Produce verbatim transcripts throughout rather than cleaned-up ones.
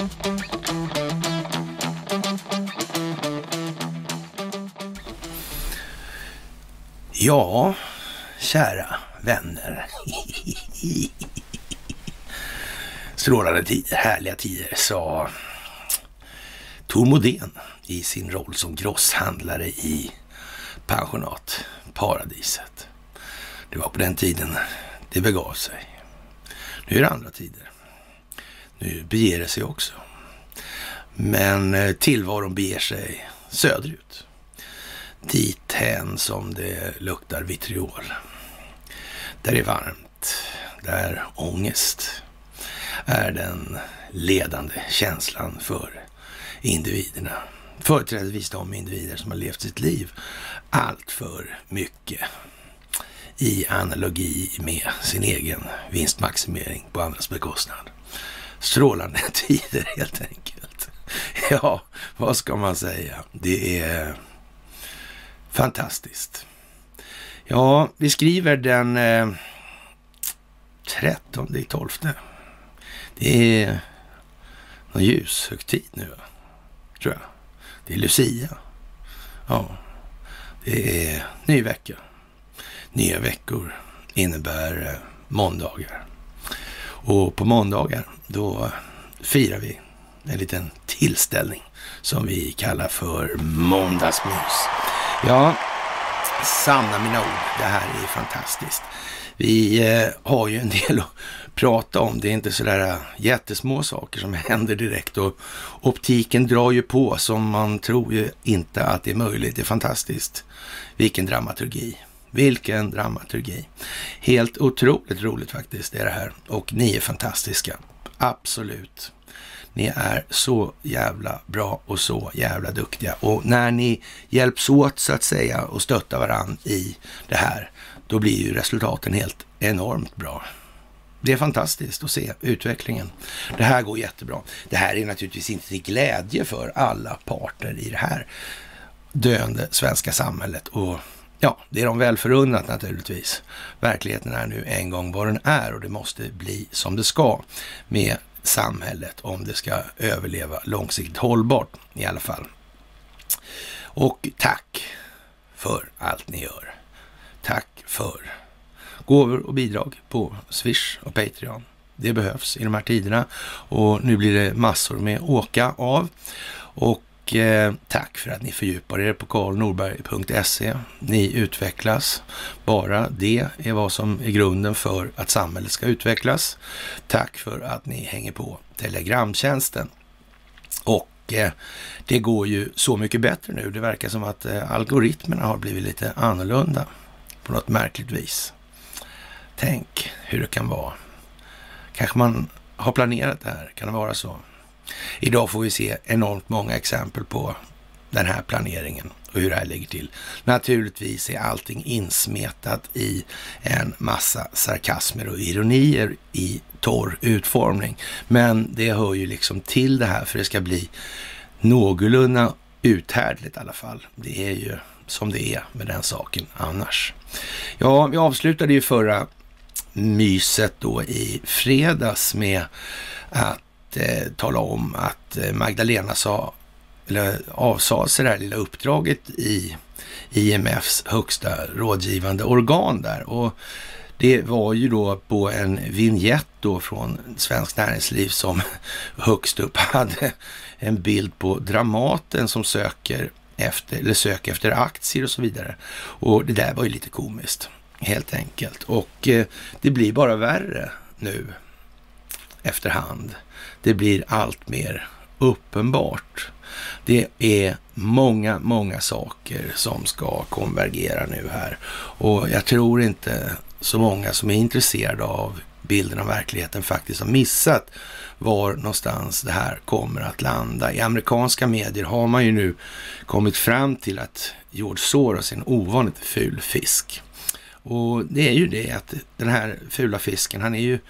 Ja, kära vänner. Strålande tider, härliga tider, sa Tor Modén i sin roll som grosshandlare i pensionatparadiset. Det var på den tiden det begav sig. Nu är det andra tider. Nu beger det sig också. Men tillvaron beger sig söderut. Dithän som det luktar vitriol. Där är varmt. Där ångest är den ledande känslan för individerna. Företrädesvis de individer som har levt sitt liv allt för mycket i analogi med sin egen vinstmaximering på andras bekostnad. Strålande tider helt enkelt. Ja, vad ska man säga? Det är fantastiskt. Ja, vi skriver den eh, trettonde tolfte. Det är någon ljushögtid nu, tror jag. Det är Lucia. Ja, det är ny vecka. Nya veckor innebär eh, måndagar. Och på måndagar då firar vi en liten tillställning som vi kallar för måndagsmys. Ja, sanna mina ord. Det här är fantastiskt. Vi eh, har ju en del att prata om. Det är inte sådär jättesmå saker som händer direkt. Och optiken drar ju på som man tror ju inte att det är möjligt. Det är fantastiskt. Vilken dramaturgi. Vilken dramaturgi. Helt otroligt roligt faktiskt är det här. Och ni är fantastiska. Absolut. Ni är så jävla bra och så jävla duktiga. Och när ni hjälps åt så att säga och stöttar varann i det här, då blir ju resultaten helt enormt bra. Det är fantastiskt att se utvecklingen. Det här går jättebra. Det här är naturligtvis inte till glädje för alla parter i det här döende svenska samhället. Och ja, det är de väl förunnat naturligtvis. Verkligheten är nu en gång vad den är och det måste bli som det ska med samhället om det ska överleva långsiktigt hållbart i alla fall. Och tack för allt ni gör. Tack för gåvor och bidrag på Swish och Patreon. Det behövs i de här tiderna och nu blir det massor med åka av. Och eh, tack för att ni fördjupar er på karl norberg punkt se. Ni utvecklas. Bara det är vad som är grunden för att samhället ska utvecklas. Tack för att ni hänger på Telegramtjänsten. Och eh, det går ju så mycket bättre nu. Det verkar som att eh, algoritmerna har blivit lite annorlunda på något märkligt vis. Tänk hur det kan vara. Kanske man har planerat det här. Kan det vara så? Idag får vi se enormt många exempel på den här planeringen och hur det här ligger till. Naturligtvis är allting insmetat i en massa sarkasmer och ironier i torr utformning. Men det hör ju liksom till det här för det ska bli någorlunda uthärdligt i alla fall. Det är ju som det är med den saken annars. Ja, vi avslutade ju förra myset då i fredags med att eh, tala om att eh, Magdalena sa, eller avsade sig det här lilla uppdraget i I M F:s högsta rådgivande organ där. Och det var ju då på en vignett då från Svensk Näringsliv som högst upp hade en bild på Dramaten som söker efter, eller söker efter aktier och så vidare. Och det där var ju lite komiskt, helt enkelt. Och eh, det blir bara värre nu efterhand. Det blir allt mer uppenbart. Det är många, många saker som ska konvergera nu här. Och jag tror inte så många som är intresserade av bilden av verkligheten faktiskt har missat var någonstans det här kommer att landa. I amerikanska medier har man ju nu kommit fram till att George Soros är en ovanligt ful fisk. Och det är ju det att den här fula fisken, han är ju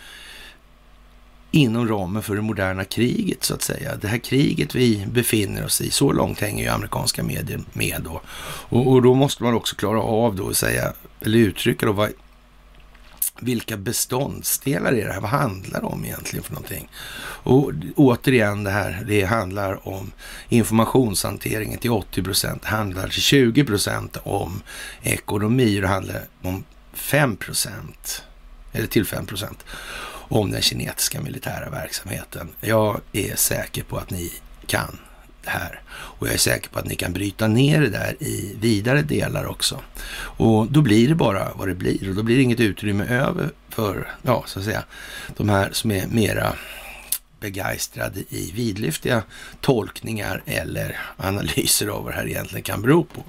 inom ramen för det moderna kriget så att säga. Det här kriget vi befinner oss i, så långt hänger ju amerikanska medier med då. Och, och då måste man också klara av då att säga, eller uttrycka då vad vilka beståndsdelar är det här? Vad handlar det om egentligen för någonting? Och återigen det här, det handlar om informationshanteringen till åttio procent. Det handlar till tjugo procent om ekonomi. Det handlar om fem procent, eller till fem procent, om den kinesiska militära verksamheten. Jag är säker på att ni kan det här. Och jag är säker på att ni kan bryta ner det där i vidare delar också. Och då blir det bara vad det blir. Och då blir det inget utrymme över för, ja, så att säga, de här som är mera begeistrade i vidlyftiga tolkningar eller analyser av vad det här egentligen kan bero på.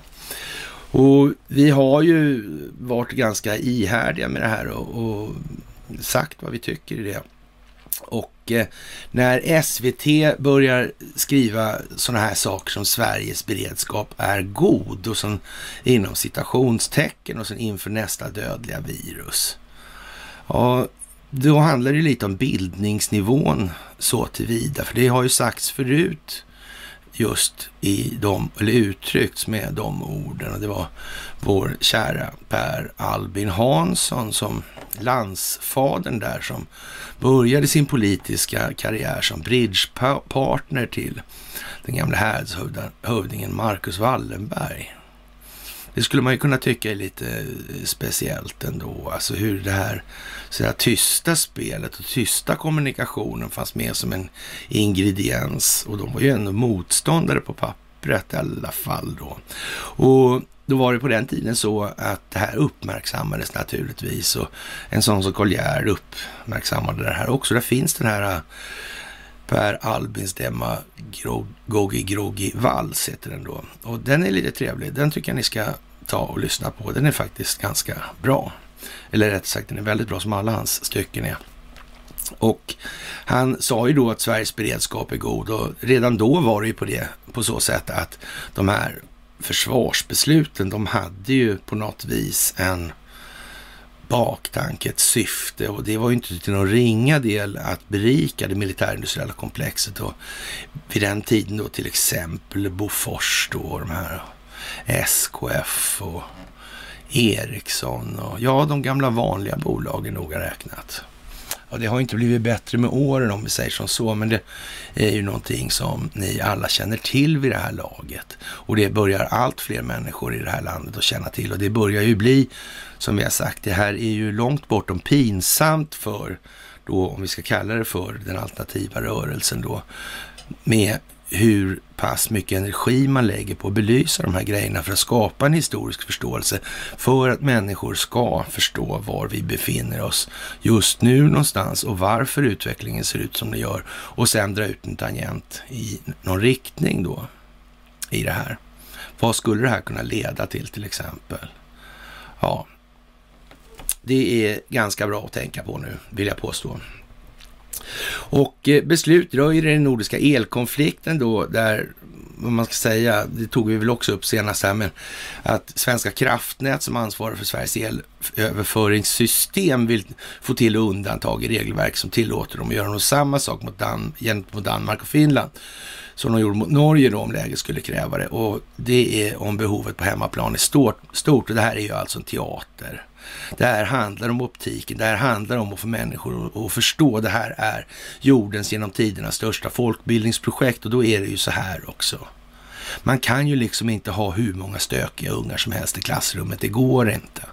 Och vi har ju varit ganska ihärdiga med det här och, och sagt vad vi tycker i det. Och eh, när S V T börjar skriva sådana här saker som Sveriges beredskap är god och som inom citationstecken och sen inför nästa dödliga virus. Ja, då handlar det lite om bildningsnivån så tillvida. För det har ju sagts förut just i de, eller uttryckts med de orden. Och det var vår kära Per Albin Hansson som landsfadern där som började sin politiska karriär som bridgepartner till den gamla härdshövdingen Marcus Wallenberg. Det skulle man ju kunna tycka är lite speciellt ändå. Alltså hur det här, så här tysta spelet och tysta kommunikationen fanns med som en ingrediens. Och de var ju ändå motståndare på pappret i alla fall då. Och då var det på den tiden så att det här uppmärksammades naturligtvis. Och en sån som Collier uppmärksammade det här också. Där finns den här Per Albins Demagogi Grogi Vals heter den då. Och den är lite trevlig. Den tycker jag ni ska ta och lyssna på. Den är faktiskt ganska bra. Eller rätt sagt, den är väldigt bra som alla hans stycken är. Och han sa ju då att Sveriges beredskap är god. Och redan då var det ju på det, på så sätt att de här försvarsbesluten, de hade ju på något vis en baktanke, ett syfte, och det var ju inte till någon ringa del att berika det militärindustriella komplexet. Och vid den tiden då till exempel Bofors då, och de här S K F och Ericsson och ja, de gamla vanliga bolagen noga räknat. Ja, det har inte blivit bättre med åren om vi säger som så, men det är ju någonting som ni alla känner till vid det här laget. Och det börjar allt fler människor i det här landet att känna till. Och det börjar ju bli, som vi har sagt, det här är ju långt bortom pinsamt för, då, om vi ska kalla det för den alternativa rörelsen då, med hur pass mycket energi man lägger på att belysa de här grejerna för att skapa en historisk förståelse för att människor ska förstå var vi befinner oss just nu någonstans och varför utvecklingen ser ut som det gör, och sen dra ut en tangent i någon riktning då i det här. Vad skulle det här kunna leda till till exempel? Ja, det är ganska bra att tänka på nu, vill jag påstå. Och beslut rör den nordiska elkonflikten då, där, vad man ska säga, det tog vi väl också upp senast här, men att Svenska kraftnät som ansvarar för Sveriges elöverföringssystem vill få till undantag i regelverk som tillåter dem att göra något samma sak mot, Dan- gentemot Danmark och Finland som de gjorde mot Norge då, om läget skulle kräva det. Och det är om behovet på hemmaplan är stort, stort och det här är ju alltså en teater. Det här handlar om optiken, det här handlar om att få människor att förstå. Det här är jordens genom tiderna största folkbildningsprojekt, och då är det ju så här också. Man kan ju liksom inte ha hur många stökiga ungar som helst i klassrummet, det går inte.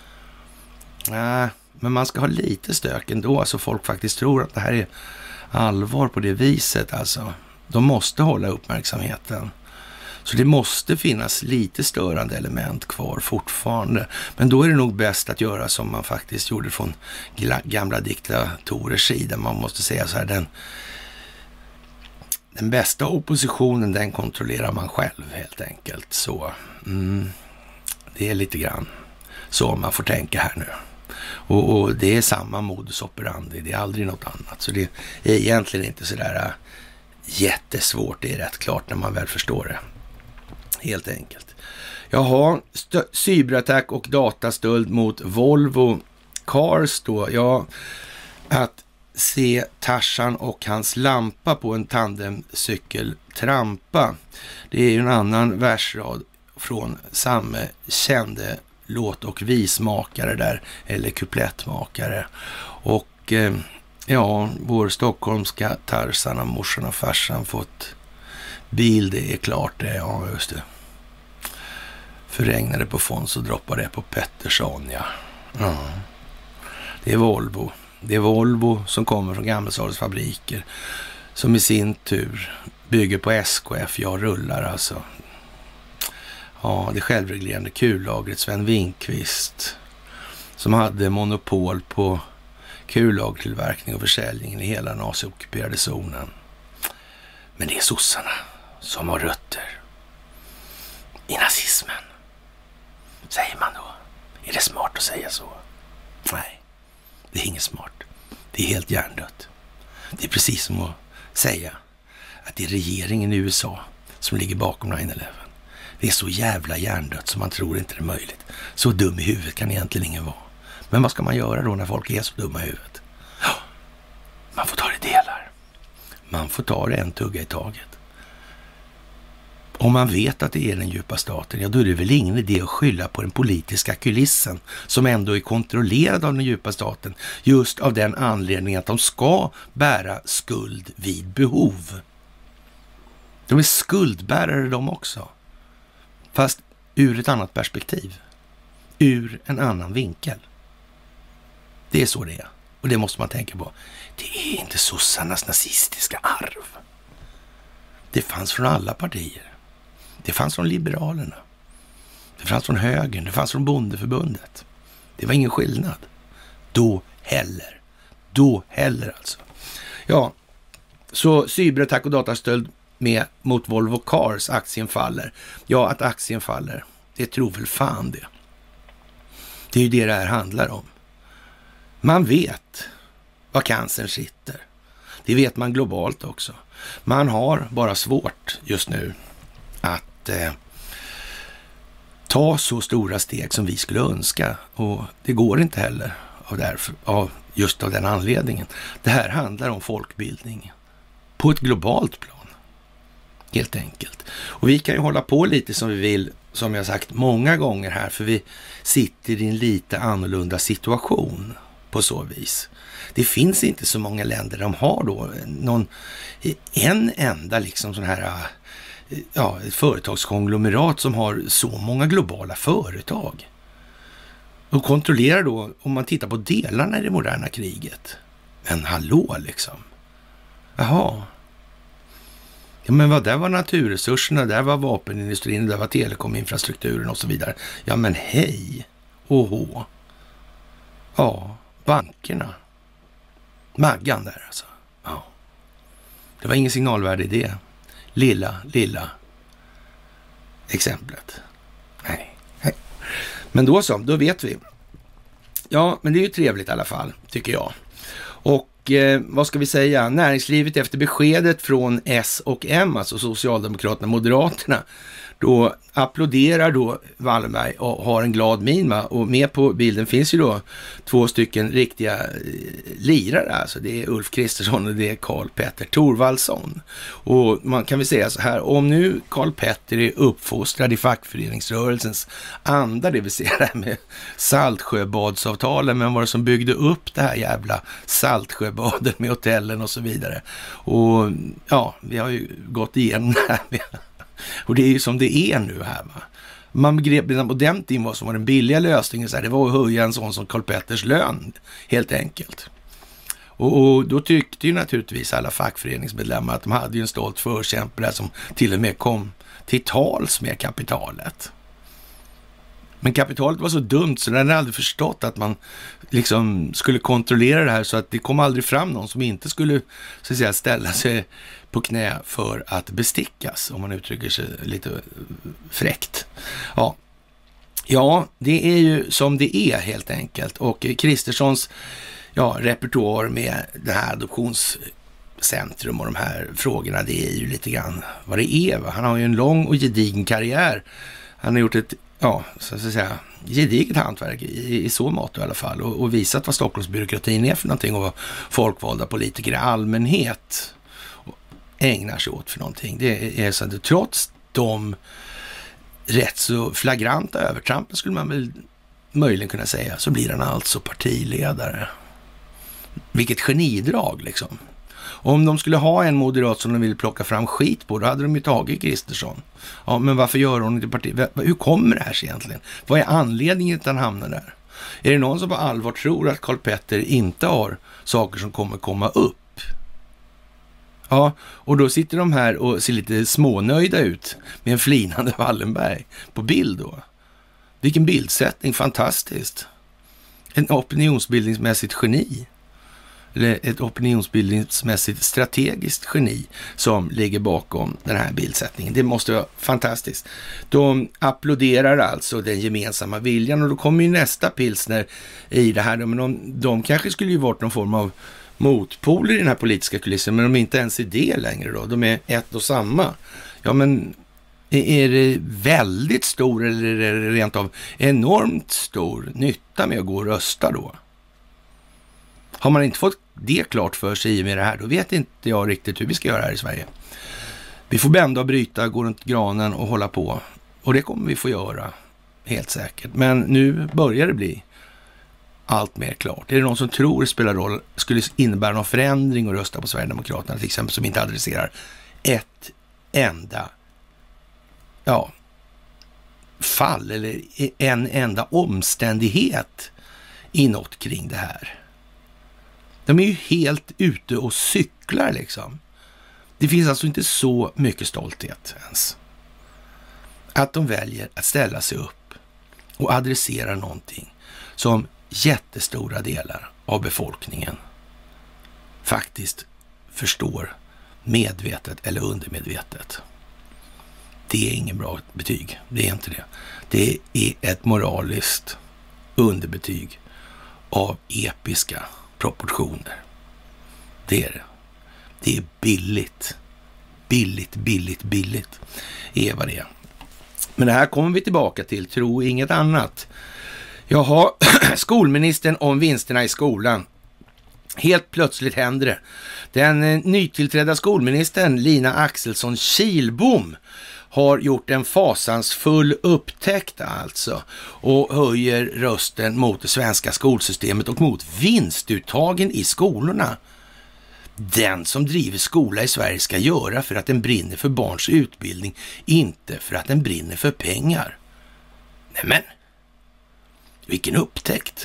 Nej, men man ska ha lite stök ändå, så folk faktiskt tror att det här är allvar på det viset alltså. De måste hålla uppmärksamheten. Så det måste finnas lite störande element kvar fortfarande. Men då är det nog bäst att göra som man faktiskt gjorde från gamla diktatorers sida. Man måste säga så här, den, den bästa oppositionen, den kontrollerar man själv helt enkelt. Så mm, det är lite grann så man får tänka här nu. Och, och det är samma modus operandi, det är aldrig något annat. Så det är egentligen inte så där jättesvårt, det är rätt klart när man väl förstår det. Helt enkelt. Jaha, stö- cyberattack och datastöld mot Volvo Cars då. Ja, att se Tarzan och hans lampa på en tandemcykel trampa. Det är ju en annan versrad från samma kände låt- och vismakare där, eller kuplettmakare. Och eh, ja, vår stockholmska Tarzan och morsan och farsan fått bil, det är klart det, ja just det. Förregnade på Fons och droppade på Pettersson, ja. ja. Det är Volvo. Det är Volvo som kommer från Gammelstadens fabriker, som i sin tur bygger på S K F, jag rullar alltså. Ja, det självreglerande kullagret Sven Winkvist, som hade monopol på kullagertillverkning och försäljningen i hela naziockuperade zonen. Men det är sossarna som har rötter i nazismen. Säger man då? Är det smart att säga så? Nej, det är inget smart. Det är helt hjärndött. Det är precis som att säga att det är regeringen i U S A som ligger bakom nio elva. Det är så jävla hjärndött som man tror inte det är möjligt. Så dum i huvudet kan egentligen ingen vara. Men vad ska man göra då när folk är så dumma i huvudet? Ja, man får ta det i delar. Man får ta det en tugga i taget. Om man vet att det är den djupa staten, ja då är det väl ingen idé att skylla på den politiska kulissen som ändå är kontrollerad av den djupa staten, just av den anledningen att de ska bära skuld vid behov. De är skuldbärare de också. Fast ur ett annat perspektiv. Ur en annan vinkel. Det är så det är. Och det måste man tänka på. Det är inte sossarnas nazistiska arv. Det fanns från alla partier. Det fanns från Liberalerna. Det fanns från högern. Det fanns från Bondeförbundet. Det var ingen skillnad. Då heller. Då heller alltså. Ja, så cyberattack och datastöld med mot Volvo Cars, aktien faller. Ja, att aktien faller, det tror väl fan det. Det är ju det det här handlar om. Man vet var cancern sitter. Det vet man globalt också. Man har bara svårt just nu att eh, ta så stora steg som vi skulle önska. Och det går inte heller av, därför, av just av den anledningen. Det här handlar om folkbildning på ett globalt plan. Helt enkelt. Och vi kan ju hålla på lite som vi vill, som jag sagt många gånger här, för vi sitter i en lite annorlunda situation på så vis. Det finns inte så många länder de har då någon, en enda liksom sån här, ja, ett företagskonglomerat som har så många globala företag. Och kontrollerar då, om man tittar på delarna i det moderna kriget. Men hallå liksom. Jaha. Ja, men vad, där var naturresurserna, där var vapenindustrin, där var telekominfrastrukturen och så vidare. Ja, men hej. Oho. Ja, bankerna. Maggan där alltså. Ja. Det var ingen signalvärde i det. Lilla, lilla exemplet. Nej. Nej. Men då så, då vet vi. Ja, men det är ju trevligt i alla fall, tycker jag. Och eh, vad ska vi säga? Näringslivet efter beskedet från S och M, alltså Socialdemokraterna och Moderaterna, då applåderar då Wallenberg och har en glad min, va? Och med på bilden finns ju då två stycken riktiga eh, lirare, alltså det är Ulf Kristersson och det är Karl Petter Thorwaldsson. Och man kan väl säga så här, om nu Karl Petter är uppfostrad i fackföreningsrörelsens anda, det vill säga det här med Saltsjöbadsavtalen, men var det som byggde upp det här jävla Saltsjöbaden med hotellen och så vidare. Och ja, vi har ju gått igenom det här med och det är ju som det är nu här, va. Man begrep på den tiden vad som var den billiga lösningen, så här, det var att höja en sån som Karl Petters lön, helt enkelt. Och, och då tyckte ju naturligtvis alla fackföreningsmedlemmar att de hade ju en stolt förkämpe som till och med kom till tals med kapitalet. Men kapitalet var så dumt så den hade aldrig förstått att man liksom skulle kontrollera det här, så att det kom aldrig fram någon som inte skulle, så att säga, ställa sig på knä för att bestickas, om man uttrycker sig lite fräckt. Ja, ja det är ju som det är helt enkelt. Och Kristerssons ja, repertoar med det här adoptionscentrum och de här frågorna, det är ju lite grann vad det är, va? Han har ju en lång och gedigen karriär. Han har gjort ett, ja, så att säga, gediget hantverk i, i så mått i alla fall, och, och visat vad Stockholmsbyråkratin är för någonting och vad folkvalda politiker i allmänhet ägnar sig åt för någonting. Det är så att trots de rätt så flagranta övertrampen, skulle man väl möjligen kunna säga, så blir han alltså partiledare. Vilket genidrag liksom. Om de skulle ha en moderat som de vill plocka fram skit på, då hade de ju tagit Kristersson. Ja, men varför gör hon inte parti? Hur kommer det här sig egentligen? Vad är anledningen till att han hamnar där? Är det någon som på allvar tror att Karl Petter inte har saker som kommer komma upp? Ja, och då sitter de här och ser lite smånöjda ut med en flinande Wallenberg på bild då. Vilken bildsättning, fantastiskt. En opinionsbildningsmässigt geni. Eller ett opinionsbildningsmässigt strategiskt geni som ligger bakom den här bildsättningen. Det måste vara fantastiskt. De applåderar alltså den gemensamma viljan och då kommer ju nästa pilsner i det här. Men de, de kanske skulle ju varit någon form av motpoler i den här politiska kulissen, men de är inte ens i det längre då. De är ett och samma. Ja, men är det väldigt stor eller är det rent av enormt stor nytta med att gå och rösta då? Har man inte fått det klart för sig i med det här, då vet inte jag riktigt hur vi ska göra här i Sverige. Vi får bända och bryta, gå runt granen och hålla på. Och det kommer vi få göra, helt säkert. Men nu börjar det bli allt mer klart. Är det någon som tror det spelar roll, skulle innebära någon förändring och rösta på Sverigedemokraterna till exempel, som inte adresserar ett enda ja, fall eller en enda omständighet inåt kring det här. De är ju helt ute och cyklar liksom. Det finns alltså inte så mycket stolthet ens. Att de väljer att ställa sig upp och adressera någonting som jättestora delar av befolkningen faktiskt förstår medvetet eller undermedvetet. Det är ingen bra betyg. Det är inte det. Det är ett moraliskt underbetyg av episka proportioner. Det är det. Det är billigt. Billigt, billigt, billigt. Är vad det är. Men det här kommer vi tillbaka till. Tro inget annat. Jaha, skolministern om vinsterna i skolan. Helt plötsligt händer det. Den eh, nytillträdda skolministern Lina Axelsson Kihlbom har gjort en fasansfull upptäckt alltså och höjer rösten mot det svenska skolsystemet och mot vinstuttagen i skolorna. Den som driver skola i Sverige ska göra för att den brinner för barns utbildning, inte för att den brinner för pengar. Nämen, vilken upptäckt.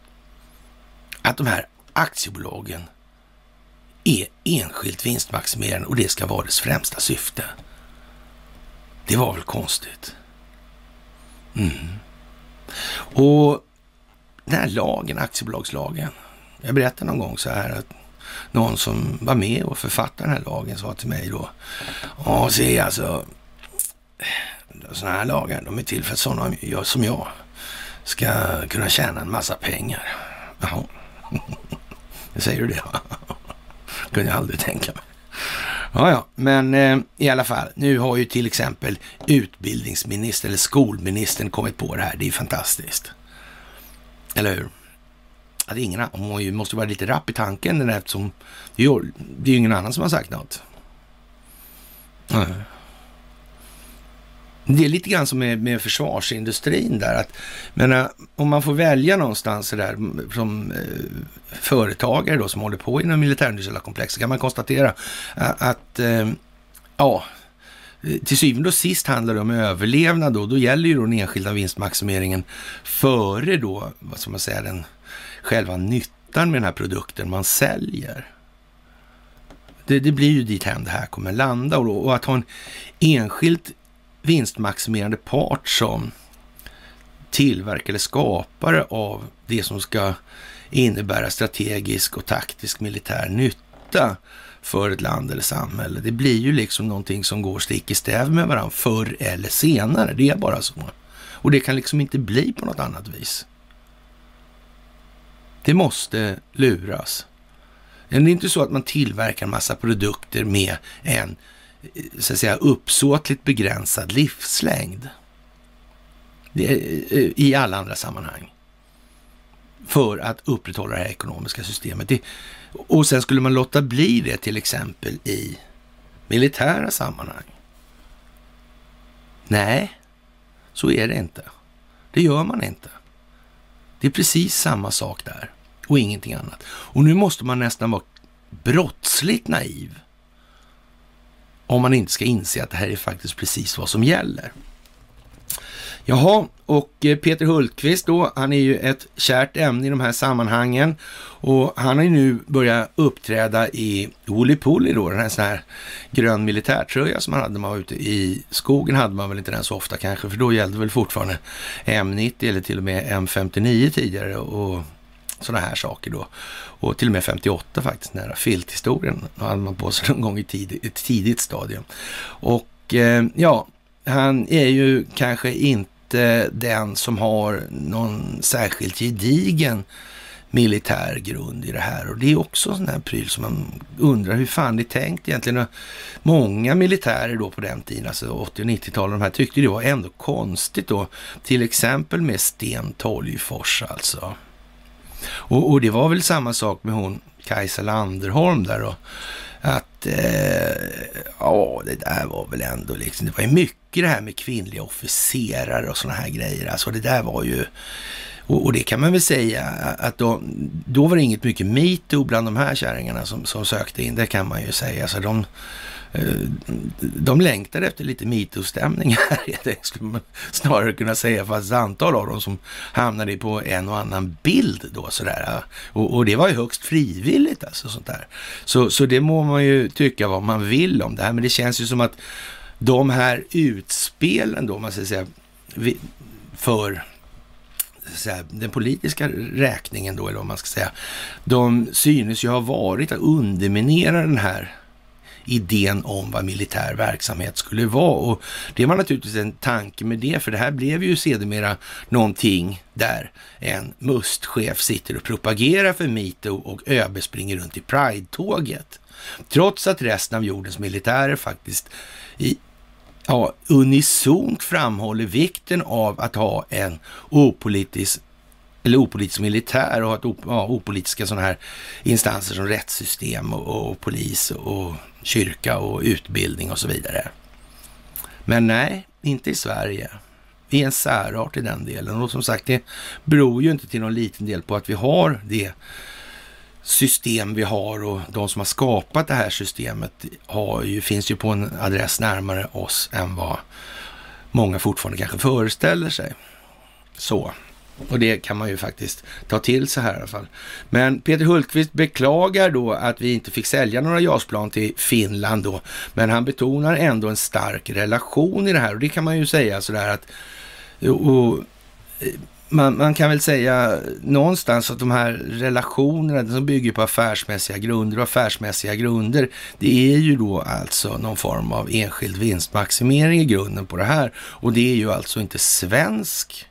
Att de här aktiebolagen är enskilt vinstmaximerande och det ska vara dess främsta syfte. Det var väl konstigt. Mm. Och den här lagen, aktiebolagslagen. Jag berättade någon gång så här att någon som var med och författade den här lagen sa till mig då. Ja, se alltså, sådana här lagar, de är till för att sådana som jag ska kunna tjäna en massa pengar. Jaha. Säger du det? Kunde jag aldrig tänka mig. Ja, ja, men eh, i alla fall, nu har ju till exempel utbildningsministern eller skolministern kommit på det här. Det är ju fantastiskt. Eller hur? Ja, det är ingen annan. Man måste vara lite rapp i tanken den här, eftersom det är ju det är ingen annan som har sagt något. Ja. Det är lite grann som med, med försvarsindustrin där. Att, men, om man får välja någonstans så där, som eh, företagare då, som håller på inom militärindustriella komplex, kan man konstatera att, att eh, ja, till syvende och sist handlar det om överlevnad då. Då gäller ju då den enskilda vinstmaximeringen före då, vad ska man säga, den själva nyttan med den här produkten man säljer. Det, det blir ju dit hem det här kommer landa och, då, och att ha en enskilt vinstmaximerande part som tillverkare eller skapare av det som ska innebära strategisk och taktisk militär nytta för ett land eller samhälle. Det blir ju liksom någonting som går stick i stäv med varandra förr eller senare. Det är bara så. Och det kan liksom inte bli på något annat vis. Det måste luras. Det är inte så att man tillverkar en massa produkter med en så att säga uppsåtligt begränsad livslängd. Det är, i alla andra sammanhang. För att upprätthålla det här ekonomiska systemet. Det, och sen skulle man låta bli det till exempel i militära sammanhang. Nej, så är det inte. Det gör man inte. Det är precis samma sak där och ingenting annat. Och nu måste man nästan vara brottsligt naiv om man inte ska inse att det här är faktiskt precis vad som gäller. Jaha, och Peter Hultqvist då, han är ju ett kärt ämne i de här sammanhangen och han har ju nu börjat uppträda i Woolly-Polly då, den här sån här grön militärtröja som man hade, man var ute i skogen hade man väl inte den så ofta kanske, för då gällde väl fortfarande M nittio eller till och med M femtionio tidigare och sådana här saker då. Och till och med femtioåtta faktiskt, nära filthistorien hade man på sig någon gång i tid, ett tidigt stadium. Och eh, ja, han är ju kanske inte den som har någon särskilt gedigen militär grund i det här. Och det är också en sån här pryl som man undrar hur fan det är tänkt egentligen. Många militärer då på den tiden, alltså åttio- och nittio-talet, de här tyckte det var ändå konstigt då. Till exempel med Sten Tolgfors alltså. Och, och det var väl samma sak med hon Kajsa Landerholm där då. Att eh, ja, det där var väl ändå liksom, det var ju mycket det här med kvinnliga officerare och såna här grejer. Alltså det där var ju, och, och det kan man väl säga att då, då var det inget mycket MeToo bland de här kärringarna som, som sökte in, det kan man ju säga. Alltså de, de längtade efter lite MeToo-stämning här, det skulle man snarare kunna säga, fast antal av dem som hamnade på en och annan bild då sådär. Och, och det var ju högst frivilligt alltså sånt där. Så, så det må man ju tycka vad man vill om det här, men det känns ju som att de här utspelen då, man ska säga, för så här, den politiska räkningen då, eller vad man ska säga, de synes ju ha varit att underminera den här idén om vad militär verksamhet skulle vara, och det var naturligtvis en tanke med det, för det här blev ju sedermera någonting där en mustchef sitter och propagerar för MeToo och ÖB springer runt i Pride-tåget, trots att resten av jordens militärer faktiskt i ja, unisont framhåller vikten av att ha en opolitisk eller opolitisk militär och att ja, opolitiska sådana här instanser som rättssystem och, och polis och kyrka och utbildning och så vidare. Men nej, inte i Sverige. Vi är en särart i den delen, och som sagt, det beror ju inte till någon liten del på att vi har det system vi har, och de som har skapat det här systemet har ju, finns ju på en adress närmare oss än vad många fortfarande kanske föreställer sig. Så. Och det kan man ju faktiskt ta till sig här i alla fall. Men Peter Hultqvist beklagar då att vi inte fick sälja några JAS-plan till Finland då. Men han betonar ändå en stark relation i det här. Och det kan man ju säga sådär att och, man, man kan väl säga någonstans att de här relationerna som bygger på affärsmässiga grunder och affärsmässiga grunder, det är ju då alltså någon form av enskild vinstmaximering i grunden på det här. Och det är ju alltså inte svensk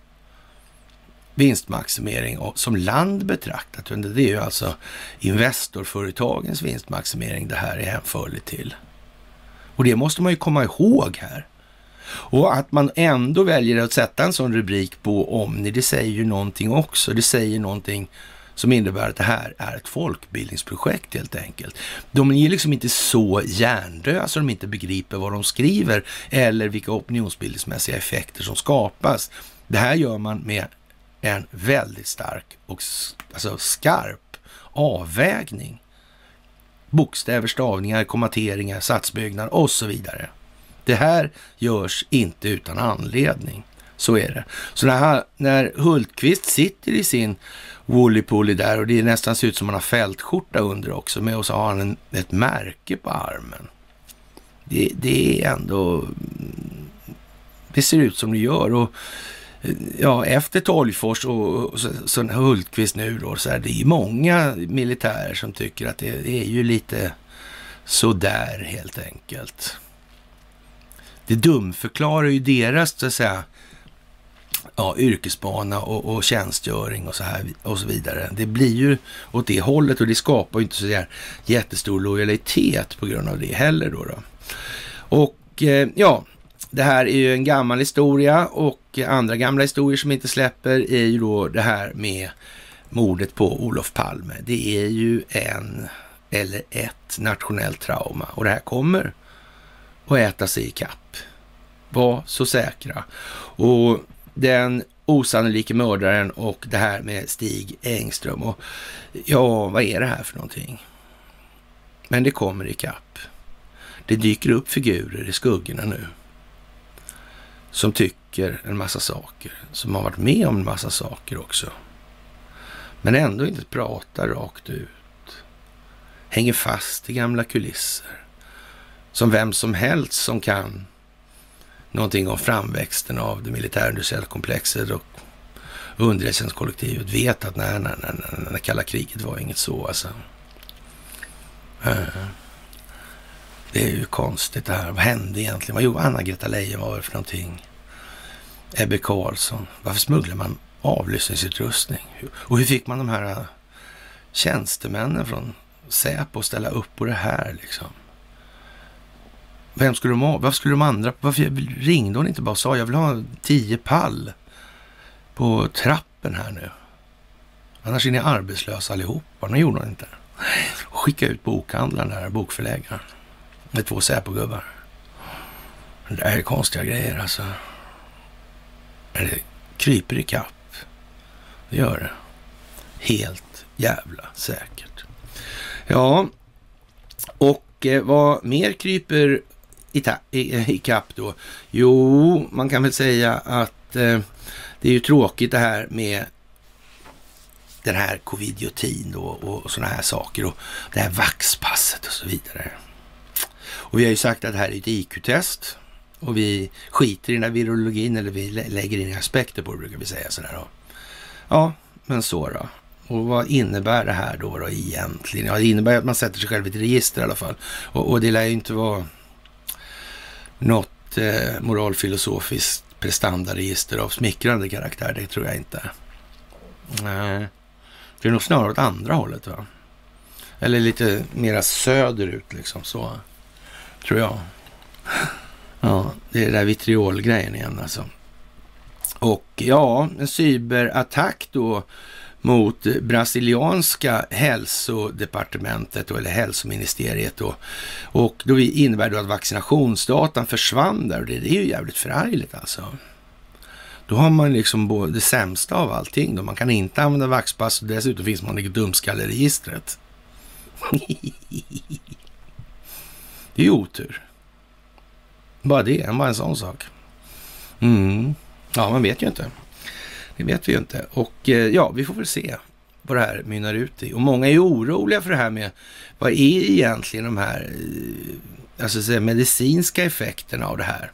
vinstmaximering som land betraktat. Det är ju alltså investorföretagens vinstmaximering det här är hänförligt till. Och det måste man ju komma ihåg här. Och att man ändå väljer att sätta en sån rubrik på Omni, det säger ju någonting också. Det säger någonting som innebär att det här är ett folkbildningsprojekt helt enkelt. De är liksom inte så hjärndöda så de inte begriper vad de skriver eller vilka opinionsbildningsmässiga effekter som skapas. Det här gör man med en väldigt stark och alltså skarp avvägning. Bokstäver, stavningar, kommateringar, satsbyggnad och så vidare. Det här görs inte utan anledning. Så är det. Så när, när Hultqvist sitter i sin Woolly-Polly där, och det är nästan ser ut som man har fältskjorta under också med, och så har han en, ett märke på armen. Det, det är ändå, det ser ut som det gör, och ja, efter Tolgfors och, och så, så Hultqvist nu då, så är det ju många militärer som tycker att det, det är ju lite sådär helt enkelt. Det dumförklarar ju deras, så att säga, ja, yrkesbana och, och tjänstgöring och så här och så vidare. Det blir ju åt det hållet, och det skapar ju inte så där jättestor lojalitet på grund av det heller då. då. Och eh, ja, det här är ju en gammal historia, och andra gamla historier som inte släpper är ju då det här med mordet på Olof Palme. Det är ju en eller ett nationellt trauma, och det här kommer att äta sig i kapp. Var så säkra. Och den osannolike mördaren och det här med Stig Engström. Och ja, vad är det här för någonting? Men det kommer i kapp. Det dyker upp figurer i skuggorna nu som tycker en massa saker, som har varit med om en massa saker också. Men ändå inte pratar rakt ut. Hänger fast i gamla kulisser. Som vem som helst som kan någonting om framväxten av det militärindustriella komplexet och underrättelsetjänstkollektivet vet att nej, nej, nej, nej, nej, kalla kriget var inget så alltså. Det är ju konstigt det här. Vad hände egentligen? Vad gjorde Anna-Greta Leijon? Vad var det för någonting? Ebbe Carlsson. Varför smugglar man avlyssningsutrustning? Och hur fick man de här tjänstemännen från Säpo att ställa upp på det här liksom? Vem skulle de ha? Varför skulle de andra? Varför ringde hon inte bara och sa jag vill ha tio pall på trappen här nu? Annars är ni arbetslösa allihopa. Det gjorde hon inte. Och skicka ut bokhandlaren där, bokförläggaren. Med två Säpo-gubbar. Det där är konstiga grejer alltså. Det kryper i kapp. Det gör det. Helt jävla säkert. Ja, och eh, vad mer kryper i, ta- i, i kapp då? Jo, man kan väl säga att eh, det är ju tråkigt det här med den här covidiotin då och sådana här saker och det här vaxpasset och så vidare. Och vi har ju sagt att det här är ett I Q-test och vi skiter i den här virologin eller vi lägger in aspekter på det brukar vi säga sådär då. Ja, men så då. Och vad innebär det här då, då egentligen? Ja, det innebär att man sätter sig själv i ett register i alla fall. Och, och det lär ju inte vara något eh, moralfilosofiskt prestandaregister av smickrande karaktär, det tror jag inte. Nej, det är nog snarare åt andra hållet va? Eller lite mera söderut liksom så, tror jag. Ja, det är den där vitriolgrejen igen alltså. Och ja, en cyberattack då mot brasilianska hälsodepartementet eller hälsoministeriet då. Och då innebär det att vaccinationsdatan försvann där och det, det är ju jävligt förargligt alltså. Då har man liksom både det sämsta av allting då. Man kan inte använda vaxpass och dessutom finns man i dumskalleregistret. Det är ju otur. Bara det, bara en sån sak. Mm. Ja, man vet ju inte. Det vet vi ju inte. Och eh, ja, vi får väl se vad det här mynnar ut i. Och många är ju oroliga för det här med vad är egentligen de här eh, alltså säga, medicinska effekterna av det här.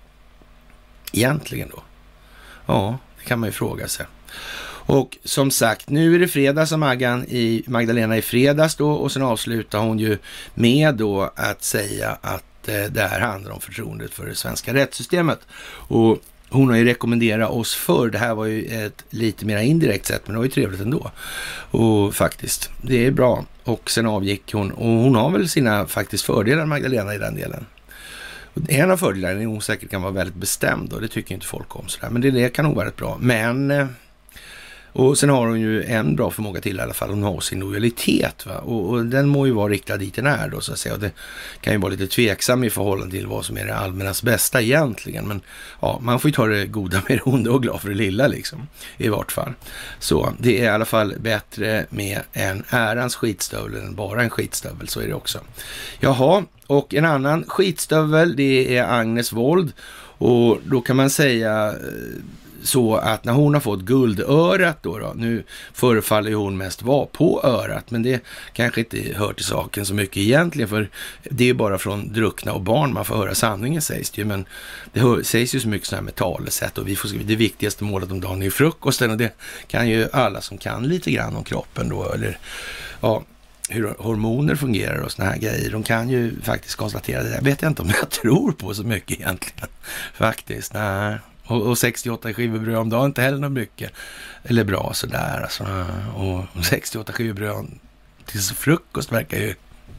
Egentligen då. Ja, det kan man ju fråga sig. Och som sagt, nu är det fredag som Maggan i, Magdalena i fredags då och sen avslutar hon ju med då att säga att eh, det här handlar om förtroendet för det svenska rättssystemet. Och hon har ju rekommenderat oss för, det här var ju ett lite mer indirekt sätt men det var ju trevligt ändå. Och faktiskt, det är bra. Och sen avgick hon och hon har väl sina faktiskt fördelar Magdalena i den delen. En av fördelarna är hon säkert kan vara väldigt bestämd och det tycker inte folk om sådär. Men det, det kan nog vara rätt bra. Men, och sen har hon ju en bra förmåga till i alla fall. Hon har sin lojalitet va. Och, och den må ju vara riktad dit den är då så att säga. Och det kan ju vara lite tveksam i förhållande till vad som är det allmännas bästa egentligen. Men ja, man får ju ta det goda med det onda och glad för det lilla liksom. I vart fall. Så det är i alla fall bättre med en ärans skitstövel än bara en skitstövel. Så är det också. Jaha. Och en annan skitstövel, det är Agnes Wold. Och då kan man säga så att när hon har fått guldörat då, då nu förefaller ju hon mest vara på örat. Men det kanske inte hör till saken så mycket egentligen. För det är ju bara från druckna och barn man får höra sanningen sägs det ju. Men det hör, sägs ju så mycket sådana här med talesätt. Och vi får skriva det viktigaste målet om dagen är frukosten. Och det kan ju alla som kan lite grann om kroppen då. Eller ja... hur hormoner fungerar och såna här grejer. De kan ju faktiskt konstatera det. Jag vet inte om jag tror på så mycket egentligen. Faktiskt, nej. Och, och sextioåtta skivor bröd om dagen inte heller något mycket. Eller bra sådär. Alltså. Och sextioåtta skivor bröd till frukost verkar ju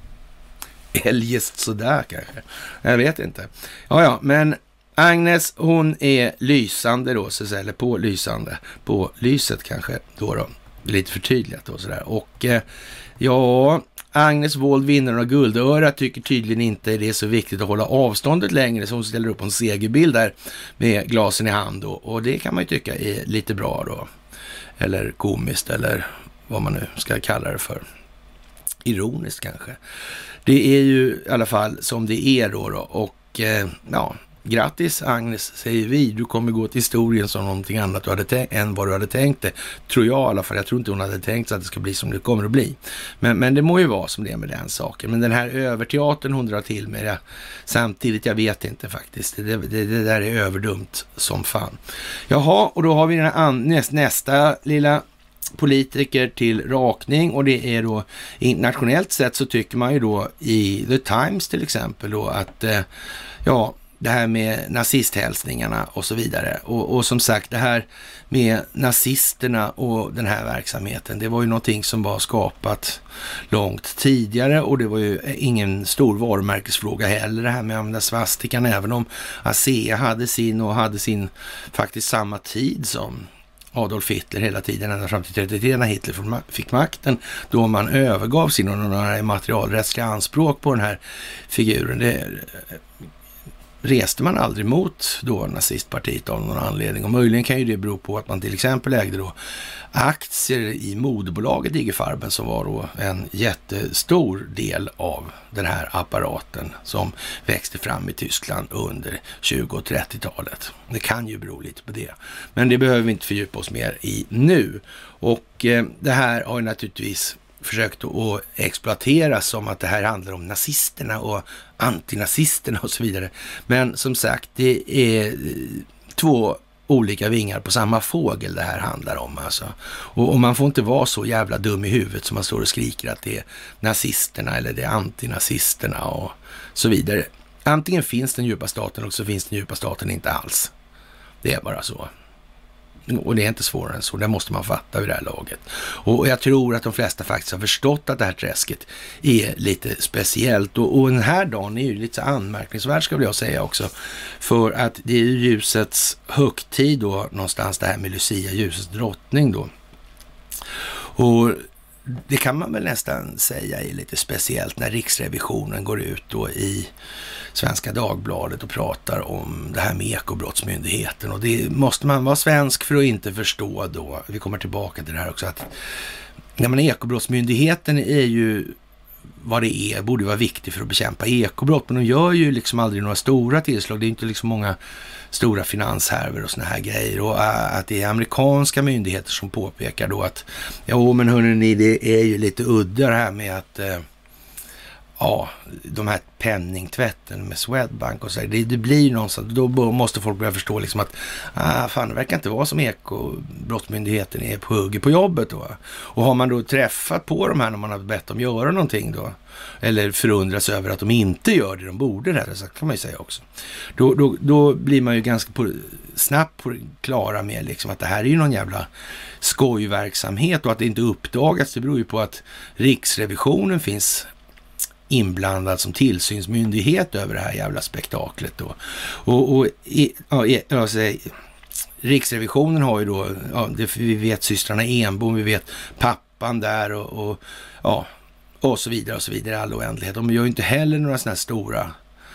eljest sådär kanske. Jag vet inte. Ja, ja, men Agnes, hon är lysande då, så, eller på lysande. På lyset kanske då då. Lite förtydligat och sådär. Och eh, ja, Agnes Wold, vinnaren av Guldöra, tycker tydligen inte det är så viktigt att hålla avståndet längre, så hon ställer upp en segerbild där med glasen i hand då. Och det kan man ju tycka är lite bra då. Eller komiskt, eller vad man nu ska kalla det för. Ironiskt kanske. Det är ju i alla fall som det är då, då. Och eh, ja, grattis Agnes, säger vi. Du kommer gå till historien som någonting annat du hade tänkt, än vad du hade tänkt det. Tror jag i alla fall. Jag tror inte hon hade tänkt sig att det ska bli som det kommer att bli. Men, men det må ju vara som det är med den saken. Men den här överteatern hon drar till med det, samtidigt, jag vet inte faktiskt. Det, det, det där är överdumt som fan. Jaha, och då har vi den här an, näst, nästa lilla politiker till rakning, och det är då internationellt sett så tycker man ju då i The Times till exempel då att eh, ja, det här med nazisthälsningarna och så vidare. Och, och som sagt, det här med nazisterna och den här verksamheten, det var ju någonting som var skapat långt tidigare, och det var ju ingen stor varumärkesfråga heller det här med att använda svastikan, även om ASEA hade sin och hade sin faktiskt samma tid som Adolf Hitler hela tiden, ända fram till trettiotre när Hitler fick makten, då man övergav sin och några materialrättsliga anspråk på den här figuren. Det reste man aldrig mot då nazistpartiet av någon anledning, och möjligen kan ju det bero på att man till exempel ägde då aktier i moderbolaget I G Farben, som var då en jättestor del av den här apparaten som växte fram i Tyskland under tjugo- och trettiotalet. Det kan ju bero lite på det, men det behöver vi inte fördjupa oss mer i nu. Och eh, det här har ju naturligtvis försökt att exploatera som att det här handlar om nazisterna och antinazisterna och så vidare. Men som sagt, det är två olika vingar på samma fågel det här handlar om alltså. Och, och man får inte vara så jävla dum i huvudet som man står och skriker att det är nazisterna eller det är antinazisterna och så vidare. Antingen finns den djupa staten och så finns den djupa staten inte alls. Det är bara så. Och det är inte svårare än så, det måste man fatta vid det här laget. Och jag tror att de flesta faktiskt har förstått att det här träsket är lite speciellt. Och, och den här dagen är ju lite anmärkningsvärd, ska jag säga också. För att det är ju ljusets högtid då, någonstans det här med Lucia, ljusets drottning då. Och det kan man väl nästan säga är lite speciellt när Riksrevisionen går ut då i Svenska Dagbladet och pratar om det här med ekobrottsmyndigheten. Och det måste man vara svensk för att inte förstå då. Vi kommer tillbaka till det här också. Att, ja, men ekobrottsmyndigheten är ju vad det är, borde vara viktigt för att bekämpa ekobrott. Men de gör ju liksom aldrig några stora tillslag. Det är inte liksom många stora finanshärvor och såna här grejer. Och äh, att det är amerikanska myndigheter som påpekar då att ja, men hörni, det är ju lite udda det här med att äh, ja, de här penningtvätten med Swedbank och så här, det, det blir någonstans, då måste folk börja förstå liksom att ah, fan, det verkar inte vara som ekobrottsmyndigheten är på hugget på jobbet då. Och har man då träffat på de här när man har bett dem göra någonting då, eller förundras över att de inte gör det de borde, rättare sagt kan man ju säga också. Då, då, då blir man ju ganska på, snabbt på klara med liksom att det här är ju någon jävla skojverksamhet, och att det inte uppdagats, det beror ju på att Riksrevisionen finns inblandad som tillsynsmyndighet över det här jävla spektaklet då. Och, och i, ja, i, alltså, Riksrevisionen har ju då, ja, det, vi vet systrarna Enbom, vi vet pappan där och, och ja, och så vidare och så vidare, all oändlighet. De gör ju inte heller några sådana här stora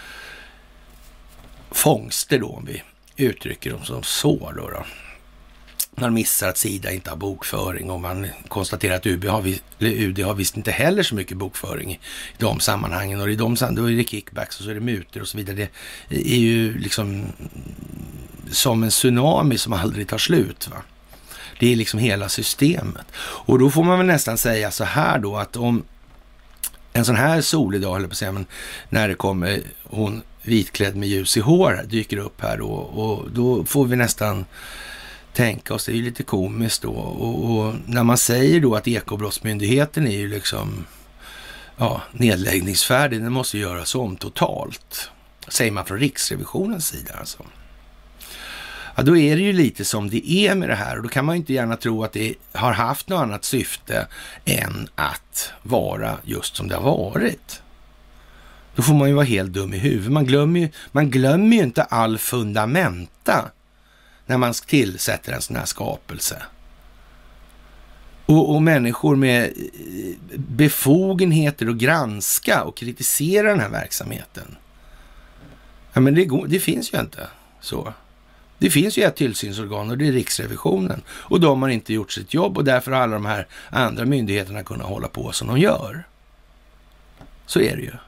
fångster då, om vi uttrycker dem som så då då. Man missar att Sida inte har bokföring, och man konstaterar att U B har, U D har visst inte heller så mycket bokföring i de sammanhangen. Och i de sammanhangen, då är det kickbacks och så är det mutor och så vidare. Det är ju liksom som en tsunami som aldrig tar slut, va. Det är liksom hela systemet. Och då får man väl nästan säga så här då, att om en sån här solig dag, eller på säga, men när det kommer hon vitklädd med ljus i hår dyker upp här då, och då får vi nästan tänka oss, det är ju lite komiskt då, och, och när man säger då att ekobrottsmyndigheten är ju liksom ja, nedläggningsfärdig, den måste göras om totalt, säger man från Riksrevisionens sida alltså. Ja, då är det ju lite som det är med det här, och då kan man ju inte gärna tro att det har haft något annat syfte än att vara just som det har varit. Då får man ju vara helt dum i huvudet. Man glömmer ju, man glömmer ju inte all fundamenta när man tillsätter en sån här skapelse. Och, och människor med befogenheter att granska och kritisera den här verksamheten. Ja, men det, går, det finns ju inte så. Det finns ju ett tillsynsorgan och det är Riksrevisionen. Och de har inte gjort sitt jobb och därför har alla de här andra myndigheterna kunnat hålla på som de gör. Så är det ju.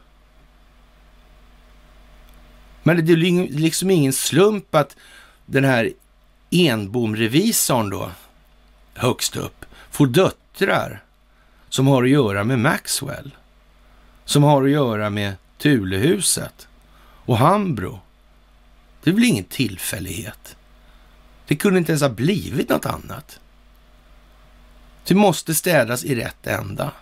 Men det är liksom ingen slump att den här Enbom-revisorn då, högst upp, får döttrar som har att göra med Maxwell. Som har att göra med Thulehuset och Hambro. Det är väl ingen tillfällighet. Det kunde inte ens ha blivit något annat. Det måste städas i rätt ända.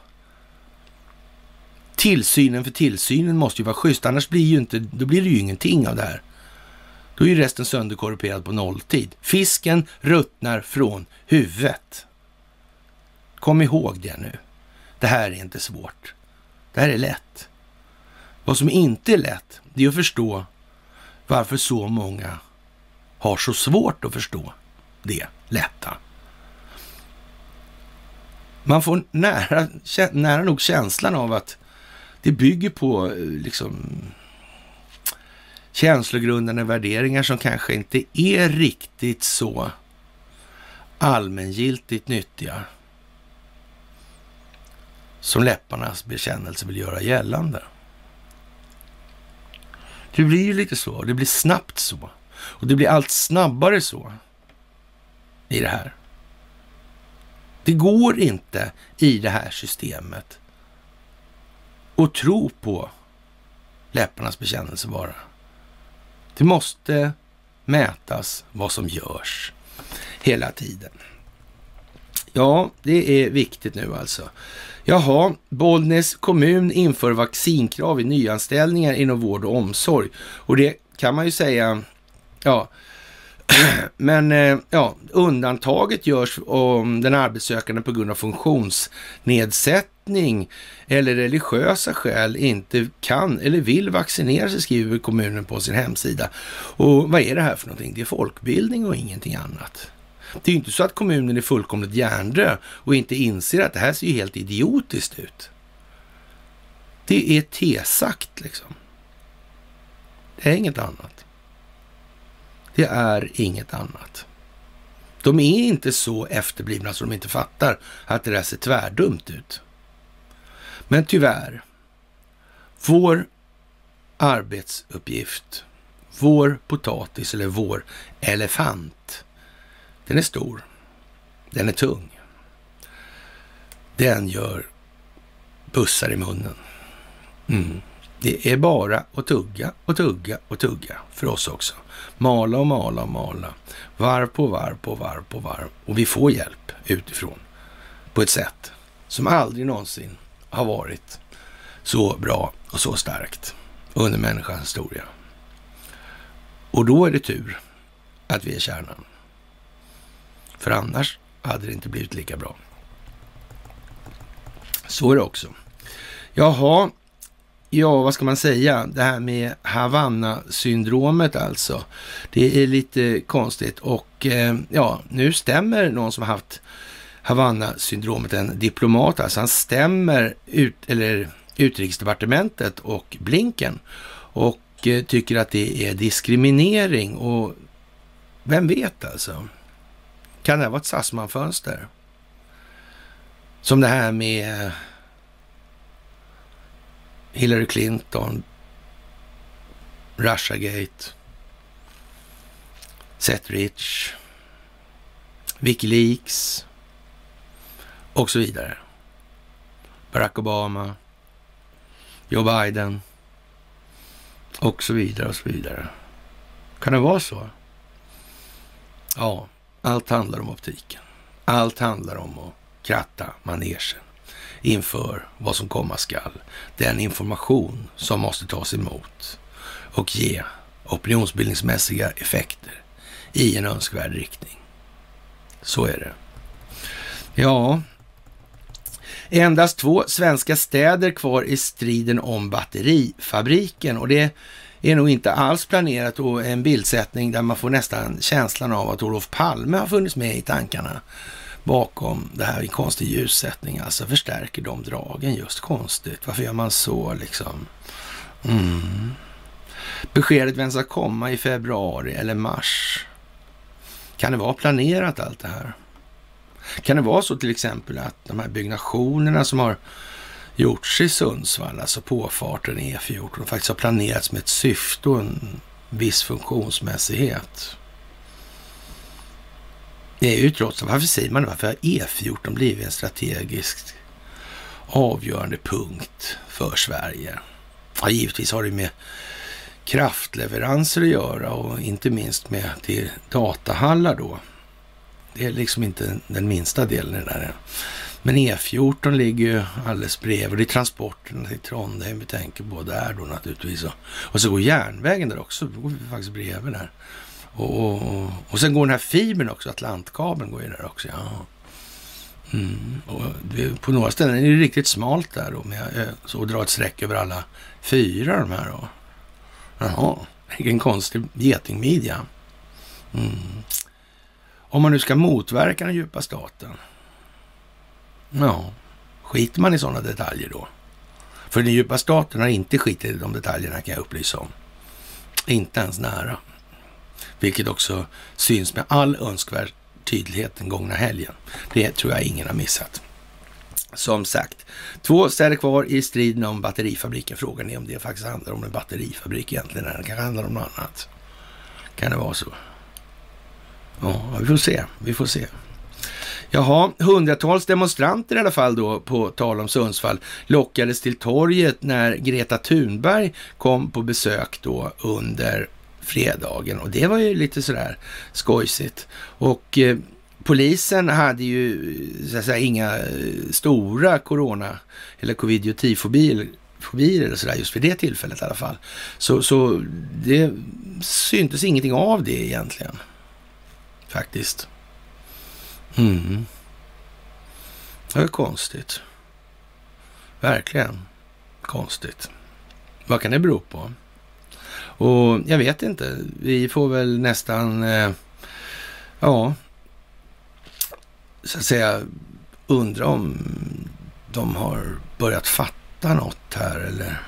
Tillsynen för tillsynen måste ju vara schysst, annars blir, ju inte, då blir det ju ingenting av det här. Då är ju resten sönderkorruperad på nolltid. Fisken ruttnar från huvudet. Kom ihåg det nu. Det här är inte svårt. Det här är lätt. Vad som inte är lätt, det är att förstå varför så många har så svårt att förstå det lätta. Man får nära, nära nog känslan av att det bygger på liksom känslogrundande värderingar som kanske inte är riktigt så allmängiltigt nyttiga som läpparnas bekännelse vill göra gällande. Det blir ju lite så, det blir snabbt så och det blir allt snabbare så i det här. Det går inte i det här systemet att tro på läpparnas bekännelse bara. Det måste mätas vad som görs hela tiden. Ja, det är viktigt nu alltså. Jaha, Bollnäs kommun inför vaccinkrav i nyanställningar inom vård och omsorg. Och det kan man ju säga, ja, men ja, undantaget görs om den arbetssökande på grund av funktionsnedsättning eller religiösa skäl inte kan eller vill vaccinera sig, skriver kommunen på sin hemsida. Och vad är det här för någonting? Det är folkbildning och ingenting annat. Det är ju inte så att kommunen är fullkomligt hjärndö och inte inser att det här ser ju helt idiotiskt ut. Det är tesagt liksom. Det är inget annat. Det är inget annat. De är inte så efterblivna så de inte fattar att det där ser tvärdumt ut. Men tyvärr, vår arbetsuppgift, vår potatis eller vår elefant, den är stor. Den är tung. Den gör bussar i munnen. Mm. Det är bara att tugga och tugga och tugga för oss också. Mala och mala och mala. Varv på varv på varv på varv. Och vi får hjälp utifrån på ett sätt som aldrig någonsin har varit så bra och så starkt under människans historia. Och då är det tur att vi är kärnan. För annars hade det inte blivit lika bra. Så är det också. Jaha, ja vad ska man säga? Det här med Havanna-syndromet alltså. Det är lite konstigt och eh, ja, nu stämmer någon som har haft Havanna-syndromet, en diplomat, alltså han stämmer ut, eller Utrikesdepartementet och Blinken och eh, tycker att det är diskriminering och vem vet alltså? Kan det vara ett Sassman-fönster? Som det här med Hillary Clinton, Russiagate, Seth Rich, Wikileaks och så vidare. Barack Obama, Joe Biden och så vidare och så vidare. Kan det vara så? Ja, allt handlar om optiken. Allt handlar om att kratta manegen inför vad som komma skall. Den information som måste tas emot och ge opinionsbildningsmässiga effekter i en önskvärd riktning. Så är det. Ja, endast två svenska städer kvar i striden om batterifabriken och det är nog inte alls planerat och en bildsättning där man får nästan känslan av att Olof Palme har funnits med i tankarna bakom det här i konstig ljussättning, alltså förstärker de dragen just konstigt. Varför gör man så liksom? Mm. Beskedet väntas komma i februari eller mars. Kan det vara planerat allt det här? Kan det vara så till exempel att de här byggnationerna som har gjorts i Sundsvall, alltså påfarten E fjorton, faktiskt har planerats med ett syfte och en viss funktionsmässighet? Det är ju trots allt, varför säger man det? Varför har E fjorton blivit en strategiskt avgörande punkt för Sverige? Ja, givetvis har det med kraftleveranser att göra och inte minst med till datahallar då. Det är liksom inte den minsta delen i det där. Men E fjorton ligger ju alldeles bredvid och det är transporterna till Trondheim vi tänker på där då naturligtvis. Och så går järnvägen där också, då går vi faktiskt bredvid där. Och, och, och sen går den här fibern också, Atlantkabeln går ju där också, ja. Mm. Och det, på några ställen är det riktigt smalt där då, med så dra ett streck över alla fyra de här då. Jaha, vilken konstig getingmidja. Mm. Om man nu ska motverka den djupa staten, ja, skiter man i sådana detaljer då? För den djupa staten har inte skitit i de detaljerna, kan jag upplysa om. Inte ens nära. Vilket också syns med all önskvärd tydlighet den gångna helgen. Det tror jag ingen har missat. Som sagt, två städer kvar i striden om batterifabriken. Frågan är om det faktiskt handlar om en batterifabrik egentligen. Eller det kan handla om något annat. Kan det vara så? Ja, vi får se. Vi får se. Jaha, hundratals demonstranter i alla fall då, på tal om Sundsvall, lockades till torget när Greta Thunberg kom på besök då under fredagen. Och det var ju lite sådär skojsigt. Och eh, polisen hade ju så att säga inga stora corona eller covid och tifobier eller sådär just för det tillfället i alla fall. Så, så det syntes ingenting av det egentligen. Faktiskt. Mm. Det är konstigt. Verkligen konstigt. Vad kan det bero på? Och jag vet inte. Vi får väl nästan eh, ja så att säga undra om de har börjat fatta något här, eller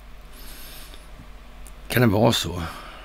kan det vara så?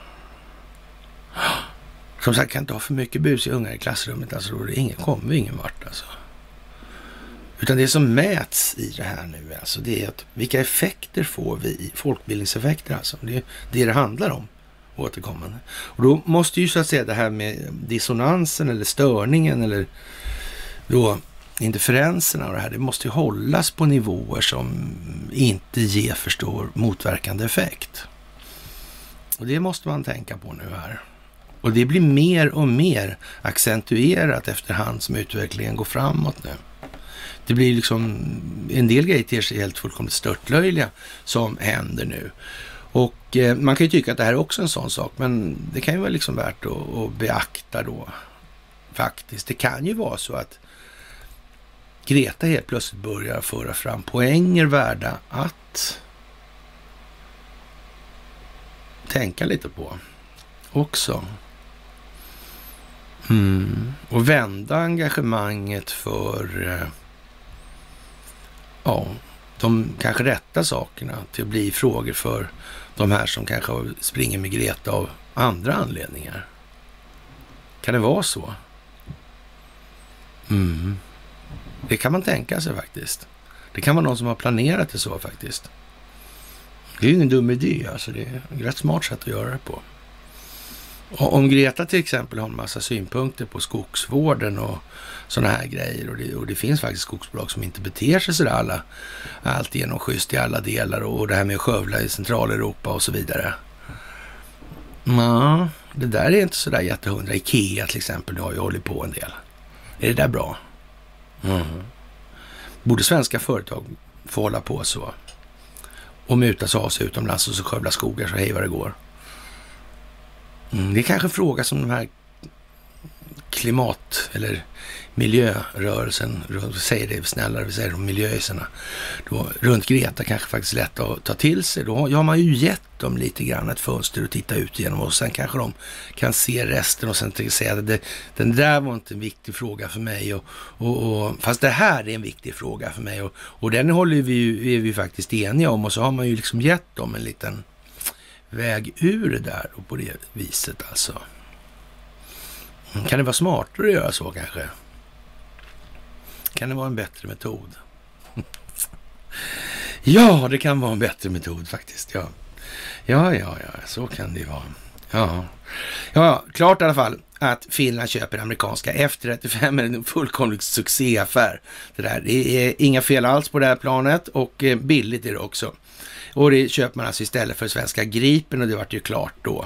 Som sagt, kan inte ha för mycket busiga ungar i klassrummet, alltså då det ingen, kommer ingen vart alltså. Utan det som mäts i det här nu, alltså det är att vilka effekter får vi, folkbildningseffekter alltså. Det är det det handlar om återkommande. Och då måste ju så att säga det här med dissonansen eller störningen eller då interferenserna och det här, det måste ju hållas på nivåer som inte ger för stor motverkande effekt. Och det måste man tänka på nu här. Och det blir mer och mer accentuerat efterhand som utvecklingen går framåt nu. Det blir liksom, en del grejer ter sig helt fullkomligt störtlöjliga som händer nu. Och eh, man kan ju tycka att det här är också en sån sak, men det kan ju vara liksom värt att, att beakta då faktiskt. Det kan ju vara så att Greta helt plötsligt börjar föra fram poänger värda att tänka lite på också. Mm. Och vända engagemanget för eh, ja, de kanske rätta sakerna till att bli frågor för de här som kanske springer med Greta av andra anledningar. Kan det vara så? Mm. Det kan man tänka sig faktiskt. Det kan vara någon som har planerat det så faktiskt. Det är ju ingen dum idé, alltså det är ett rätt smart sätt att göra det på. Och om Greta till exempel har en massa synpunkter på skogsvården och sådana här grejer, och det, och det finns faktiskt skogsbolag som inte beter sig sådär alla, allt genom schysst i alla delar, och det här med att skövla i Centraleuropa och så vidare. Ja, det där är inte sådär jättehundra. Ikea till exempel, nu har ju hållit på en del. Är det där bra? Mm. Borde svenska företag få hålla på så? Och muta sig av sig utomlands och så skövla skogar så hej vad det går. Mm, det är kanske en fråga som de här klimat eller miljörörelsen, säger det snällare, vi säger de miljöiserna, då runt Greta kanske faktiskt lätt att ta till sig. Då har man ju gett dem lite grann ett fönster att titta ut genom och sen kanske de kan se resten och sen säga att det, den där var inte en viktig fråga för mig och, och, och fast det här är en viktig fråga för mig och, och den håller vi ju, är vi faktiskt eniga om och så har man ju liksom gett dem en liten väg ur det där och på det viset alltså. Kan det vara smartare att göra så kanske? Kan det vara en bättre metod? Ja, det kan vara en bättre metod faktiskt. Ja, ja, ja, ja så kan det vara. Ja, ja, klart i alla fall att Finland köper amerikanska F trettiofem är en fullkomlig succéaffär. Det där, det är inga fel alls på det här planet och billigt är det också. Och det köper man alltså istället för svenska Gripen och det var ju klart då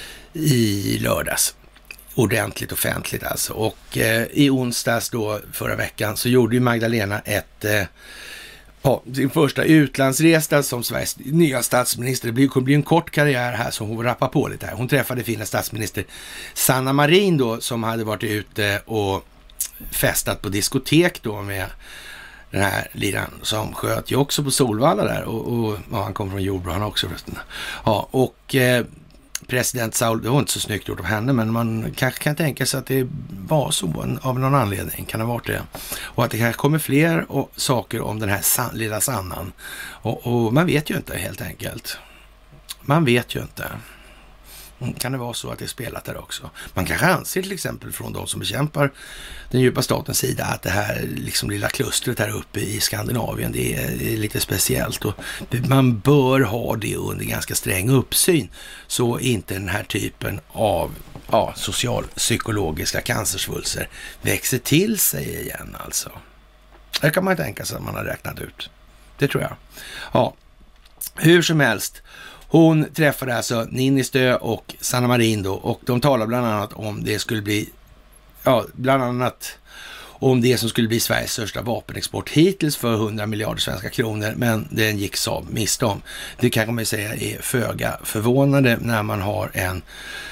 i lördags. Ordentligt offentligt alltså. Och eh, i onsdags då förra veckan så gjorde ju Magdalena ett eh, ja, sin första utlandsresa som Sveriges nya statsminister. Det kommer bli en kort karriär här som hon rappar på lite här. Hon träffade Finlands statsminister Sanna Marin då som hade varit ute och festat på diskotek då med den här liran som sköt ju också på Solvalla där och, och ja, han kom från Jordbro han också förresten. Ja, och eh, president Saul, det var inte så snyggt gjort av henne men man kanske kan tänka sig att det var så av någon anledning, kan det ha varit det. Och att det kanske kommer fler och, saker om den här san, lilla Sannan. Och, och man vet ju inte helt enkelt. Man vet ju inte. Kan det vara så att det är spelat där också? Man kanske anser till exempel från de som bekämpar den djupa statens sida att det här liksom lilla klustret här uppe i Skandinavien det är, det är lite speciellt och man bör ha det under ganska sträng uppsyn så inte den här typen av ja, socialpsykologiska cancersvulser växer till sig igen alltså. Det kan man tänka sig att man har räknat ut. Det tror jag. Ja, hur som helst. Hon träffade alltså Niinistö och Sanna Marin då och de talar bland annat om det skulle bli, ja bland annat om det som skulle bli Sveriges största vapenexport hittills för hundra miljarder svenska kronor men den gick Saab miste om. Det kan man ju säga är föga förvånande när man har en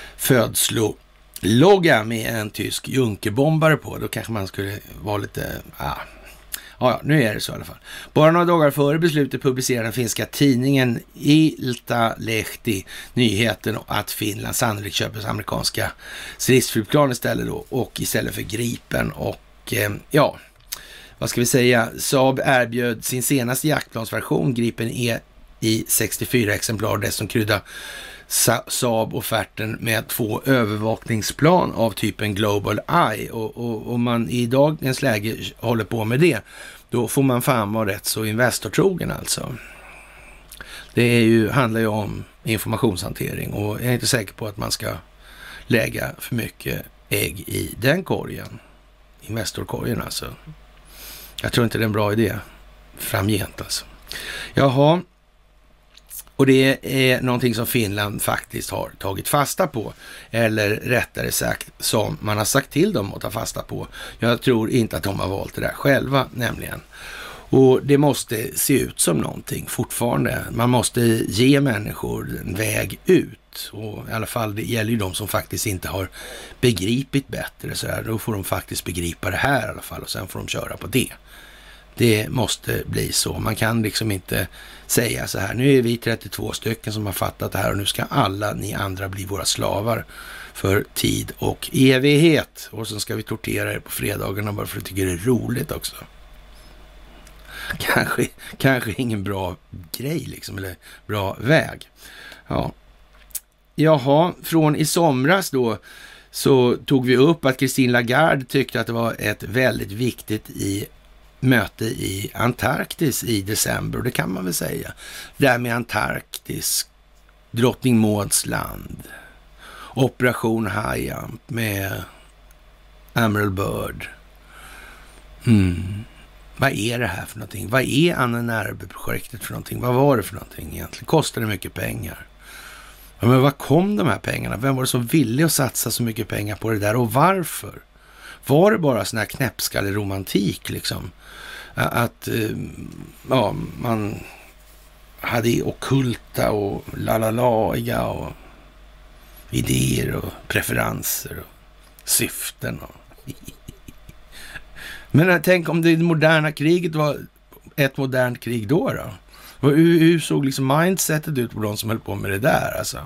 födslologga med en tysk junkerbombare på. Då kanske man skulle vara lite, ah, ja, nu är det så i alla fall. Bara några dagar före beslutet publicerade den finska tidningen Iltalehti nyheten att Finland sannolikt köper amerikanska stridsflygplan istället då och istället för Gripen och eh, ja, vad ska vi säga? Saab erbjöd sin senaste jaktplansversion Gripen E i sextiofyra exemplar dessutom krydda Saab-offerten med två övervakningsplan av typen Global Eye och, och om man i dagens läge håller på med det då får man fan vara rätt så investortrogen alltså. Det är ju, handlar ju om informationshantering och jag är inte säker på att man ska lägga för mycket ägg i den korgen. Investorkorgen alltså. Jag tror inte det är en bra idé framgent alltså. Jaha. Och det är någonting som Finland faktiskt har tagit fasta på. Eller rättare sagt som man har sagt till dem att ta fasta på. Jag tror inte att de har valt det där själva nämligen. Och det måste se ut som någonting fortfarande. Man måste ge människor en väg ut. Och i alla fall det gäller ju de som faktiskt inte har begripit bättre. Så här, då får de faktiskt begripa det här i alla fall och sen får de köra på det. Det måste bli så. Man kan liksom inte säga så här, nu är vi trettiotvå stycken som har fattat det här och nu ska alla ni andra bli våra slavar för tid och evighet. Och så ska vi tortera er på fredagarna bara för att tycker det är roligt också. Kanske, kanske ingen bra grej liksom, eller bra väg. Ja. Jaha, från i somras då så tog vi upp att Christine Lagarde tyckte att det var ett väldigt viktigt i möte i Antarktis i december och det kan man väl säga. Det här med Antarktis, Drottning Mauds land, Operation High Jump med Admiral Byrd. Mm. Vad är det här för någonting? Vad är Anna Närbe-projektet för någonting? Vad var det för någonting egentligen? Kostar det mycket pengar? Ja, men var kom de här pengarna? Vem var det som ville att satsa så mycket pengar på det där och varför? Var det bara sån här knäppskalle romantik liksom? Att ja, man hade ockulta och lalalaiga och idéer och preferenser och syften. Men tänk om det moderna kriget var ett modernt krig då då? Hur, hur såg liksom mindsetet ut på de som höll på med det där alltså?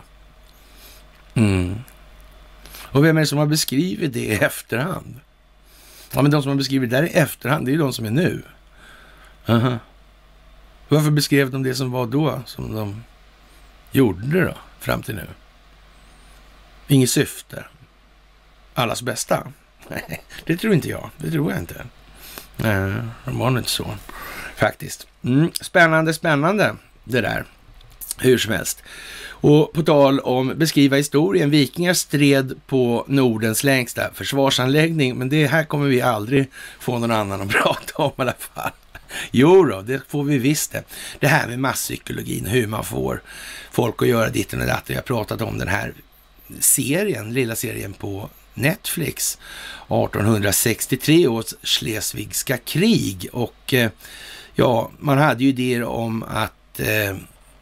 Mm. Och vem är det som har beskrivit det i efterhand? Ja, men de som har beskrivit det där i efterhand, det är ju de som är nu. Uh-huh. Varför beskrev de det som var då, som de gjorde då, fram till nu? Inget syfte. Allas bästa? Nej, det tror inte jag. Det tror jag inte. Nej, de var inte så. Faktiskt. Mm, spännande, spännande det där. Hur som helst. Och på tal om beskriva historien. Vikingar stred på Nordens längsta försvarsanläggning. Men det här kommer vi aldrig få någon annan att prata om i alla fall. Jo då, det får vi visst det. Det här med masspsykologin, hur man får folk att göra ditt och datt. Jag har pratat om den här serien, lilla serien på Netflix. arton sextiotre års Schleswigska krig. Och eh, ja, man hade ju idéer om att eh,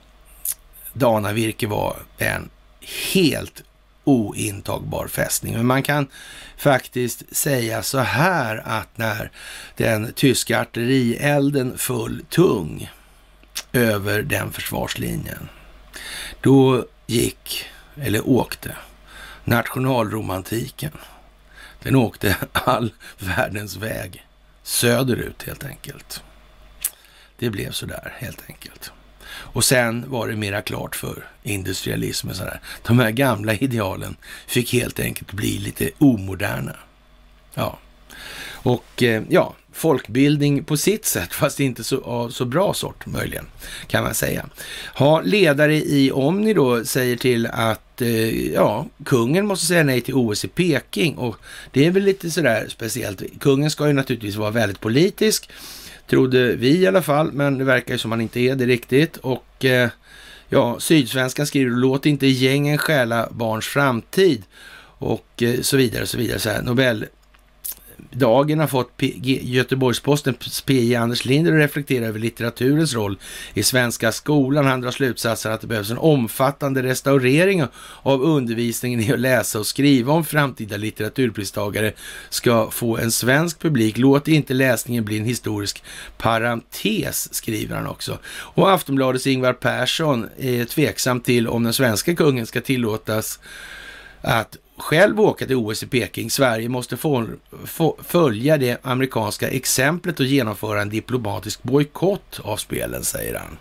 Danavirke var en helt ointagbar fästning. Men man kan faktiskt säga så här att när den tyska artillerielden föll tung över den försvarslinjen, då gick, eller åkte, nationalromantiken. Den åkte all världens väg söderut helt enkelt. Det blev så där helt enkelt. Och sen var det mera klart för industrialismen så där. De här gamla idealen fick helt enkelt bli lite omoderna. Ja. Och eh, ja, folkbildning på sitt sätt, fast inte så, så bra sort möjligen, kan man säga. Ha, ledare i Omni då säger till att eh, ja, kungen måste säga nej till O S i Peking, och det är väl lite sådär speciellt. Kungen ska ju naturligtvis vara väldigt politisk, trodde vi i alla fall, men det verkar ju som han inte är det riktigt. Och eh, ja, Sydsvenskan skriver, låt inte gängen stjäla barns framtid och eh, så vidare och så vidare. Så här, Nobel Dagen har fått P- G- Göteborgs-Postens P J Anders Linder att reflektera över litteraturens roll i svenska skolan. Han drar slutsatsen att det behövs en omfattande restaurering av undervisningen i att läsa och skriva om framtida litteraturpristagare ska få en svensk publik. Låt inte läsningen bli en historisk parentes, skriver han också. Och Aftonbladets Ingvar Persson är tveksam till om den svenska kungen ska tillåtas att själv åka till O S i Peking. Sverige måste få, få, följa det amerikanska exemplet och genomföra en diplomatisk bojkott av spelen, säger han.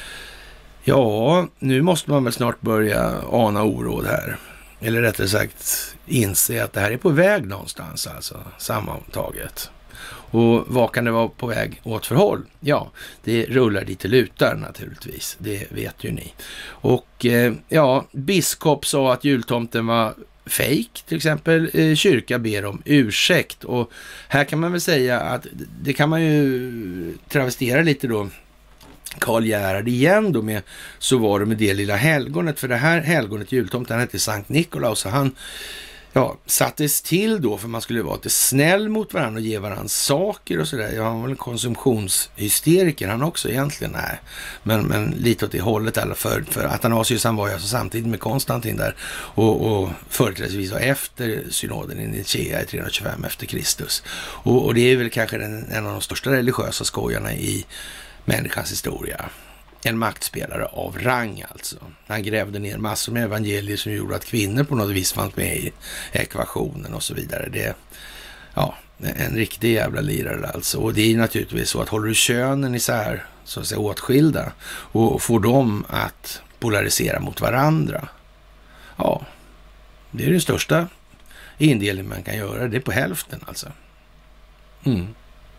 Ja, nu måste man väl snart börja ana oråd här. Eller rättare sagt inse att det här är på väg någonstans, alltså sammantaget. Och vad kan det vara på väg åt för håll? Ja, det rullar dit det lutar naturligtvis. Det vet ju ni. Och eh, ja, biskop sa att jultomten var fake, till exempel. Eh, kyrka ber om ursäkt. Och här kan man väl säga att det kan man ju travestera lite då. Karl Gerhard igen då med så var det med det lilla helgonet. För det här helgonet, jultomten, hette Sankt Nikolaus, och han ja, sattes till då för man skulle vara lite snäll mot varandra och ge varandra saker och sådär. Jag var väl en konsumtionshysteriker han också egentligen, nej. Men, men lite åt det hållet alla för, för Athanasius, han var ju alltså samtidigt med Konstantin där och, och företrädesvis var efter synoden i Nicea i trehundratjugofem efter Kristus. Och, och det är väl kanske den, en av de största religiösa skojarna i människans historia. En maktspelare av rang alltså. Han grävde ner massor med evangelier som gjorde att kvinnor på något vis fanns med i ekvationen och så vidare. Det är ja, en riktig jävla lirare alltså. Och det är naturligtvis så att håller du könen isär, så att säga åtskilda, och får dem att polarisera mot varandra. Ja, det är den största indelning man kan göra. Det är på hälften alltså. Mm.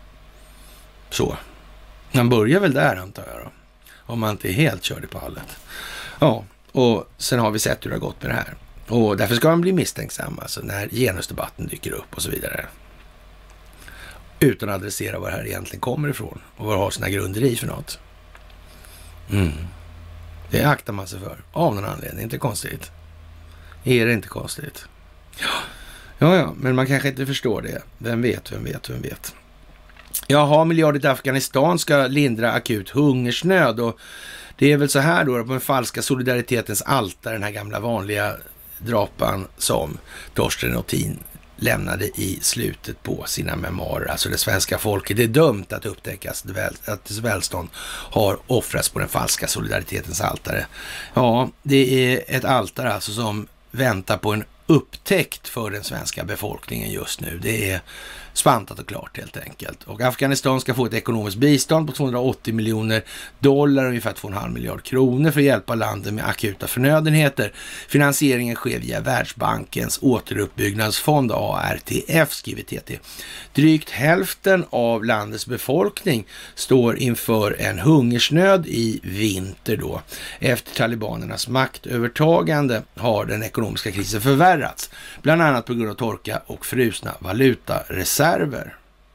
Så. Man börjar väl där, antar jag då. Om man inte är helt körd i pallet. Ja, och sen har vi sett hur det har gått med det här. Och därför ska man bli misstänksam alltså när genusdebatten dyker upp och så vidare. Utan att adressera vad det här egentligen kommer ifrån. Och vad det har sina grunder i för något. Mm. Det aktar man sig för. Av någon anledning. Inte konstigt. Är det inte konstigt? Ja, ja, ja. Men man kanske inte förstår det. Vem vet, vem vet, vem vet. Jaha, miljarder till Afghanistan ska lindra akut hungersnöd, och det är väl så här då på den falska solidaritetens altare, den här gamla vanliga drapan som Torsten Nothin lämnade i slutet på sina memoarer. Alltså det svenska folket, det är dömt att upptäckas att dess välstånd har offrats på den falska solidaritetens altare. Ja, det är ett altare alltså som väntar på en upptäckt för den svenska befolkningen just nu. Det är spantat och klart helt enkelt. Och Afghanistan ska få ett ekonomiskt bistånd på tvåhundraåttio miljoner dollar, ungefär två komma fem miljard kronor för att hjälpa landet med akuta förnödenheter. Finansieringen sker via Världsbankens återuppbyggnadsfond A R T F, skriver T T. Drygt hälften av landets befolkning står inför en hungersnöd i vinter då. Efter talibanernas maktövertagande har den ekonomiska krisen förvärrats, bland annat på grund av torka och frusna valutareserver. Okej.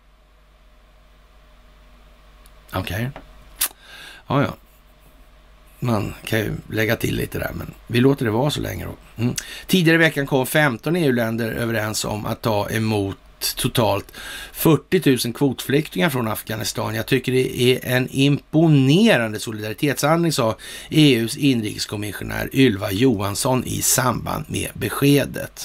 Okay. Ja, ja. Man kan ju lägga till lite där, men vi låter det vara så länge då. Mm. Tidigare i veckan kom femton E U-länder överens om att ta emot totalt fyrtio tusen kvotflyktingar från Afghanistan. Jag tycker det är en imponerande solidaritetshandling, sa E U:s inrikeskommissionär Ylva Johansson i samband med beskedet.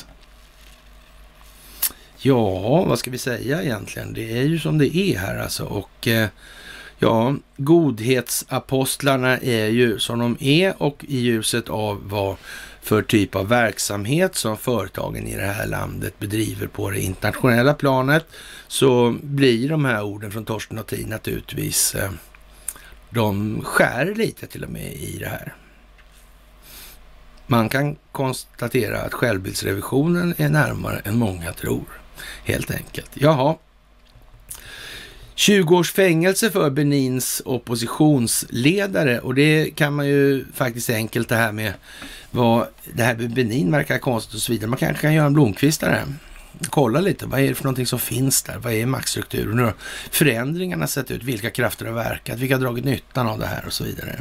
Ja, vad ska vi säga egentligen? Det är ju som det är här alltså. Och eh, ja, godhetsapostlarna är ju som de är, och i ljuset av vad för typ av verksamhet som företagen i det här landet bedriver på det internationella planet, så blir de här orden från Torsten och Tin naturligtvis, eh, de skär lite till och med i det här. Man kan konstatera att självbildsrevisionen är närmare än många tror. Helt enkelt. Jaha. tjugo års fängelse för Benins oppositionsledare, och det kan man ju faktiskt enkelt det här med vad det här med Benin verkar konstigt och så vidare. Man kanske kan göra en blomkvistare. Kolla lite, vad är det för någonting som finns där? Vad är maktstrukturen? Hur förändringarna sett ut? Vilka krafter har verkat? Vilka har dragit nyttan av det här och så vidare?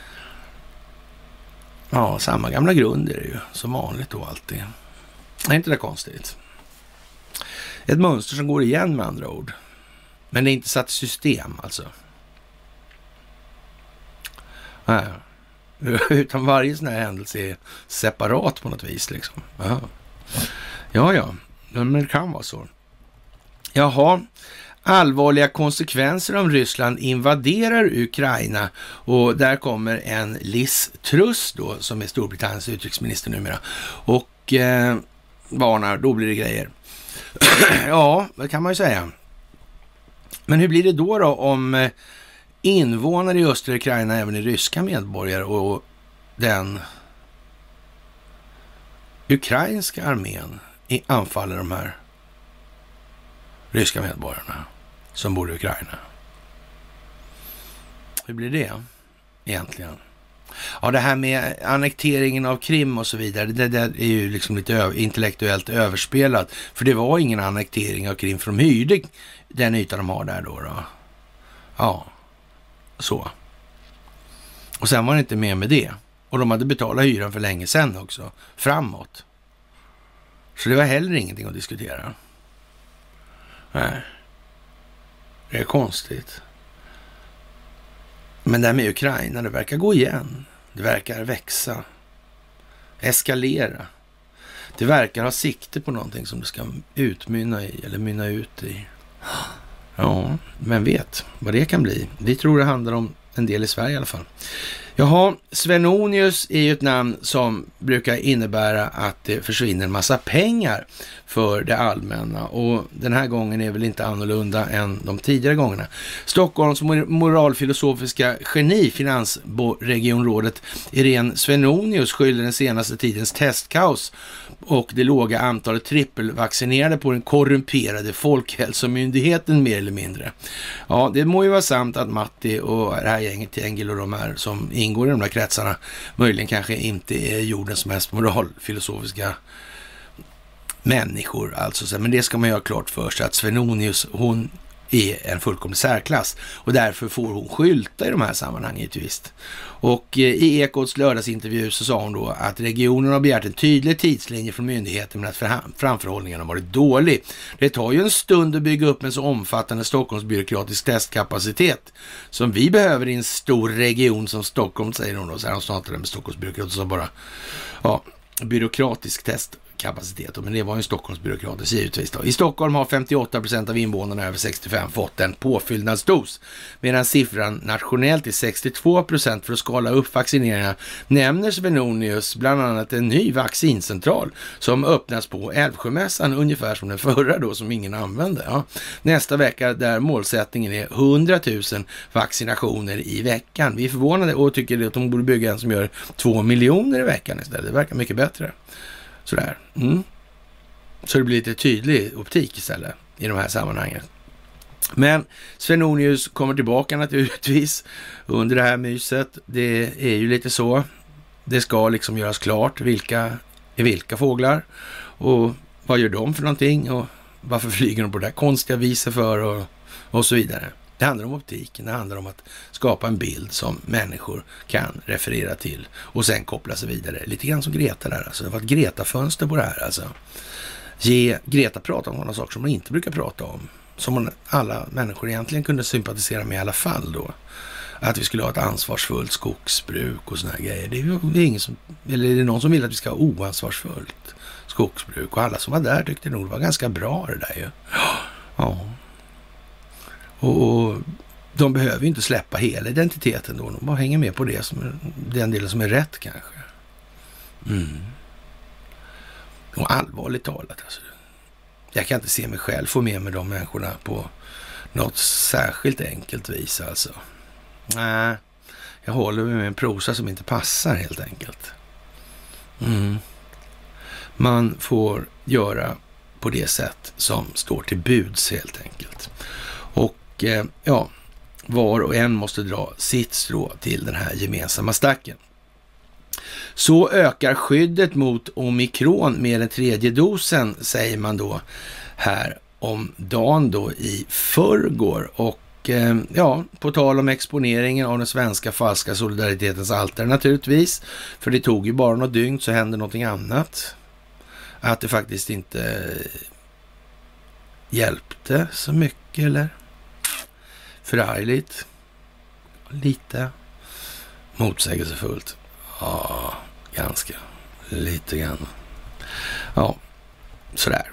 Ja, samma gamla grund är det ju. Som vanligt då alltid. Är inte det konstigt? Ett mönster som går igen med andra ord. Men det är inte satt i system alltså. Nej. Utan varje sån här händelse är separat på något vis liksom. Aha. Ja, ja. Men det kan vara så. Jaha. Allvarliga konsekvenser om Ryssland invaderar Ukraina, och där kommer en Liz Truss då, som är Storbritanniens utrikesminister numera, och eh, varnar, då blir det grejer. Ja, det kan man ju säga. Men hur blir det då då om invånare i östra Ukraina även är ryska medborgare, och den ukrainska armén anfaller de här ryska medborgarna som bor i Ukraina? Hur blir det egentligen? Ja, det här med annekteringen av Krim och så vidare, det, det är ju liksom lite ö- intellektuellt överspelat. För det var ingen annektering av Krim, för de hyrde den yta de har där då. då. Ja, så. Och sen var det inte med med det. Och de hade betalat hyran för länge sedan också, framåt. Så det var heller ingenting att diskutera. Nej. Det är konstigt. Men det här med Ukraina, det verkar gå igen. Det verkar växa. Eskalera. Det verkar ha sikte på någonting som det ska utmynna i, eller mynna ut i. Ja, men vet vad det kan bli. Vi tror det handlar om en del i Sverige i alla fall. Jaha, Svenonius är ju ett namn som brukar innebära att det försvinner en massa pengar för det allmänna, och den här gången är väl inte annorlunda än de tidigare gångerna. Stockholms moralfilosofiska geni, finansregionrådet Irene Svenonius, skyller den senaste tidens testkaos och det låga antalet trippelvaccinerade på den korrumperade Folkhälsomyndigheten mer eller mindre. Ja, det må ju vara sant att Matti och det här gänget Tengil och de här som ingår i de där kretsarna möjligen kanske inte är jordens mest moralfilosofiska människor. Alltså, men det ska man ju ha klart för sig att Svenonius, hon är en fullkomlig särklass, och därför får hon skylta i de här sammanhangen visst. Och eh, i Ekots lördagsintervju så sa hon då att regionen har begärt en tydlig tidslinje från myndigheten, men att framförhållningen har varit dålig. Det tar ju en stund att bygga upp en så omfattande Stockholmsbyråkratisk testkapacitet som vi behöver i en stor region som Stockholm, säger hon då. Så här hon startade med Stockholmsbyråkratisk som bara, ja, byråkratisk test kapacitet. Men det var ju en Stockholmsbyråkratisk givetvis då. I Stockholm har femtioåtta procent av invånarna över sextiofem fått en påfyllnadsdos. Medan siffran nationellt är sextiotvå procent. För att skala upp vaccineringarna nämner Svenonius bland annat en ny vaccincentral som öppnas på Älvsjömässan, ungefär som den förra då som ingen använde. Ja. Nästa vecka där målsättningen är hundratusen vaccinationer i veckan. Vi är förvånade och tycker att de borde bygga en som gör två miljoner i veckan istället. Det verkar mycket bättre. Sådär. Mm. Så det blir lite tydlig optik istället i de här sammanhangen. Men Svenonius kommer tillbaka naturligtvis under det här myset. Det är ju lite så. Det ska liksom göras klart vilka är vilka fåglar och vad gör de för någonting och varför flyger de på det här konstiga viset för och, och så vidare. Det handlar om optiken, det handlar om att skapa en bild som människor kan referera till och sen koppla sig vidare. Lite grann som Greta där, alltså. Det var ett Greta-fönster på det här, alltså. Ge Greta prata om sådana saker som man inte brukar prata om. Som man, alla människor egentligen kunde sympatisera med i alla fall då. Att vi skulle ha ett ansvarsfullt skogsbruk och såna här grejer. Det är, det är ingen som, eller är det någon som vill att vi ska ha oansvarsfullt skogsbruk? Och alla som var där tyckte nog det var ganska bra det där ju. Ja. Och, och de behöver ju inte släppa hela identiteten då. De bara hänger med på det som är, den delen som är rätt kanske. Mm. Och allvarligt talat alltså. Jag kan inte se mig själv få med mig de människorna på något särskilt enkelt vis alltså. Nej, jag håller mig med en prosa som inte passar helt enkelt. Mm. Man får göra på det sätt som står till buds helt enkelt. Och eh, ja, var och en måste dra sitt strå till den här gemensamma stacken. Så ökar skyddet mot omikron med den tredje dosen, säger man då här om dagen då i förrgår. Och eh, ja, på tal om exponeringen av den svenska falska solidaritetens altare naturligtvis. För det tog ju bara något dygn så hände någonting annat. Att det faktiskt inte hjälpte så mycket eller förargligt. Lite motsägelsefullt. Ja, ganska. Lite grann. Ja, sådär.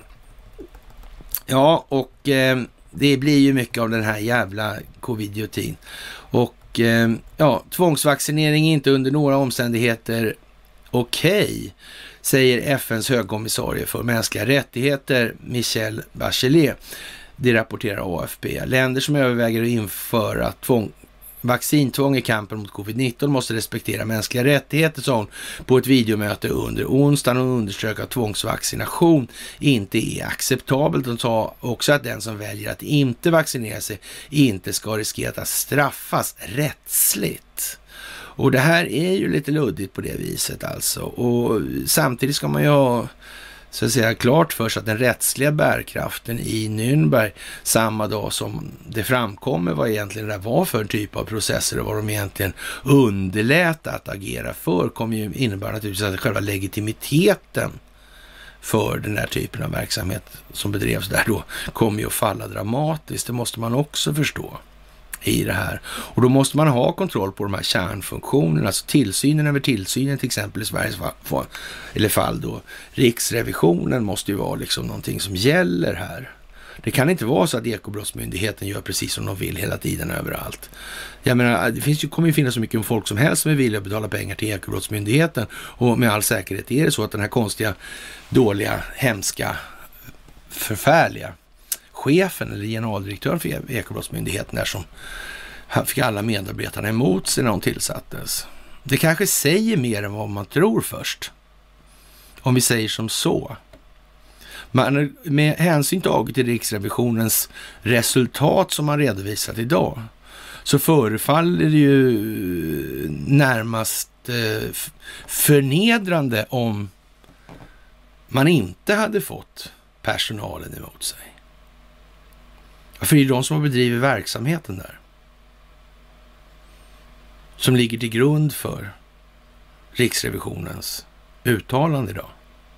Ja, och eh, det blir ju mycket av den här jävla covidiotin. Och eh, ja, tvångsvaccinering är inte under några omständigheter okej, okay, säger F N:s högkommissarie för mänskliga rättigheter Michelle Bachelet. Det rapporterar A F P. Länder som överväger att införa tvång vaccintvång i kampen mot covid nitton måste respektera mänskliga rättigheter, sa hon på ett videomöte under onsdagen, och underströk att tvångsvaccination inte är acceptabelt. Hon sa också att den som väljer att inte vaccinera sig inte ska riskera att straffas rättsligt. Och det här är ju lite luddigt på det viset alltså. Och samtidigt ska man ju ha så att säga klart för sig att den rättsliga bärkraften i Nürnberg samma dag som det framkommer vad egentligen det var för en typ av processer och vad de egentligen underlät att agera för kommer ju innebära naturligtvis att själva legitimiteten för den här typen av verksamhet som bedrevs där då kommer ju att falla dramatiskt. Det måste man också förstå i det här. Och då måste man ha kontroll på de här kärnfunktionerna, alltså tillsynen över tillsynen till exempel i Sveriges fall, eller fall då. Riksrevisionen måste ju vara liksom någonting som gäller här. Det kan inte vara så att Ekobrottsmyndigheten gör precis som de vill hela tiden överallt. Jag menar, det finns ju, kommer ju finnas så mycket folk som helst som är villiga att betala pengar till Ekobrottsmyndigheten, och med all säkerhet är det så att den här konstiga, dåliga, hemska, förfärliga chefen eller generaldirektören för Ekobrottsmyndigheten där som fick alla medarbetarna emot sig när de tillsattes. Det kanske säger mer än vad man tror först. Om vi säger som så. Men med hänsyn taget till Riksrevisionens resultat som man redovisat idag så förefaller det ju närmast eh, förnedrande om man inte hade fått personalen emot sig. För det är de som har bedrivit verksamheten där som ligger till grund för Riksrevisionens uttalande idag.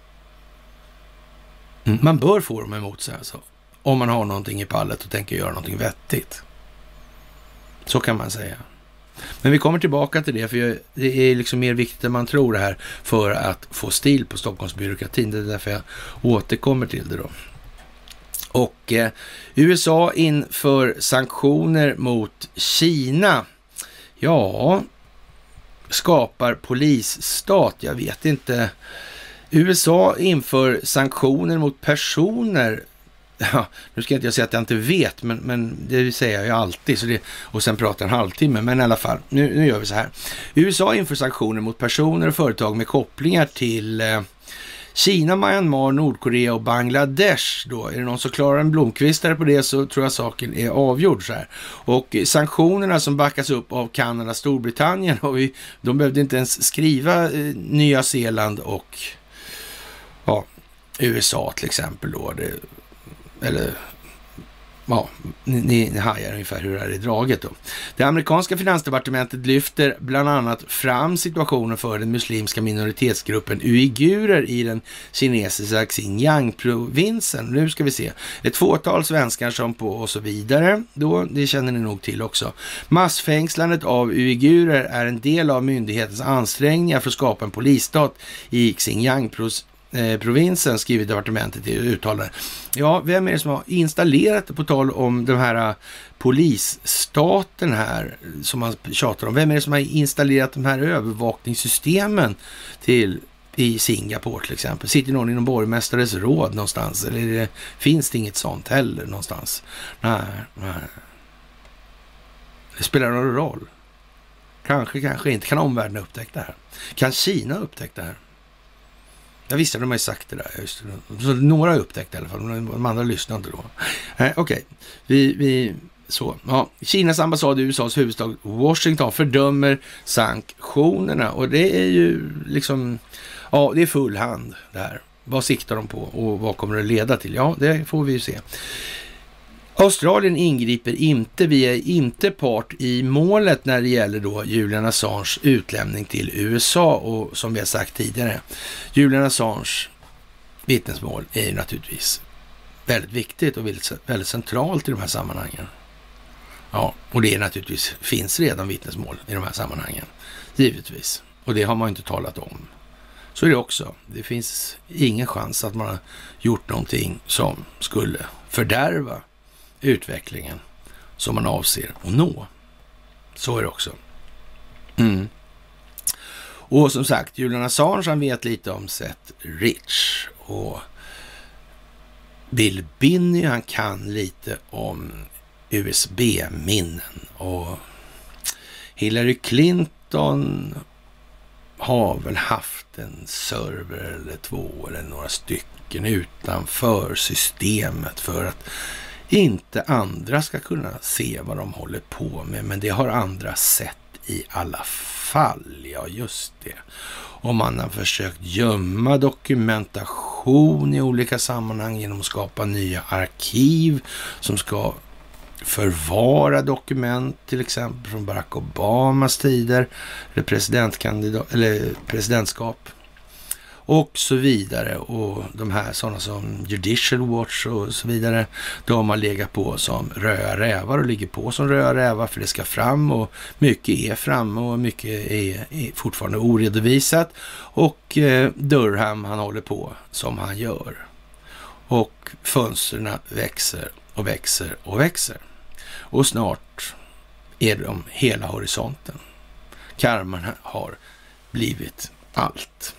Mm. Man bör få dem emot sig alltså, om man har någonting i pallet och tänker göra någonting vettigt. Så kan man säga. Men vi kommer tillbaka till det, för det är liksom mer viktigt än man tror det här för att få stil på Stockholmsbyråkratin. Det är därför jag återkommer till det då. Och eh, U S A inför sanktioner mot Kina. Ja, skapar polisstat. Jag vet inte. U S A inför sanktioner mot personer. Ja, nu ska inte jag säga att jag inte vet, men, men det säger jag ju alltid. Så det, och sen pratar en halvtimme, men i alla fall. Nu, nu gör vi så här. U S A inför sanktioner mot personer och företag med kopplingar till eh, Kina, Myanmar, Nordkorea och Bangladesh. Då är det någon som klarar en blomkvistare på det, så tror jag saken är avgjord så här. Och sanktionerna som backas upp av Kanada, Storbritannien, och vi, de behövde inte ens skriva eh, Nya Zeeland och ja, U S A till exempel då. Det, eller ja, ni, ni hajar ungefär hur det är i draget då. Det amerikanska finansdepartementet lyfter bland annat fram situationen för den muslimska minoritetsgruppen uigurer i den kinesiska Xinjiang-provinsen. Nu ska vi se. Ett fåtal svenskar som på och så vidare. Då, det känner ni nog till också. Massfängslandet av uigurer är en del av myndighetens ansträngningar för att skapa en polisstat i Xinjiang-provinsen. Eh, provinsen, skriver departementet i uttalande. Ja, vem är det som har installerat det, på tal om den här uh, polisstaten här som man tjatar om? Vem är det som har installerat de här övervakningssystemen till i Singapore till exempel? Sitter någon inom borgmästares råd någonstans? Eller det, finns det inget sånt heller någonstans? Nej, nej. Det spelar någon roll. Kanske, kanske inte. Kan omvärlden upptäcka det här? Kan Kina upptäcka det här? Jag visste, de har ju sagt det där. Just det. Så några har upptäckt i alla fall. De andra lyssnar inte då. Eh, Okej, okay. vi, vi så. Ja. Kinas ambassad i U S As huvudstad Washington fördömer sanktionerna. Och det är ju liksom, ja, det är full hand det här. Vad siktar de på och vad kommer det att leda till? Ja, det får vi ju se. Australien ingriper inte, vi är inte part i målet när det gäller då Julian Assange utlämning till U S A, och som vi har sagt tidigare, Julian Assange vittnesmål är ju naturligtvis väldigt viktigt och väldigt centralt i de här sammanhangen. Ja, och det är naturligtvis, finns redan vittnesmål i de här sammanhangen, givetvis, och det har man inte talat om. Så är det också. Det finns ingen chans att man har gjort någonting som skulle fördärva utvecklingen som man avser att nå. Så är det också. Mm. Och som sagt, Julian Assange, han vet lite om Seth Rich, och Bill Binney, han kan lite om U S B-minnen, och Hillary Clinton har väl haft en server eller två eller några stycken utanför systemet för att inte andra ska kunna se vad de håller på med, men det har andra sett i alla fall. Ja, just det. Och man har försökt gömma dokumentation i olika sammanhang genom att skapa nya arkiv som ska förvara dokument, till exempel från Barack Obamas tider, eller presidentkandidat eller presidentskap och så vidare. Och de här sådana som Judicial Watch och så vidare, de har legat på som röda rävar och ligger på som röda rävar, för det ska fram, och mycket är fram och mycket är, är fortfarande oredovisat. Och eh, Durham, han håller på som han gör, och fönstren växer och växer och växer, och snart är de hela horisonten. Karman har blivit allt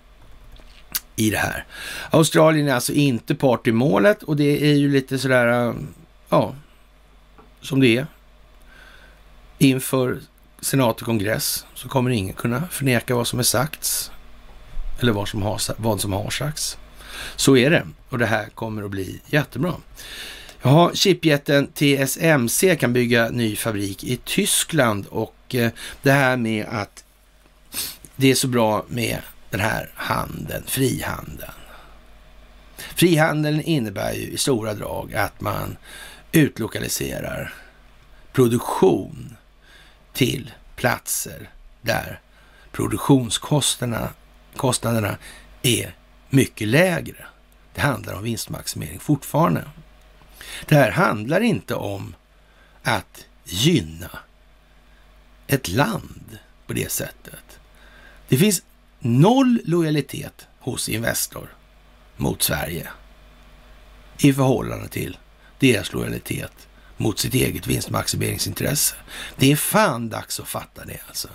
i det här. Australien är alltså inte part i målet, och det är ju lite sådär, ja, som det är. Inför senat och kongress så kommer ingen kunna förneka vad som är sagts, eller vad som har, vad som har sagts. Så är det, och det här kommer att bli jättebra. Ja, chipjätten T S M C kan bygga ny fabrik i Tyskland, och eh, det här med att det är så bra med den här handeln, frihandeln. Frihandeln innebär ju i stora drag att man utlokaliserar produktion till platser där produktionskostnaderna kostnaderna är mycket lägre. Det handlar om vinstmaximering fortfarande. Det här handlar inte om att gynna ett land på det sättet. Det finns noll lojalitet hos Investor mot Sverige i förhållande till deras lojalitet mot sitt eget vinstmaximeringsintresse. Det är fan dags att fatta det alltså.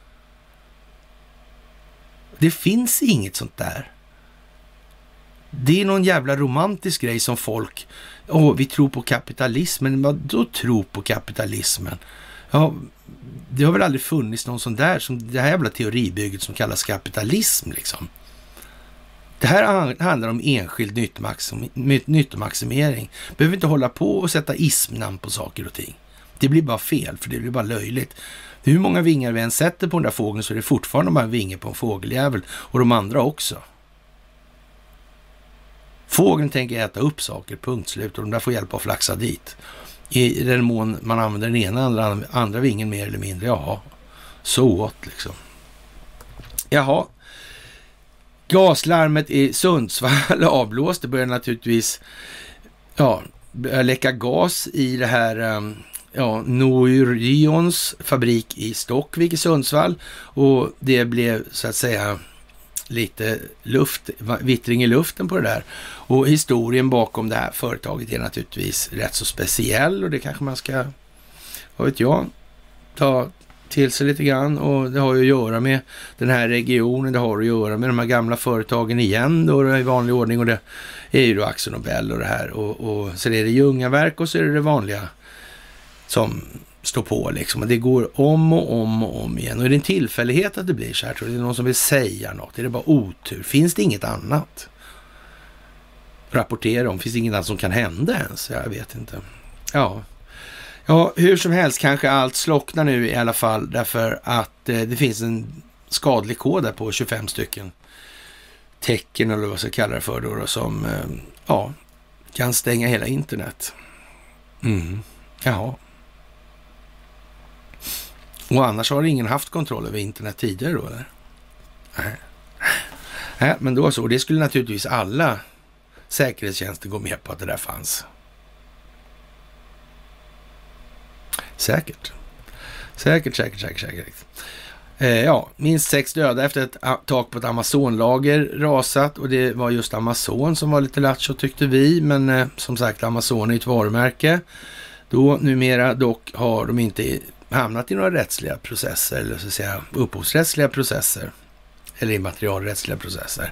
Det finns inget sånt där. Det är någon jävla romantisk grej som folk, åh, vi tror på kapitalismen. Men då tror på kapitalismen? Ja, det har väl aldrig funnits någon sån där, som det här jävla teoribygget som kallas kapitalism liksom. Det här handlar om enskild nyttomaximering. Behöver inte hålla på och sätta ismnamn på saker och ting. Det blir bara fel, för det blir bara löjligt. Hur många vingar vi än sätter på den där fågeln så är det fortfarande bara en vinge på en fågeljävel, och de andra också. Fågeln tänker äta upp saker, punkt slut, och de där får hjälpa att flaxa dit. I den mån man använder den ena eller andra, andra vingen mer eller mindre, jaha, så åt liksom. Jaha. Gaslarmet i Sundsvall avblåst. Det börjar naturligtvis ja, läcka gas i det här ja, Nourions fabrik i Stockvik i Sundsvall, och det blev så att säga lite luft, vittring i luften på det där. Och historien bakom det här företaget är naturligtvis rätt så speciell, och det kanske man ska, vad vet jag, ta till sig lite grann, och det har ju att göra med den här regionen, det har att göra med de här gamla företagen igen då i vanlig ordning, och det är ju då Akzo Nobel och det här, och, och så är det Ljungaverk, och så är det det vanliga som står på liksom, och det går om och om och om igen. Och är det en tillfällighet att det blir så här, tror jag? Är det någon som vill säga något? Är det bara otur? Finns det inget annat rapportera om? Finns det inget annat som kan hända ens? Jag vet inte. Ja. Ja, hur som helst kanske allt slocknar nu i alla fall, därför att eh, det finns en skadlig kod där på tjugofem stycken tecken, eller vad jag ska kalla det för då, då som eh, ja, kan stänga hela internet. Mm. Jaha. Och annars har ingen haft kontroll över internet tidigare då, eller? Nej. Nej, men då så. Och det skulle naturligtvis alla säkerhetstjänster gå med på att det där fanns. Säkert. Säkert, säkert, säkert, säkert. Eh, ja, minst sex döda efter ett tak på ett Amazonlager rasat, och det var just Amazon som var lite lattjo tyckte vi, men eh, som sagt, Amazon är ett varumärke. Då numera dock har de inte hamnat i några rättsliga processer, eller så att säga upphovsrättsliga processer, eller immaterialrättsliga processer.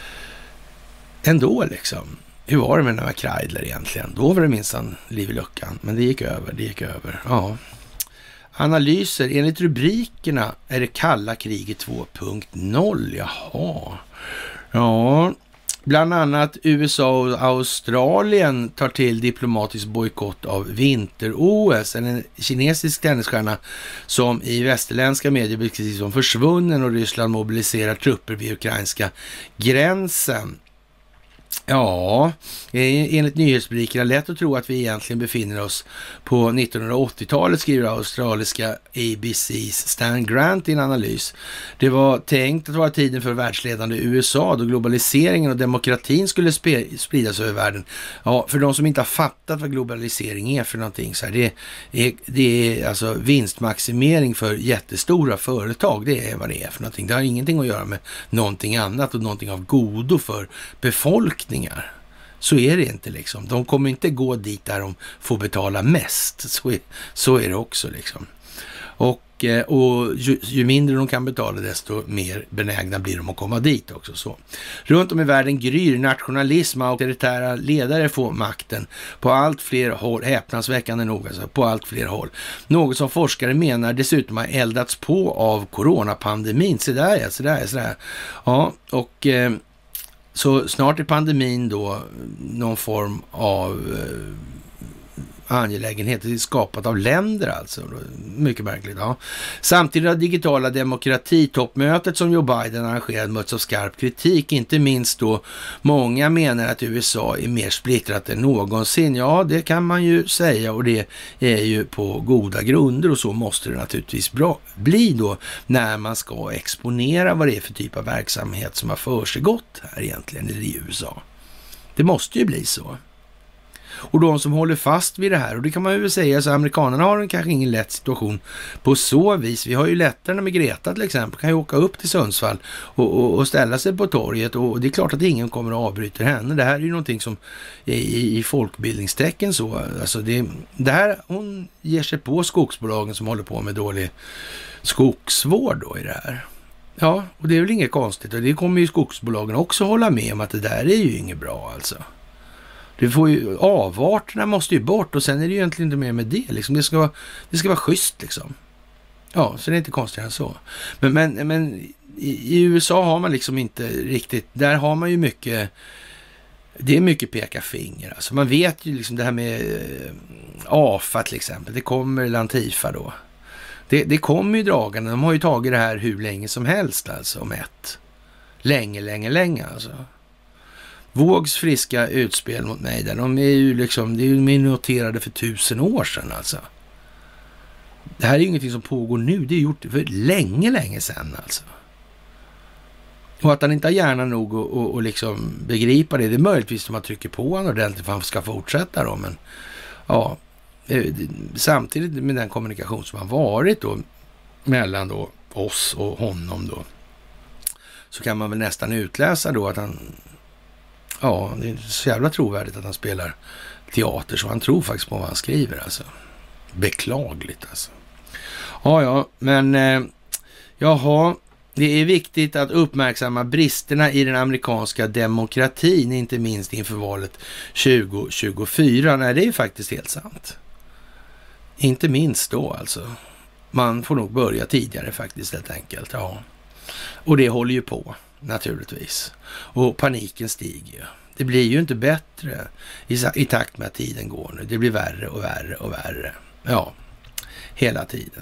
Ändå liksom. Hur var det med den här Kreidler egentligen? Då var det minsann liv i luckan, men det gick över, det gick över. Ja. Analyser, enligt rubrikerna är det kalla kriget två punkt noll. Jaha. Ja, bland annat U S A och Australien tar till diplomatisk bojkott av vinter-O S. En kinesisk tennisstjärna som i västerländska medier beskrivs som försvunnen, och Ryssland mobiliserar trupper vid ukrainska gränsen. Ja, enligt nyhetsrubrikerna lätt att tro att vi egentligen befinner oss på nittonhundraåttiotalet, skriver australiska A B C:s Stan Grant i en analys. Det var tänkt att vara tiden för världsledande U S A då globaliseringen och demokratin skulle sp- spridas över världen. Ja, för de som inte har fattat vad globalisering är för någonting, så här, det, är, det är alltså vinstmaximering för jättestora företag, det är vad det är för någonting. Det har ingenting att göra med någonting annat och någonting av godo för befolkningen. Så är det inte liksom. De kommer inte gå dit där de får betala mest. Så är, så är det också liksom. Och, och ju, ju mindre de kan betala, desto mer benägna blir de att komma dit också. Så. Runt om i världen gryr nationalism och auktoritära ledare får makten på allt fler håll, häpnadsväckande nog alltså, på allt fler håll. Något som forskare menar dessutom har eldats på av coronapandemin. Så där är så där är så där. Ja, och eh, så snart är pandemin då någon form av eh, angelägenhet skapat av länder alltså. Mycket märkligt, ja. Samtidigt har digitala demokratitoppmötet som Joe Biden arrangerat mötts av skarp kritik. Inte minst då många menar att U S A är mer splittrat än någonsin. Ja, det kan man ju säga, och det är ju på goda grunder, och så måste det naturligtvis bra bli då när man ska exponera vad det är för typ av verksamhet som har försiggått här egentligen i U S A. Det måste ju bli så. Och de som håller fast vid det här, och det kan man ju väl säga, så amerikanerna har en kanske ingen lätt situation på så vis. Vi har ju lättare med Greta till exempel, kan ju åka upp till Sundsvall och, och, och ställa sig på torget, och det är klart att ingen kommer att avbryta henne. Det här är ju någonting som är i, i folkbildningstecken så, alltså det, det här, hon ger sig på skogsbolagen som håller på med dålig skogsvård då i det här. Ja, och det är väl inget konstigt, och det kommer ju skogsbolagen också hålla med om, att det där är ju inget bra alltså. Det får ju, avarterna måste ju bort, och sen är det ju egentligen inte mer med det liksom. Det ska vara, det ska vara schysst liksom. Ja, så det är inte konstigt än så. Men, men, men i, i U S A har man liksom inte riktigt, där har man ju mycket, det är mycket peka finger. Alltså man vet ju liksom det här med eh, A F A till exempel, det kommer Antifa då. Det, det kommer ju dragande, de har ju tagit det här hur länge som helst alltså, om ett. Länge, länge, länge alltså. Vågs friska utspel mot mig där, de är ju liksom, det är ju noterade för tusen år sedan alltså. Det här är ju ingenting som pågår nu, det är gjort för länge, länge sedan alltså. Och att han inte har hjärna nog och, och, och liksom begripa det, det är möjligtvis som man trycker på honom ordentligt för att han ska fortsätta då, men ja, samtidigt med den kommunikation som har varit då mellan då oss och honom då, så kan man väl nästan utläsa då att han, ja, det är så jävla trovärdigt att han spelar teater, så han tror faktiskt på vad han skriver alltså. Beklagligt alltså. Ja, ja, men eh, jaha, det är viktigt att uppmärksamma bristerna i den amerikanska demokratin, inte minst inför valet tjugo tjugofyra. Nej, det är ju faktiskt helt sant. Inte minst då alltså. Man får nog börja tidigare faktiskt helt enkelt, ja. Och det håller ju på naturligtvis. Och paniken stiger ju. Det blir ju inte bättre i, i takt med att tiden går nu. Det blir värre och värre och värre. Ja, hela tiden.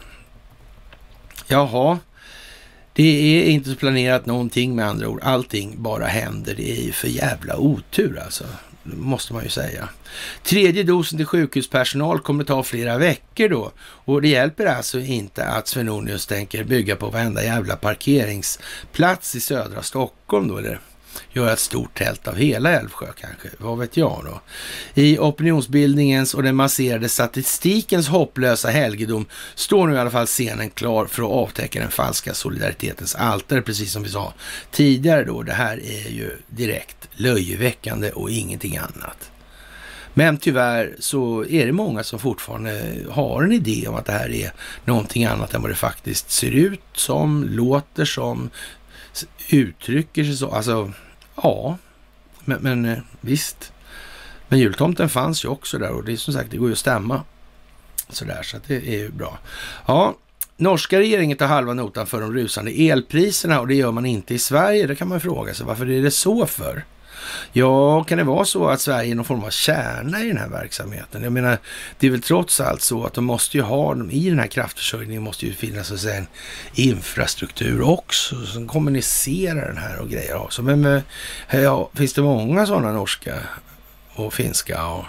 Jaha, det är inte planerat någonting med andra ord. Allting bara händer. Det är ju för jävla otur alltså. Måste man ju säga. Tredje dosen till sjukhuspersonal kommer ta flera veckor då. Och det hjälper alltså inte att Svenonius tänker bygga på varenda jävla parkeringsplats i södra Stockholm då, eller göra ett stort tält av hela Älvsjö kanske. Vad vet jag då? I opinionsbildningens och den masserade statistikens hopplösa helgedom står nu i alla fall scenen klar för att avtäcka den falska solidaritetens altare, precis som vi sa tidigare då. Det här är ju direkt löjeväckande och ingenting annat. Men tyvärr så är det många som fortfarande har en idé om att det här är någonting annat än vad det faktiskt ser ut som, låter som, uttrycker sig så. Alltså, ja, men, men visst. Men jultomten fanns ju också där, och det är som sagt, det går ju att stämma sådär, så att det är ju bra. Ja, norska regeringen tar halva notan för de rusande elpriserna, och det gör man inte i Sverige. Det kan man fråga sig, varför är det så för? Ja, kan det vara så att Sverige är någon form av kärna i den här verksamheten? Jag menar, det är väl trots allt så att de måste ju ha, i den här kraftförsörjningen måste ju finnas så att säga en infrastruktur också som kommunicerar den här och grejer också. Men med, ja, finns det många sådana norska och finska och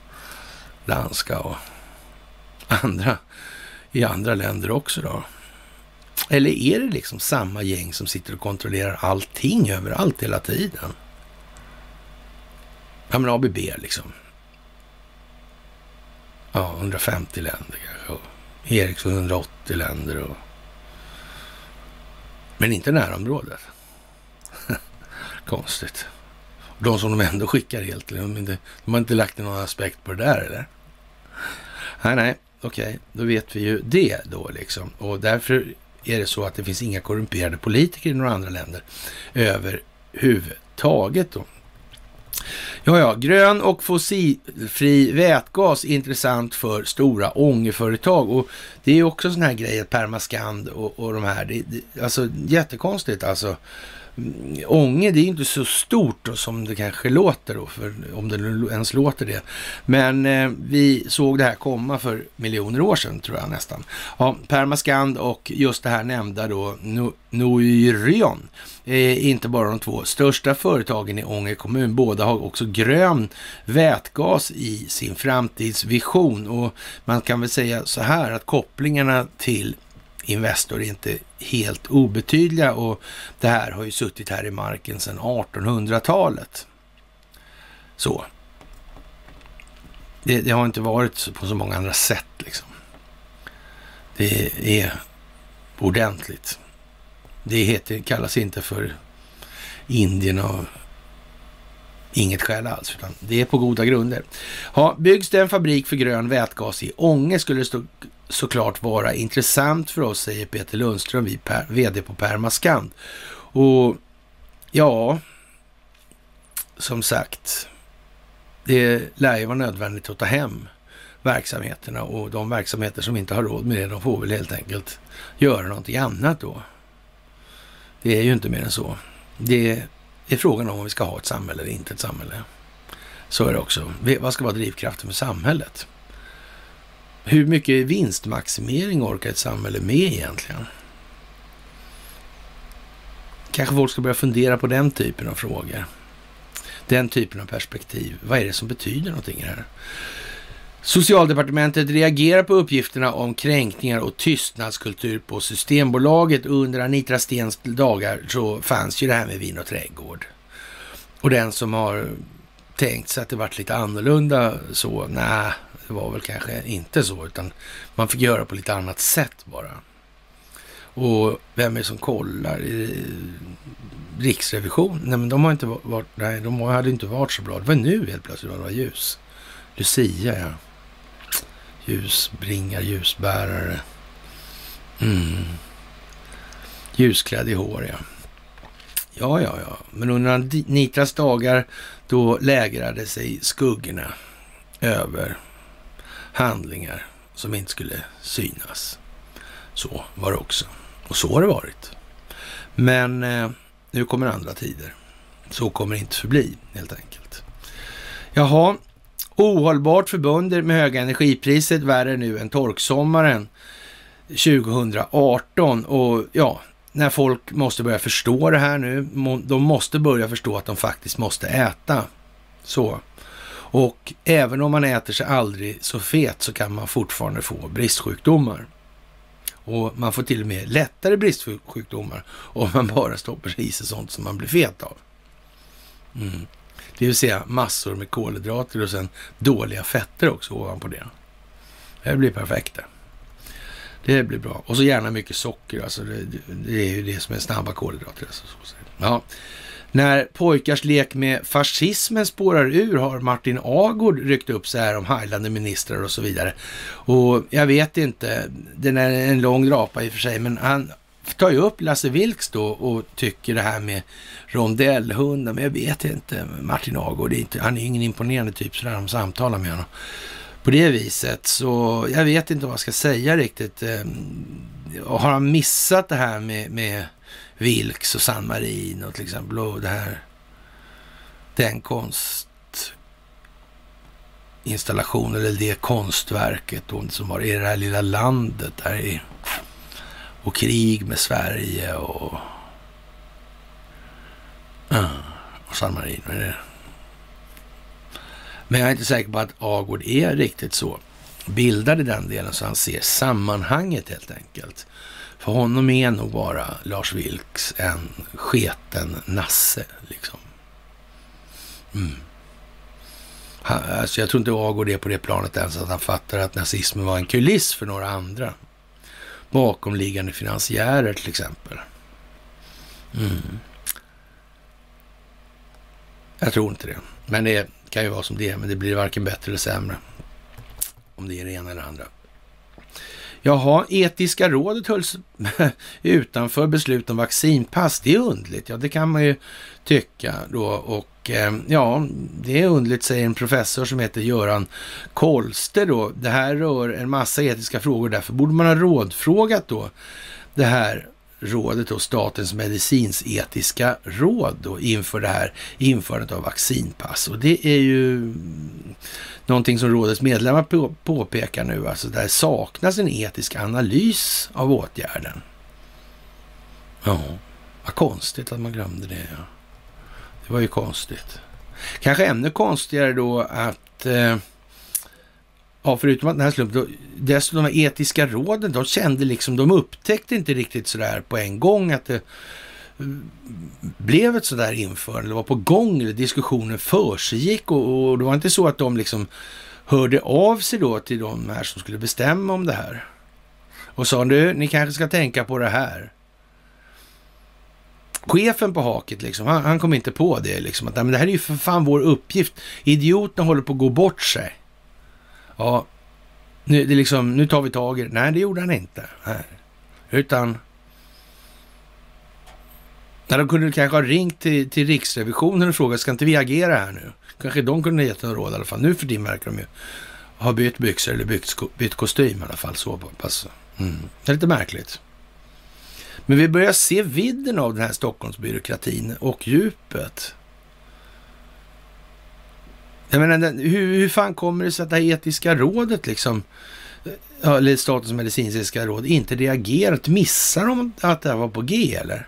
danska och andra i andra länder också då? Eller är det liksom samma gäng som sitter och kontrollerar allting överallt hela tiden? Ja, men A B B liksom. Ja, hundrafemtio länder kanske. Och Ericsson hundraåttio länder. Och... Men inte närområdet. Konstigt. Och de som de ändå skickar helt. De, inte, de har inte lagt någon aspekt på det där, eller? Nej, nej. Okej, okay. Då vet vi ju det då liksom. Och därför är det så att det finns inga korrumperade politiker i några andra länder överhuvudtaget då. Ja, ja, grön och fossilfri vätgas är intressant för stora ångeföretag, och det är också sån här grej, Permascand och, och de här, det, det, alltså jättekonstigt alltså. Ånge, det är inte så stort då, som det kanske låter då, för om det ens låter det. Men eh, vi såg det här komma för miljoner år sedan, tror jag nästan. Ja, Permascand och just det här nämnda då, Nouryon, är inte bara de två största företagen i Ånge kommun. Båda har också grön vätgas i sin framtidsvision, och man kan väl säga så här att kopplingarna till Investor är inte helt obetydliga, och det här har ju suttit här i marken sedan artonhundratalet. Så. det, det har inte varit på så många andra sätt liksom. Det är ordentligt. Det heter, kallas inte för Indien och inget skäl alls, utan det är på goda grunder. Ja, byggs det en fabrik för grön vätgas i Ånge skulle det stå, såklart vara intressant för oss, säger Peter Lundström, vd på Permascand. Och ja, som sagt, det lär ju vara nödvändigt att ta hem verksamheterna, och de verksamheter som inte har råd med det, de får väl helt enkelt göra någonting annat då. Det är ju inte mer än så. Det är frågan om vi ska ha ett samhälle eller inte ett samhälle. Så är det också. Vad ska vara drivkraften för samhället? Hur mycket vinstmaximering orkar ett samhälle med egentligen? Kanske folk ska börja fundera på den typen av frågor. Den typen av perspektiv. Vad är det som betyder någonting här? Socialdepartementet reagerar på uppgifterna om kränkningar och tystnadskultur på Systembolaget. Under Anitra Stens dagar så fanns ju det här med vin och trädgård. Och den som har tänkt sig att det varit lite annorlunda så, nej, det var väl kanske inte så, utan man fick göra på lite annat sätt bara. Och vem är det som kollar? Riksrevision? Nej, men de har inte varit, nej, de hade inte varit så bra. Det var nu helt plötsligt det var ljus. Lucia, ja. Ljusbringar, ljusbärare. Mm. Ljusklädd i hår, ja. Ja, ja, ja. Men under Nitras dagar då lägrade sig skuggorna över handlingar som inte skulle synas. Så var det också. Och så har det varit. Men eh, nu kommer andra tider. Så kommer det inte förbli, helt enkelt. Jaha. Ohållbart för bönder med höga energipriset, värre nu än torksommaren tjugohundraarton. Och ja, när folk måste börja förstå det här nu, de måste börja förstå att de faktiskt måste äta. Så. Och även om man äter sig aldrig så fet så kan man fortfarande få bristsjukdomar. Och man får till och med lättare bristsjukdomar om man bara stoppar i sig sånt som man blir fet av. Mm. Det vill säga massor med kolhydrater och sen dåliga fetter också ovanpå det. Det blir perfekt. Det blir bra. Och så gärna mycket socker. Alltså det, det är ju det som är snabba kolhydrater. Alltså. Ja. När pojkars lek med fascismen spårar ur har Martin Agård ryckt upp så här om heilande ministrar och så vidare. Och jag vet inte, den är en lång drapa i och för sig, men han tar ju upp Lasse Vilks då och tycker det här med rondellhundar, men jag vet inte, Martin Agård, är inte, han är ingen imponerande typ sådär om samtalar med honom. På det viset, så jag vet inte vad jag ska säga riktigt. Har han missat det här med, med Vilks och San Marino till exempel, och det här, den konstinstallationen eller det konstverket då, som var i det här lilla landet där i, och krig med Sverige och uh, och San Marino är det. Men jag är inte säker på att Agård är riktigt så bildad i den delen så han ser sammanhanget helt enkelt. För honom är nog bara Lars Vilks en sketen nasse liksom. Mm. Han, alltså jag tror inte Agård är på det planet ens att han fattar att nazismen var en kuliss för några andra. Bakomliggande finansiärer till exempel. Mm. Jag tror inte det. Men det kan ju vara som det är, men det blir varken bättre eller sämre om det är det ena eller andra. Jaha, etiska rådet hölls utanför beslut om vaccinpass. Det är undligt, ja det kan man ju tycka då. Och eh, ja, det är undligt, säger en professor som heter Göran Kolster då. Det här rör en massa etiska frågor, därför borde man ha rådfrågat då det här rådet och Statens medicinsk-etiska råd då inför det här införandet av vaccinpass. Och det är ju någonting som rådets medlemmar på, påpekar nu. Alltså där saknas en etisk analys av åtgärden. Ja, vad konstigt att man glömde det. Ja. Det var ju konstigt. Kanske ännu konstigare då att eh, ja, förutom att den här slumpen, dessutom de etiska råden, de kände liksom, de upptäckte inte riktigt sådär på en gång att det blev ett sådär införande, eller var på gång, eller diskussionen försiggick och, och det var inte så att de liksom hörde av sig då till de här som skulle bestämma om det här. Och sa, du, ni kanske ska tänka på det här. Chefen på haket liksom, han, han kom inte på det liksom. Att men det här är ju för fan vår uppgift. Idioterna håller på att gå bort sig. Ja, nu, det är liksom, nu tar vi tag i det. Nej, det gjorde han inte. Nej. Utan... när de kunde kanske ha ringt till, till Riksrevisionen och frågat, ska inte vi agera här nu? Kanske de kunde ha gett en råd i alla fall. Nu för det märker de ju. Har bytt byxor eller bytt, bytt kostym i alla fall. Så pass. Mm. Det är lite märkligt. Men vi börjar se vidden av den här Stockholmsbyråkratin och djupet. Jag menar, hur, hur fan kommer det sig att det här etiska rådet liksom, eller Statens medicinska råd, inte reagerat? Missar de att det här var på G eller?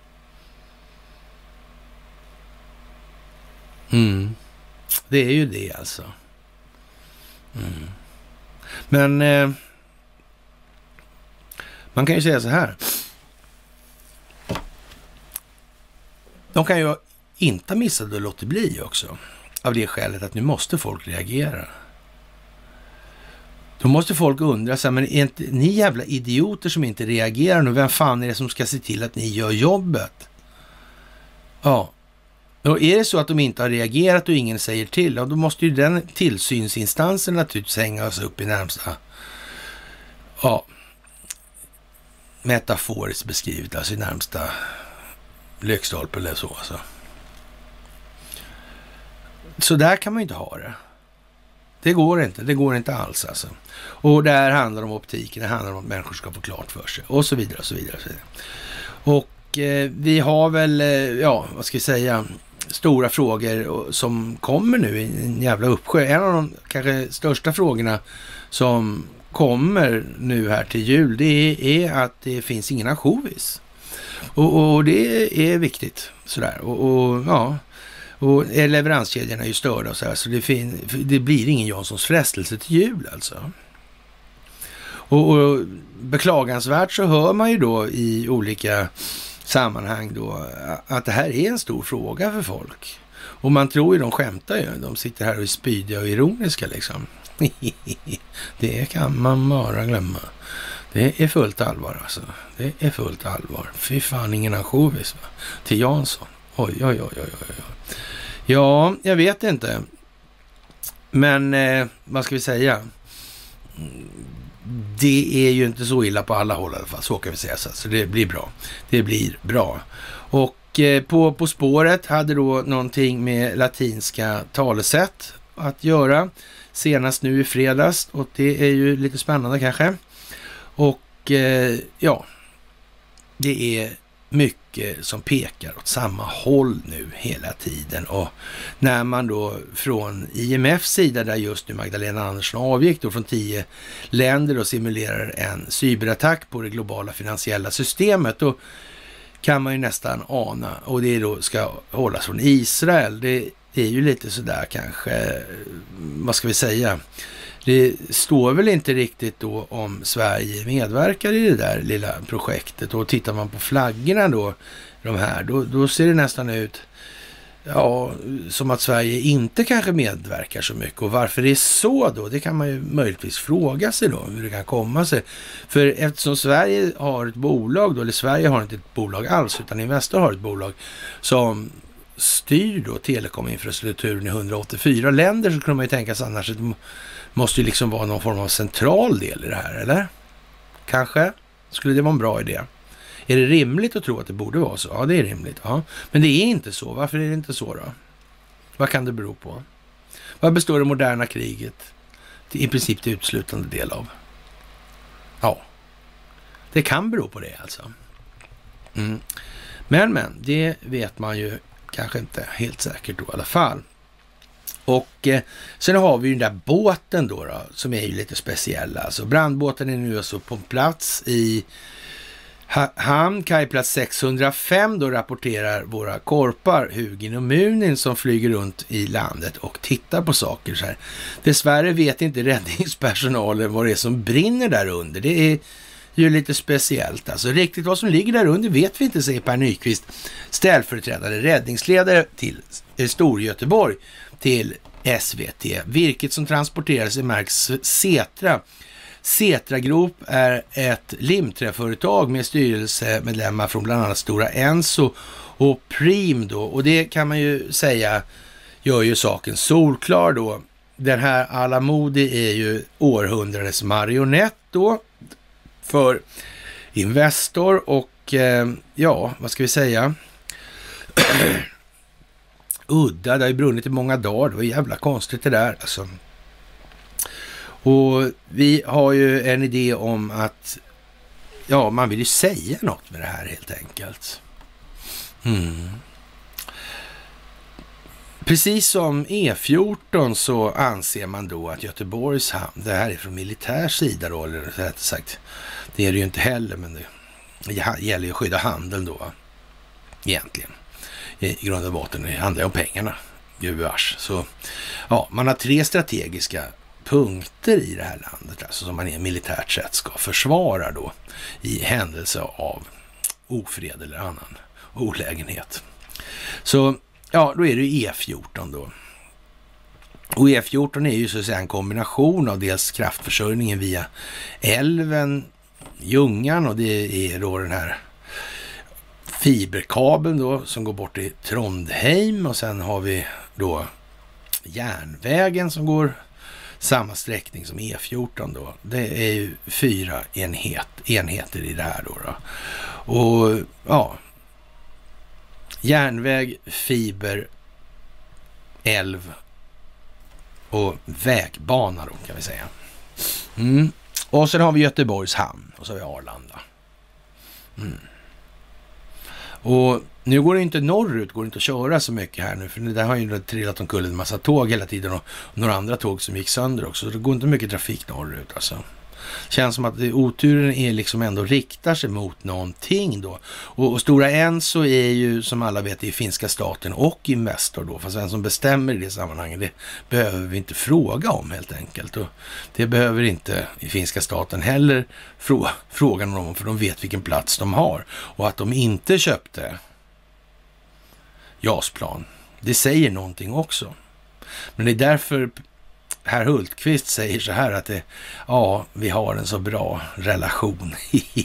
Mm. Det är ju det alltså. Mm. Men eh, man kan ju säga så här. De kan ju inte missa det och låta bli också. Av det skälet att nu måste folk reagera. Då måste folk undra så här, men är inte ni jävla idioter som inte reagerar nu? Vem fan är det som ska se till att ni gör jobbet? Ja. Och är det så att de inte har reagerat och ingen säger till, då måste ju den tillsynsinstansen naturligtvis hängas upp i närmsta, ja, metaforiskt beskrivet, alltså i närmsta lyktstolpe eller så. Alltså. Så där kan man ju inte ha det. Det går inte, det går inte alls alltså. Och det här handlar om optiken, det handlar om att människor ska få klart för sig och så vidare och så vidare. Och, så vidare. och eh, vi har väl, eh, ja, vad ska vi säga, stora frågor som kommer nu i en jävla uppsjö. En av de kanske största frågorna som kommer nu här till jul, det är att det finns ingen ansjovis. Och, och det är viktigt sådär. Och, och ja, och leveranskedjorna är ju störda och så här, så det, fin- det blir ingen Janssons frestelse till jul alltså. Och, och beklagansvärt så hör man ju då i olika sammanhang då att det här är en stor fråga för folk. Och man tror ju, de skämtar ju. De sitter här och är spydiga och ironiska liksom. Det kan man bara glömma. Det är fullt allvar alltså. Det är fullt allvar. Fy fan, ingen ansjovis va? Till Jansson. Oj, oj, oj, oj, oj. Ja, jag vet inte. Men eh, vad ska vi säga? Det är ju inte så illa på alla håll i alla fall. Så kan vi säga så. Så det blir bra. Det blir bra. Och eh, på, på spåret hade då någonting med latinska talesätt att göra. Senast nu i fredags. Och det är ju lite spännande kanske. Och eh, ja, det är mycket som pekar åt samma håll nu hela tiden. Och när man då från I M F:s sida, där just nu Magdalena Andersson avgick då från tio länder och simulerar en cyberattack på det globala finansiella systemet, då kan man ju nästan ana, och det då ska hållas från Israel. Det är ju lite sådär kanske, vad ska vi säga, det står väl inte riktigt då om Sverige medverkar i det där lilla projektet. Och tittar man på flaggorna då, de här, då, då ser det nästan ut, ja, som att Sverige inte kanske medverkar så mycket. Och varför det är så då, det kan man ju möjligtvis fråga sig då, hur det kan komma sig. För eftersom Sverige har ett bolag då, eller Sverige har inte ett bolag alls, utan Investor har ett bolag som styr då telekominfrastrukturen i hundraåttiofyra länder, så kunde man ju tänka sig annars att det måste ju liksom vara någon form av central del i det här, eller? Kanske? Skulle det vara en bra idé? Är det rimligt att tro att det borde vara så? Ja, det är rimligt. Ja. Men det är inte så. Varför är det inte så då? Vad kan det bero på? Vad består det moderna kriget i princip till utslutande del av? Ja, det kan bero på det alltså. Mm. Men, men, det vet man ju kanske inte helt säkert då i alla fall. Och eh, sen har vi ju den där båten då, då som är ju lite speciell. Alltså brandbåten är nu alltså på plats i ha- hamn, kajplats sexhundrafem. Då rapporterar våra korpar Hugin och Munin som flyger runt i landet och tittar på saker så här. Dessvärre vet inte räddningspersonalen vad det är som brinner där under. Det är ju lite speciellt. Alltså riktigt vad som ligger där under vet vi inte, säger Per Nyqvist, ställföreträdare räddningsledare till Storgöteborg, till S V T. Virket som transporteras i märks Setra. Setra Group är ett limträföretag med styrelsemedlemmar från bland annat Stora Enso och Prim då. Och det kan man ju säga gör ju saken solklar då. Den här Alamodi är ju århundradets marionett då för Investor och eh, ja, vad ska vi säga? Udda, det har ju brunnit i många dagar. Det var jävla konstigt det där alltså. Och vi har ju en idé om att ja, man vill ju säga något med det här helt enkelt. Mm. Precis som E fjorton så anser man då att Göteborgs hamn, det här är från militär sida då, eller rätt sagt, det är det ju inte heller, men det gäller ju att skydda handeln då egentligen. I grund och botten, det handlar ju om pengarna, gubevars. Så ja, man har tre strategiska punkter i det här landet, alltså som man i militärt sett ska försvara då i händelse av ofred eller annan olägenhet. Så ja, då är det ju E fjorton då. Och E fjorton är ju så att säga en kombination av dels kraftförsörjningen via älven, Ljungan, och det är då den här fiberkabeln då som går bort till Trondheim, och sen har vi då järnvägen som går samma sträckning som E fjorton då. Det är ju fyra enhet, enheter i det här då, då. Och ja, järnväg, fiber, älv och vägbana då kan vi säga. Mm. Och sen har vi Göteborgs hamn och så har vi Arlanda. Mm. Och nu går det inte norrut, går det inte att köra så mycket här nu, för det där har ju trillat omkull en massa tåg hela tiden och några andra tåg som gick sönder också, så det går inte mycket trafik norrut alltså. Känns som att det, oturen är liksom ändå riktar sig mot någonting då. Och, och Stora Enso är ju som alla vet i finska staten och Investor då, fast vem som bestämmer i det sammanhanget, det behöver vi inte fråga om helt enkelt. Och det behöver inte i finska staten heller frå, frågan om, för de vet vilken plats de har. Och att de inte köpte JAS-plan, det säger någonting också. Men det är därför herr Hultqvist säger så här att det, ja, vi har en så bra relation.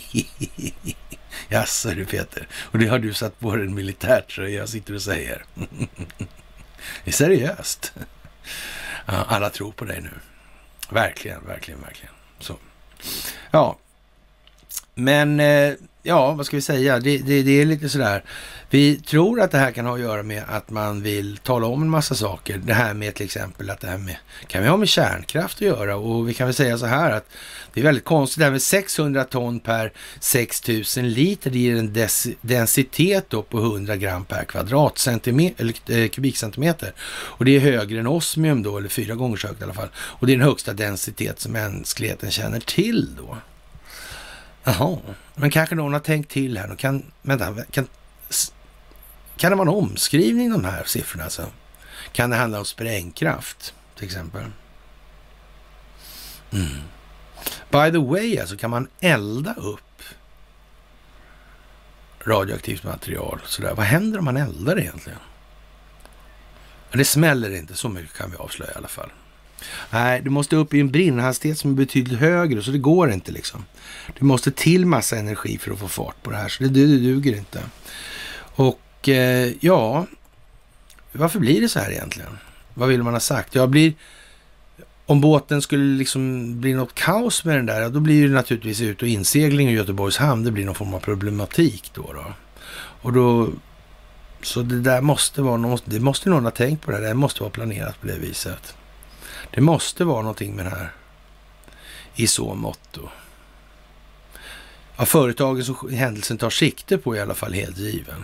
Jaså du Peter, och det har du satt på en militärtröja, jag sitter och säger. Det är seriöst. Ja, alla tror på dig nu. Verkligen, verkligen, verkligen. Så. Ja, men ja, vad ska vi säga? Det, det, det är lite sådär. Vi tror att det här kan ha att göra med att man vill tala om en massa saker. Det här med till exempel att det här med, kan vi ha med kärnkraft att göra? Och vi kan väl säga så här att det är väldigt konstigt. Det här med sexhundra ton per sex tusen liter, det ger en des- densitet då på hundra gram per kvadratcentimeter, eller eh, kubikcentimeter. Och det är högre än osmium då, eller fyra gånger så högt i alla fall. Och det är den högsta densitet som mänskligheten känner till då. Jaha, men kanske någon har tänkt till här. Kan, vänta, kan, kan det vara en omskrivning de här siffrorna alltså? Kan det handla om sprängkraft till exempel? Mm. By the way, alltså kan man elda upp radioaktivt material sådär. Vad händer om man eldar egentligen? Det smäller inte, så mycket kan vi avslöja i alla fall. Nej, du måste upp i en brinnhastighet som är betydligt högre, så det går inte liksom. Du måste till massa energi för att få fart på det här, så det, det duger inte. Och eh, ja, varför blir det så här egentligen? Vad vill man ha sagt? Jag blir, om båten skulle liksom bli något kaos med den där, då blir det naturligtvis ut och insegling i Göteborgs hamn, det blir någon form av problematik då då. Och då, så det där måste vara, något, det måste någon ha tänkt på det, det måste vara planerat på det viset. Det måste vara någonting med det här i så motto. Ja, företagen som händelsen tar sikte på i alla fall helt given.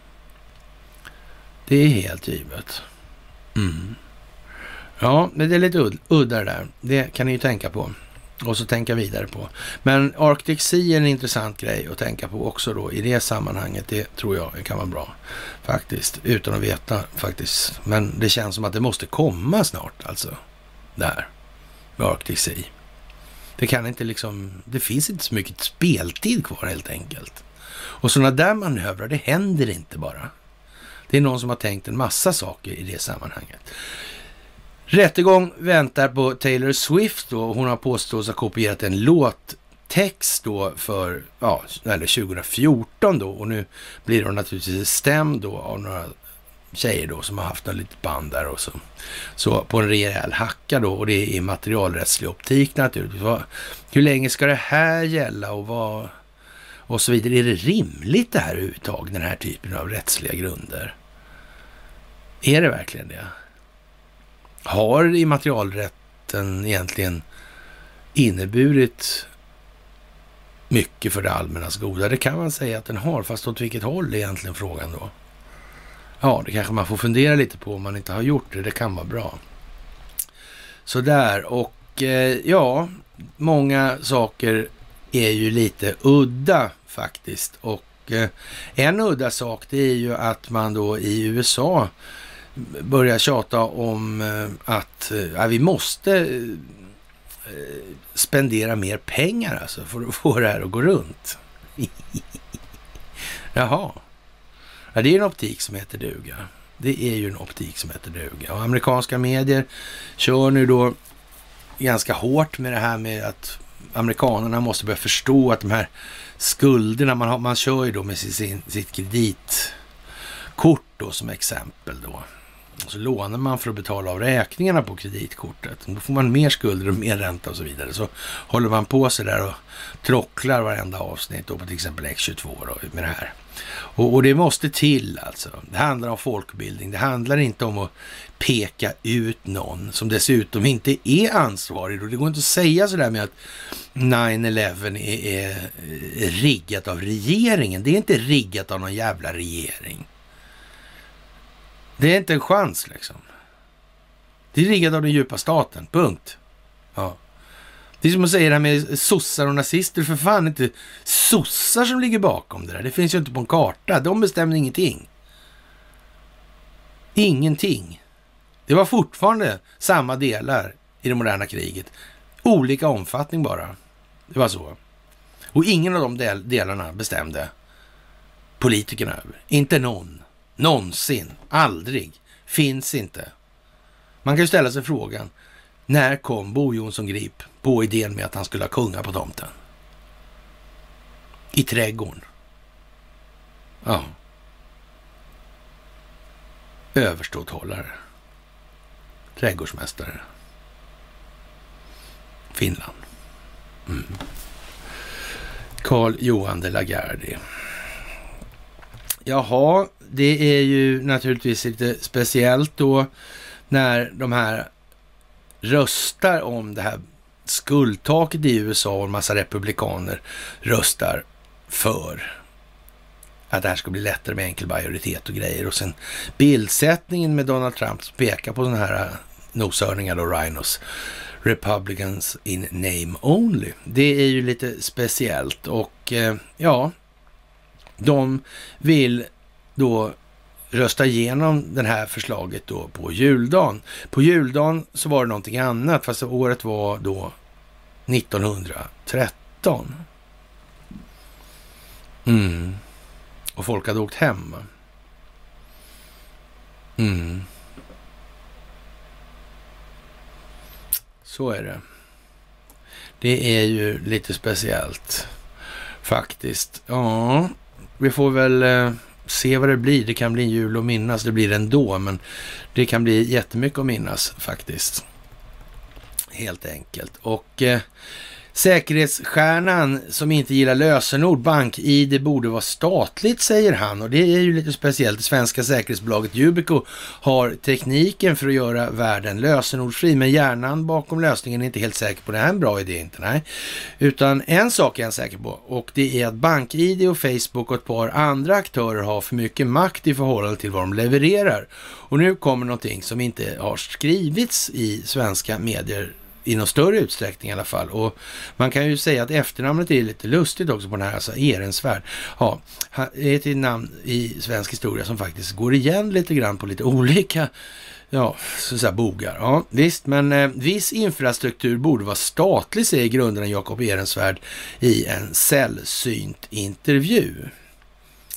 Det är helt givet. Mm. Ja, men det är lite ud- udda där. Det kan ni ju tänka på. Och så tänka vidare på. Men Arctic Sea är en intressant grej att tänka på också då i det sammanhanget. Det tror jag kan vara bra faktiskt. Utan att veta faktiskt. Men det känns som att det måste komma snart alltså. Där. Med Arctic Sea. Det kan inte liksom, det finns inte så mycket speltid kvar helt enkelt. Och sådana där manövrar, det händer inte bara. Det är någon som har tänkt en massa saker i det sammanhanget. Rättegång väntar på Taylor Swift då. Hon har påstås ha kopierat en låttext då för, ja, eller tjugo fjorton då. Och nu blir hon naturligtvis stämd då av några tjejer då som har haft en litet band där och så. Så på en rejäl hacka då, och det är i materialrättslig optik naturligtvis. Vad, hur länge ska det här gälla och vad och så vidare? Är det rimligt det här överhuvudtaget, den här typen av rättsliga grunder? Är det verkligen det? Har immaterialrätten egentligen inneburit mycket för det allmännas goda? Det kan man säga att den har, fast åt vilket håll är egentligen frågan då? Ja, det kanske man får fundera lite på om man inte har gjort det. Det kan vara bra. Så där, och eh, ja, många saker är ju lite udda faktiskt. Och eh, en udda sak, det är ju att man då i U S A börjar tjata om eh, att eh, vi måste eh, spendera mer pengar alltså för att få det här att gå runt. Jaha. Ja, det är en optik som heter duga. Det är ju en optik som heter duga. Och amerikanska medier kör nu då ganska hårt med det här med att amerikanerna måste börja förstå att de här skulderna, man, har, man kör ju då med sin, sitt kreditkort då som exempel då. Så lånar man för att betala av räkningarna på kreditkortet. Då får man mer skulder och mer ränta och så vidare. Så håller man på sig där och trocklar varenda avsnitt då på till exempel X tjugotvå då med det här. Och, och det måste till alltså. Det handlar om folkbildning. Det handlar inte om att peka ut någon som dessutom inte är ansvarig. Och det går inte att säga sådär med att nine eleven är, är, är riggat av regeringen. Det är inte riggat av någon jävla regering. Det är inte en chans liksom. Det är riggat av den djupa staten. Punkt. Ja. Det är som att säga det här med sossar och nazister. För fan inte sossar som ligger bakom det där. Det finns ju inte på en karta. De bestämde ingenting. Ingenting. Det var fortfarande samma delar i det moderna kriget. Olika omfattning bara. Det var så. Och ingen av de del- delarna bestämde politikerna över. Inte någon. Någonsin. Aldrig. Finns inte. Man kan ju ställa sig frågan. När kom Bo Jonsson Grip på idén med att han skulle ha kungar på tomten? I trädgården. Ja. Överståthållare. Trädgårdsmästare. Finland. Mm. Carl Johan de la Gardie. Jaha, det är ju naturligtvis lite speciellt då när de här röstar om det här skuldtaket i U S A och en massa republikaner röstar för att det här ska bli lättare med enkel majoritet och grejer. Och sen bildsättningen med Donald Trump som pekar på sådana här noshörningar och rhinos. Republicans in name only. Det är ju lite speciellt och eh, ja, de vill då rösta igenom det här förslaget då på juldagen. På juldagen så var det någonting annat, fast året var då nittonhundratretton. Mm. Och folk hade åkt hem. Mm. Så är det. Det är ju lite speciellt faktiskt. Ja, vi får väl eh, se vad det blir. Det kan bli en jul att minnas. Det blir det ändå, men det kan bli jättemycket att minnas faktiskt. Helt enkelt. Och eh, säkerhetsstjärnan som inte gillar lösenord, bank-I D borde vara statligt, säger han. Och det är ju lite speciellt. Det svenska säkerhetsbolaget Yubico har tekniken för att göra världen lösenordsfri, men hjärnan bakom lösningen är inte helt säker på det här är en bra idé inte, nej. Utan en sak är jag säker på, och det är att bank-I D och Facebook och ett par andra aktörer har för mycket makt i förhållande till vad de levererar. Och nu kommer någonting som inte har skrivits i svenska medier i någon större utsträckning i alla fall. Och man kan ju säga att efternamnet är lite lustigt också på den här, alltså Ehrensvärd. Ja, det är ett namn i svensk historia som faktiskt går igen lite grann på lite olika, ja, så att säga bogar. Ja, visst, men eh, viss infrastruktur borde vara statlig, säger grundaren Jakob Ehrensvärd i en sällsynt intervju.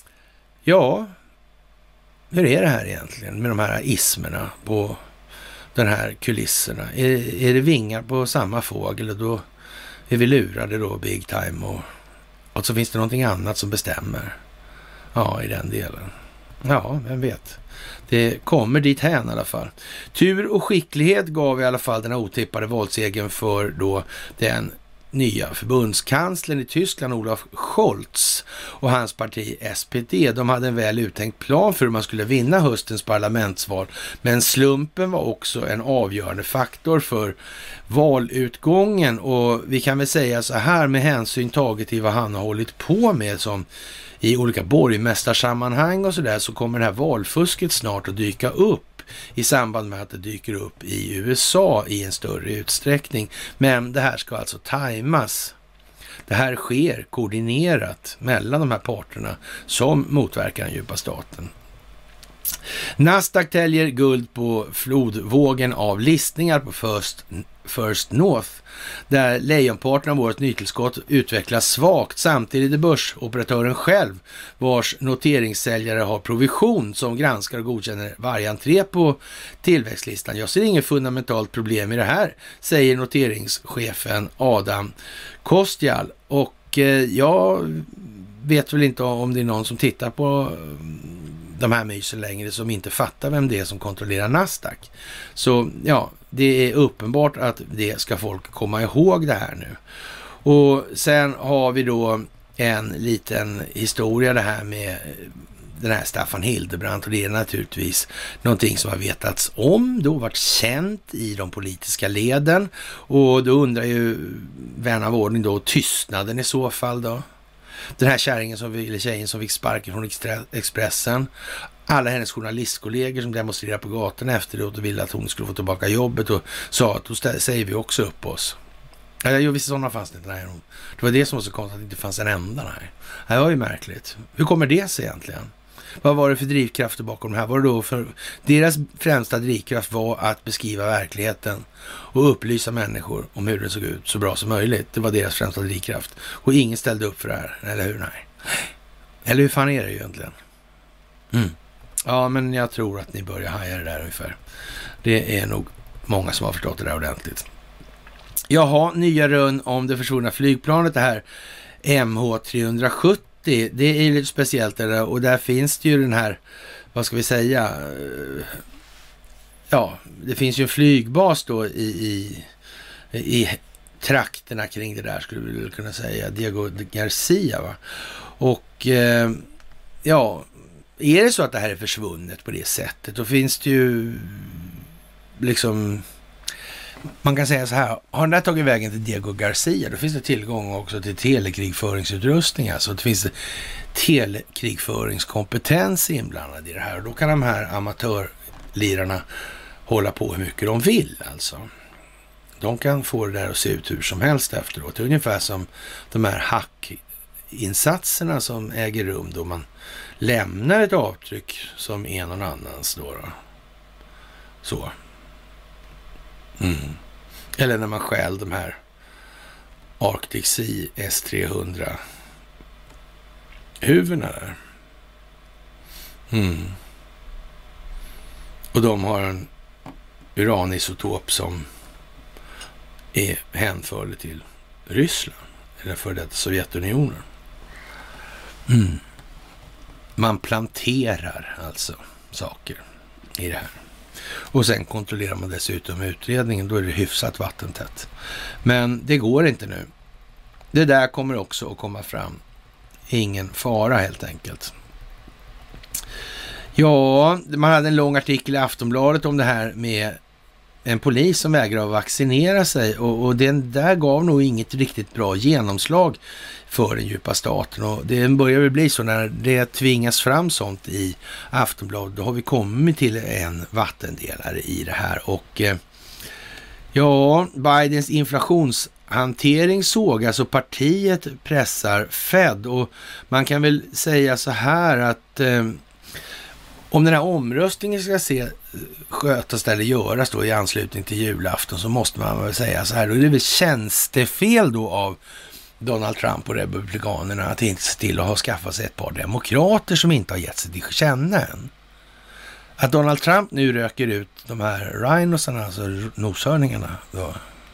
Ja, hur är det här egentligen med de här ismerna på den här kulisserna. Är, är det vingar på samma fågel, och då är vi lurade då big time, och, och så finns det någonting annat som bestämmer. Ja, i den delen. Ja, vem vet. Det kommer dit hän i alla fall. Tur och skicklighet gav i alla fall den här otippade valsegern för då den nya förbundskanslern i Tyskland, Olaf Scholz, och hans parti S P D. De hade en väl uttänkt plan för hur man skulle vinna höstens parlamentsval, men slumpen var också en avgörande faktor för valutgången, och vi kan väl säga så här, med hänsyn taget till vad han har hållit på med som i olika borgmästarsammanhang och sådär, så kommer det här valfusket snart att dyka upp i samband med att det dyker upp i U S A i en större utsträckning. Men det här ska alltså tajmas. Det här sker koordinerat mellan de här parterna som motverkar den djupa staten. Nasdaq täljer guld på flodvågen av listningar på First, First North, där lejonparten av årets nytillskott utvecklas svagt. Samtidigt är börsoperatören själv, vars noteringssäljare har provision, som granskar och godkänner varje entré på tillväxtlistan. Jag ser inget fundamentalt problem i det här, säger noteringschefen Adam Kostial. Och eh, jag vet väl inte om det är någon som tittar på de här mysen längre som inte fattar vem det är som kontrollerar Nasdaq. Så ja, det är uppenbart att det ska folk komma ihåg det här nu. Och sen har vi då en liten historia det här med den här Staffan Hildebrand, och det är naturligtvis någonting som har vetats om, då varit känt i de politiska leden, och då undrar ju vän av ordning då tystnaden i så fall då. Den här kärringen som, eller tjejen som fick sparken från Expressen, alla hennes journalistkollegor som demonstrerade på gatan efteråt och ville att hon skulle få tillbaka jobbet, och sa att då säger vi också upp oss. Ja, jo, vissa sådana fanns det inte. Nej, det var det som var så konstigt, att det inte fanns en enda. Nej. Det var ju märkligt. Hur kommer det sig egentligen? Vad var det för drivkrafter bakom det här? Var det då för deras främsta drivkraft var att beskriva verkligheten och upplysa människor om hur det såg ut så bra som möjligt. Det var deras främsta drivkraft. Och ingen ställde upp för det här, eller hur? Nej. Eller hur fan är det egentligen? Mm. Ja, men jag tror att ni börjar haja det där ungefär. Det är nog många som har förstått det där ordentligt. Jaha, nya rön om det försvunna flygplanet, det här M H tre sjuttio. Det är lite speciellt det där, och där finns det ju den här, vad ska vi säga, ja, det finns ju en flygbas då i, i, i trakterna kring det där, skulle vi kunna säga, Diego Garcia, va? Och eh, ja, är det så att det här är försvunnet på det sättet, då finns det ju liksom, man kan säga så här, har den där tagit vägen till Diego Garcia, då finns det tillgång också till telekrigföringsutrustning, alltså det finns telekrigföringskompetens inblandad i det här, och då kan de här amatörlirarna hålla på hur mycket de vill alltså. De kan få det där att se ut hur som helst efteråt, ungefär som de här hackinsatserna som äger rum då man lämnar ett avtryck som är någon annans då. då. Så. Mm. Eller när man stjäl de här Arctic Sea S trehundra huvudena där. Mm. Och de har en uranisotop som är hänförlig till Ryssland eller för det Sovjetunionen. Mm. Man planterar alltså saker i det här. Och sen kontrollerar man dessutom utredningen, då är det hyfsat vattentätt. Men det går inte nu. Det där kommer också att komma fram. Ingen fara helt enkelt. Ja, man hade en lång artikel i Aftonbladet om det här med en polis som vägrar att vaccinera sig, och, och den där gav nog inget riktigt bra genomslag för den djupa staten, och det börjar väl bli så när det tvingas fram sånt i Aftonbladet, då har vi kommit till en vattendelare i det här. Och eh, ja, Bidens inflationshantering såg alltså partiet pressar Fed, och man kan väl säga så här att eh, om den här omröstningen ska se skötas eller göras då i anslutning till julafton, så måste man väl säga så här, då är det väl tjänstefel då av Donald Trump och republikanerna att inte se till att ha skaffat sig ett par demokrater som inte har gett sig till känna än. Att Donald Trump nu röker ut de här rhinosarna, alltså noshörningarna då.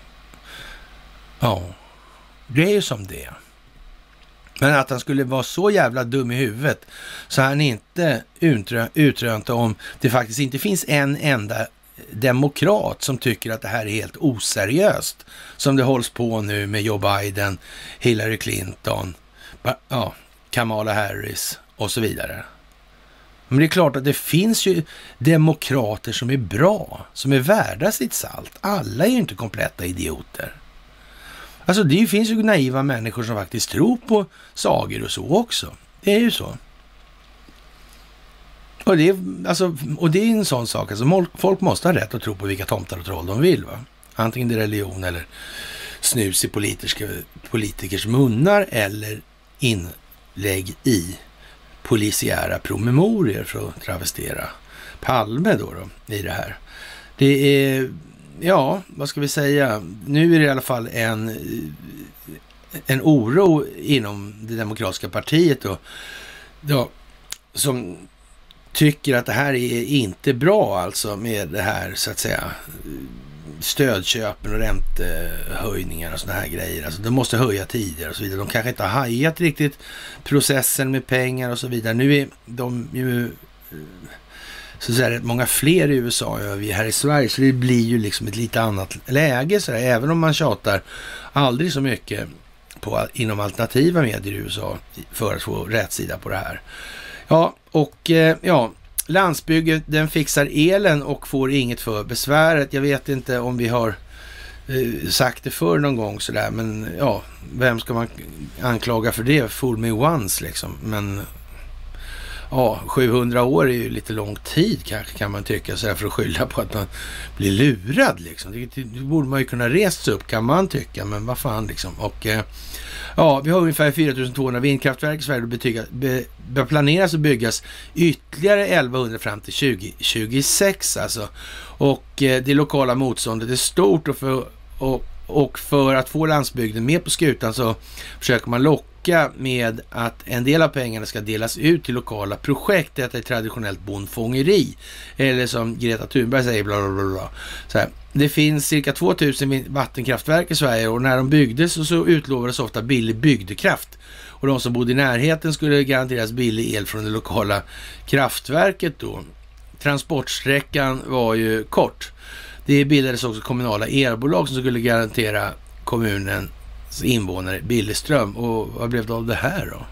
Ja, det är ju som det. Men att han skulle vara så jävla dum i huvudet så han inte utrönt om det faktiskt inte finns en enda demokrat som tycker att det här är helt oseriöst. Som det hålls på nu med Joe Biden, Hillary Clinton, ja, Kamala Harris och så vidare. Men det är klart att det finns ju demokrater som är bra, som är värda sitt salt. Alla är ju inte kompletta idioter. Alltså det finns ju naiva människor som faktiskt tror på sagor och så också. Det är ju så. Och det är, alltså, och det är en sån sak. Alltså, folk måste ha rätt att tro på vilka tomtar och troll de vill. Va? Antingen det är religion eller snus i politiska, politikers munnar eller inlägg i polisiära promemorier, för att travestera Palme då, då i det här. Det är, ja, vad ska vi säga? Nu är det i alla fall en, en oro inom det demokratiska partiet då, då, som tycker att det här är inte bra, alltså med det här så att säga stödköpen och räntehöjningar och såna här grejer. Alltså de måste höja tidigare och så vidare. De kanske inte har hajat riktigt processen med pengar och så vidare. Nu är de ju så att säga rätt många fler i U S A än vi här i Sverige, så det blir ju liksom ett lite annat läge så där, även om man tjatar aldrig så mycket på, inom alternativa medier i U S A för att få rätt sida på det här. Ja, och ja, landsbygget, den fixar elen och får inget för besväret. Jag vet inte om vi har eh, sagt det för någon gång sådär, men ja, vem ska man anklaga för det? Fool me once liksom, men ja, sjuhundra år är ju lite lång tid kanske, kan man tycka, så här, för att skylla på att man blir lurad liksom. Det, det, det borde man ju kunna resa upp, kan man tycka, men vad fan liksom. Och eh, ja, vi har ungefär fyra tusen tvåhundra vindkraftverk i Sverige och betyga, be, be planeras att byggas ytterligare elvahundra fram till tjugo tjugosex alltså. Och eh, det lokala motståndet är stort, och för, och, och för att få landsbygden med på skutan så försöker man locka med att en del av pengarna ska delas ut till lokala projekt. Detta är traditionellt bondfångeri. Eller som Greta Thunberg säger, bla bla bla. Så här. Det finns cirka tvåtusen vattenkraftverk i Sverige, och när de byggdes så, så utlovades ofta billig bygdekraft. Och de som bodde i närheten skulle garanteras billig el från det lokala kraftverket då. Transportsträckan var ju kort. Det bildades också kommunala elbolag som skulle garantera kommunen invånare billig ström. Och vad blev det av det här då?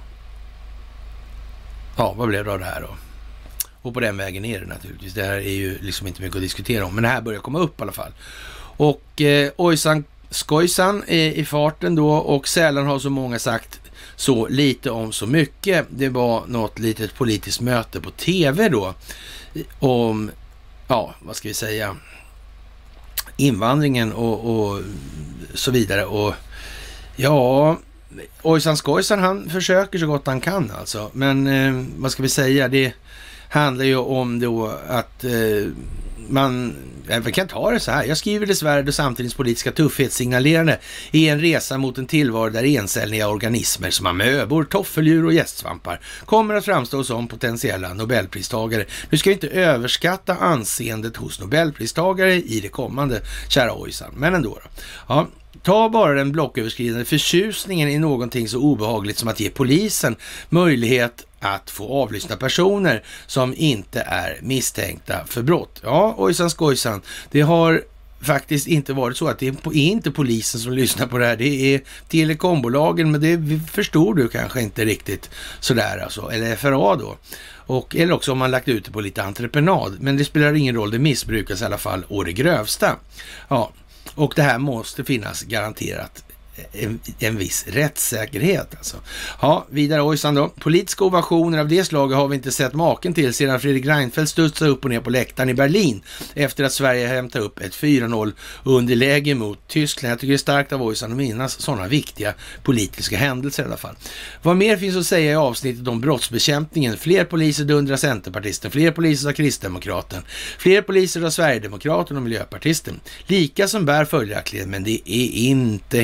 Ja, vad blev det av det här då? Och på den vägen är det naturligtvis. Det här är ju liksom inte mycket att diskutera om, men det här börjar komma upp i alla fall. Och eh, ojsan skojsan är i farten då, och sällan har så många sagt så lite om så mycket. Det var något litet politiskt möte på tv då om, ja, vad ska vi säga, invandringen och, och så vidare. Och ja, ojsan skojsan, han försöker så gott han kan alltså. Men eh, vad ska vi säga, det handlar ju om då att eh, man, jag kan ta det så här. Jag skriver dessvärre då samtidens politiska tuffhetssignalerande i en resa mot en tillvaro där encelliga organismer som amöbor, toffeldjur och gästsvampar kommer att framstå som potentiella nobelpristagare. Nu ska vi inte överskatta anseendet hos nobelpristagare i det kommande, kära ojsan. Men ändå då. Ja. Ta bara den blocköverskridande förtjusningen i någonting så obehagligt som att ge polisen möjlighet att få avlyssna personer som inte är misstänkta för brott. Ja, ojsan skojsan. Det har faktiskt inte varit så att det är inte polisen som lyssnar på det här. Det är telekombolagen, men det förstår du kanske inte riktigt sådär alltså. Eller F R A då. Och, eller också om man lagt ut det på lite entreprenad. Men det spelar ingen roll, det missbrukas i alla fall å det grövsta. Ja. Och det här måste finnas garanterat en, en viss rättssäkerhet. Alltså. Ja, vidare ojsan då. Politiska ovationer av det slaget har vi inte sett maken till sedan Fredrik Reinfeldt studsade upp och ner på läktaren i Berlin efter att Sverige hämtade upp ett fyra noll underläge mot Tyskland. Jag tycker det är starkt av ojsan att minnas sådana viktiga politiska händelser i alla fall. Vad mer finns att säga i avsnittet om brottsbekämpningen? Fler poliser dundrar Centerpartisten, fler poliser av Kristdemokraten, fler poliser av Sverigedemokraten och Miljöpartisten. Lika som bär följaktligen, men det är inte hela världen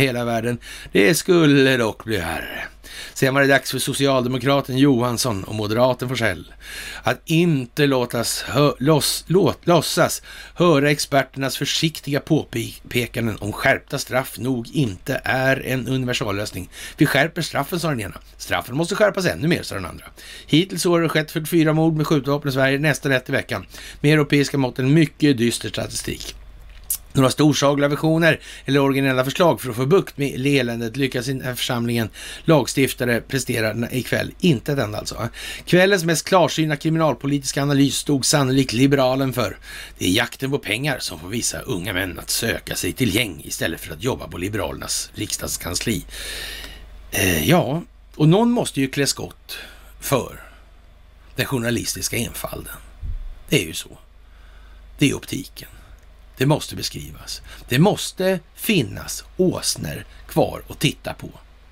världen. Det skulle dock bli värre. Sen var det dags för socialdemokraten Johansson och moderaten Forssell att inte låtas hö, loss, låt, låtsas höra experternas försiktiga påpekanden om skärpta straff nog inte är en universallösning. Vi skärper straffen, sa den ena. Straffen måste skärpas ännu mer, sa den andra. Hittills har det skett fyrtiofyra mord med skjutvapen i Sverige, nästan ett i veckan. Med europeiska mått en mycket dyster statistik. Några storsagliga versioner eller originella förslag för att få bukt med eländet lyckas i församlingen lagstiftare prestera ikväll. Inte ett enda alltså. Kvällens mest klarsyna kriminalpolitiska analys stod sannolikt liberalen för. Det är jakten på pengar som får visa unga män att söka sig till gäng istället för att jobba på liberalernas riksdagskansli. Eh, ja, och någon måste ju klä skott för den journalistiska enfalden. Det är ju så. Det är optiken. Det måste beskrivas. Det måste finnas åsnor kvar att titta på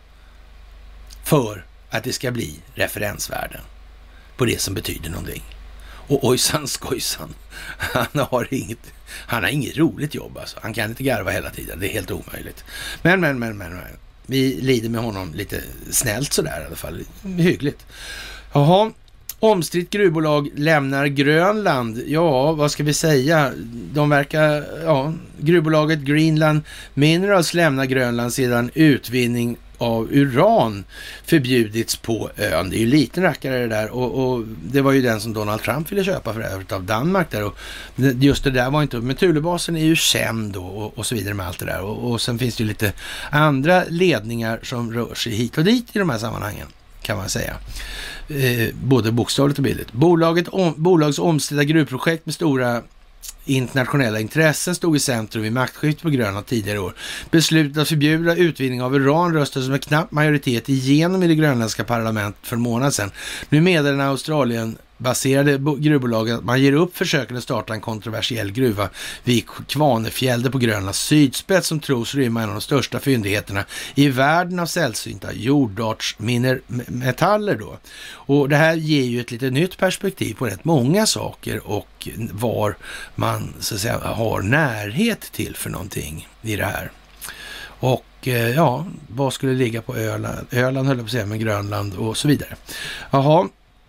för att det ska bli referensvärden på det som betyder någonting. Och ojsan skojsan, han har inget, han har inget roligt jobb alltså. Han kan inte garva hela tiden, det är helt omöjligt. Men, men, men, men, men. Vi lider med honom lite snällt sådär i alla fall, hyggligt. Jaha. Omstritt gruvbolag lämnar Grönland. Ja, vad ska vi säga? De verkar, ja, gruvbolaget Greenland Minerals lämnar Grönland sedan utvinning av uran förbjudits på ön. Det är ju liten rackare det där och, och det var ju den som Donald Trump ville köpa för övrigt av Danmark där och just det där var inte, men Thulebasen är ju känd då och, och så vidare med allt det där och, och sen finns det ju lite andra ledningar som rör sig hit och dit i de här sammanhangen, kan man säga. Eh, både bokstavligt och bildligt. Bolaget om, bolags omstridda gruvprojekt med stora internationella intressen stod i centrum vid maktskiftet på Grönland tidigare år. Beslutet att förbjuda utvinning av uran röstades med knapp majoritet igenom i det grönländska parlamentet för en månad sedan. Nu meddelar Australien baserade gruvbolaget att man ger upp försöken att starta en kontroversiell gruva vid Kvanefjälde på Grönlands sydspets som tros rymma en av de största fyndigheterna i världen av sällsynta jordartsmetaller då. Och det här ger ju ett lite nytt perspektiv på rätt många saker och var man så att säga har närhet till för någonting i det här. Och ja, vad skulle ligga på Öland? Öland höll jag på att säga, med Grönland och så vidare. Jaha.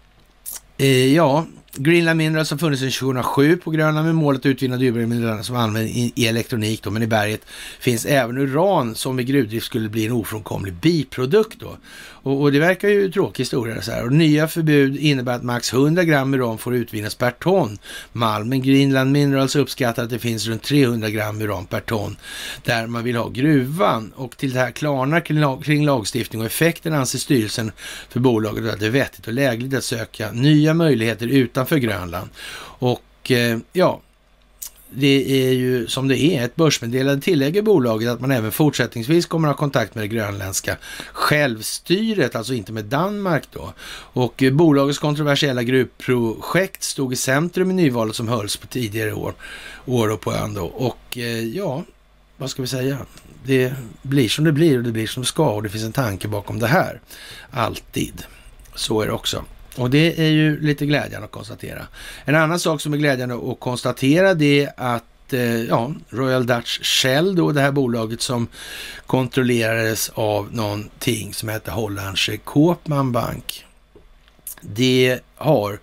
Eh, ja, Greenland Minerals har funnits sedan tjugohundrasju på Grönland med målet att utvinna dyrbarare mineraler som används i, i elektronik då, men i berget finns även uran som vid gruvdrift skulle bli en ofrånkomlig biprodukt då. Och, och det verkar ju tråkig historia så här. Och nya förbud innebär att max hundra gram uran får utvinnas per ton malm. Men Greenland Minerals uppskattar att det finns runt trehundra gram uran per ton där man vill ha gruvan. Och till det här klarnar kring, lag, kring lagstiftning och effekten anser styrelsen för bolaget att det är vettigt och lägligt att söka nya möjligheter utanför Grönland. Och eh, ja, det är ju som det är. Ett börsmeddelande tillägger bolaget att man även fortsättningsvis kommer att ha kontakt med det grönländska självstyret, alltså inte med Danmark då. Och eh, bolagets kontroversiella gruvprojekt stod i centrum i nyvalet som hölls på tidigare år, år och på ön då. Och eh, ja, vad ska vi säga? Det blir som det blir och det blir som det ska och det finns en tanke bakom det här. Alltid. Så är det också. Och det är ju lite glädjande att konstatera. En annan sak som är glädjande att konstatera det är att eh, ja, Royal Dutch Shell då, det här bolaget som kontrollerades av någonting som heter Hollandse Koopman Bank. Det har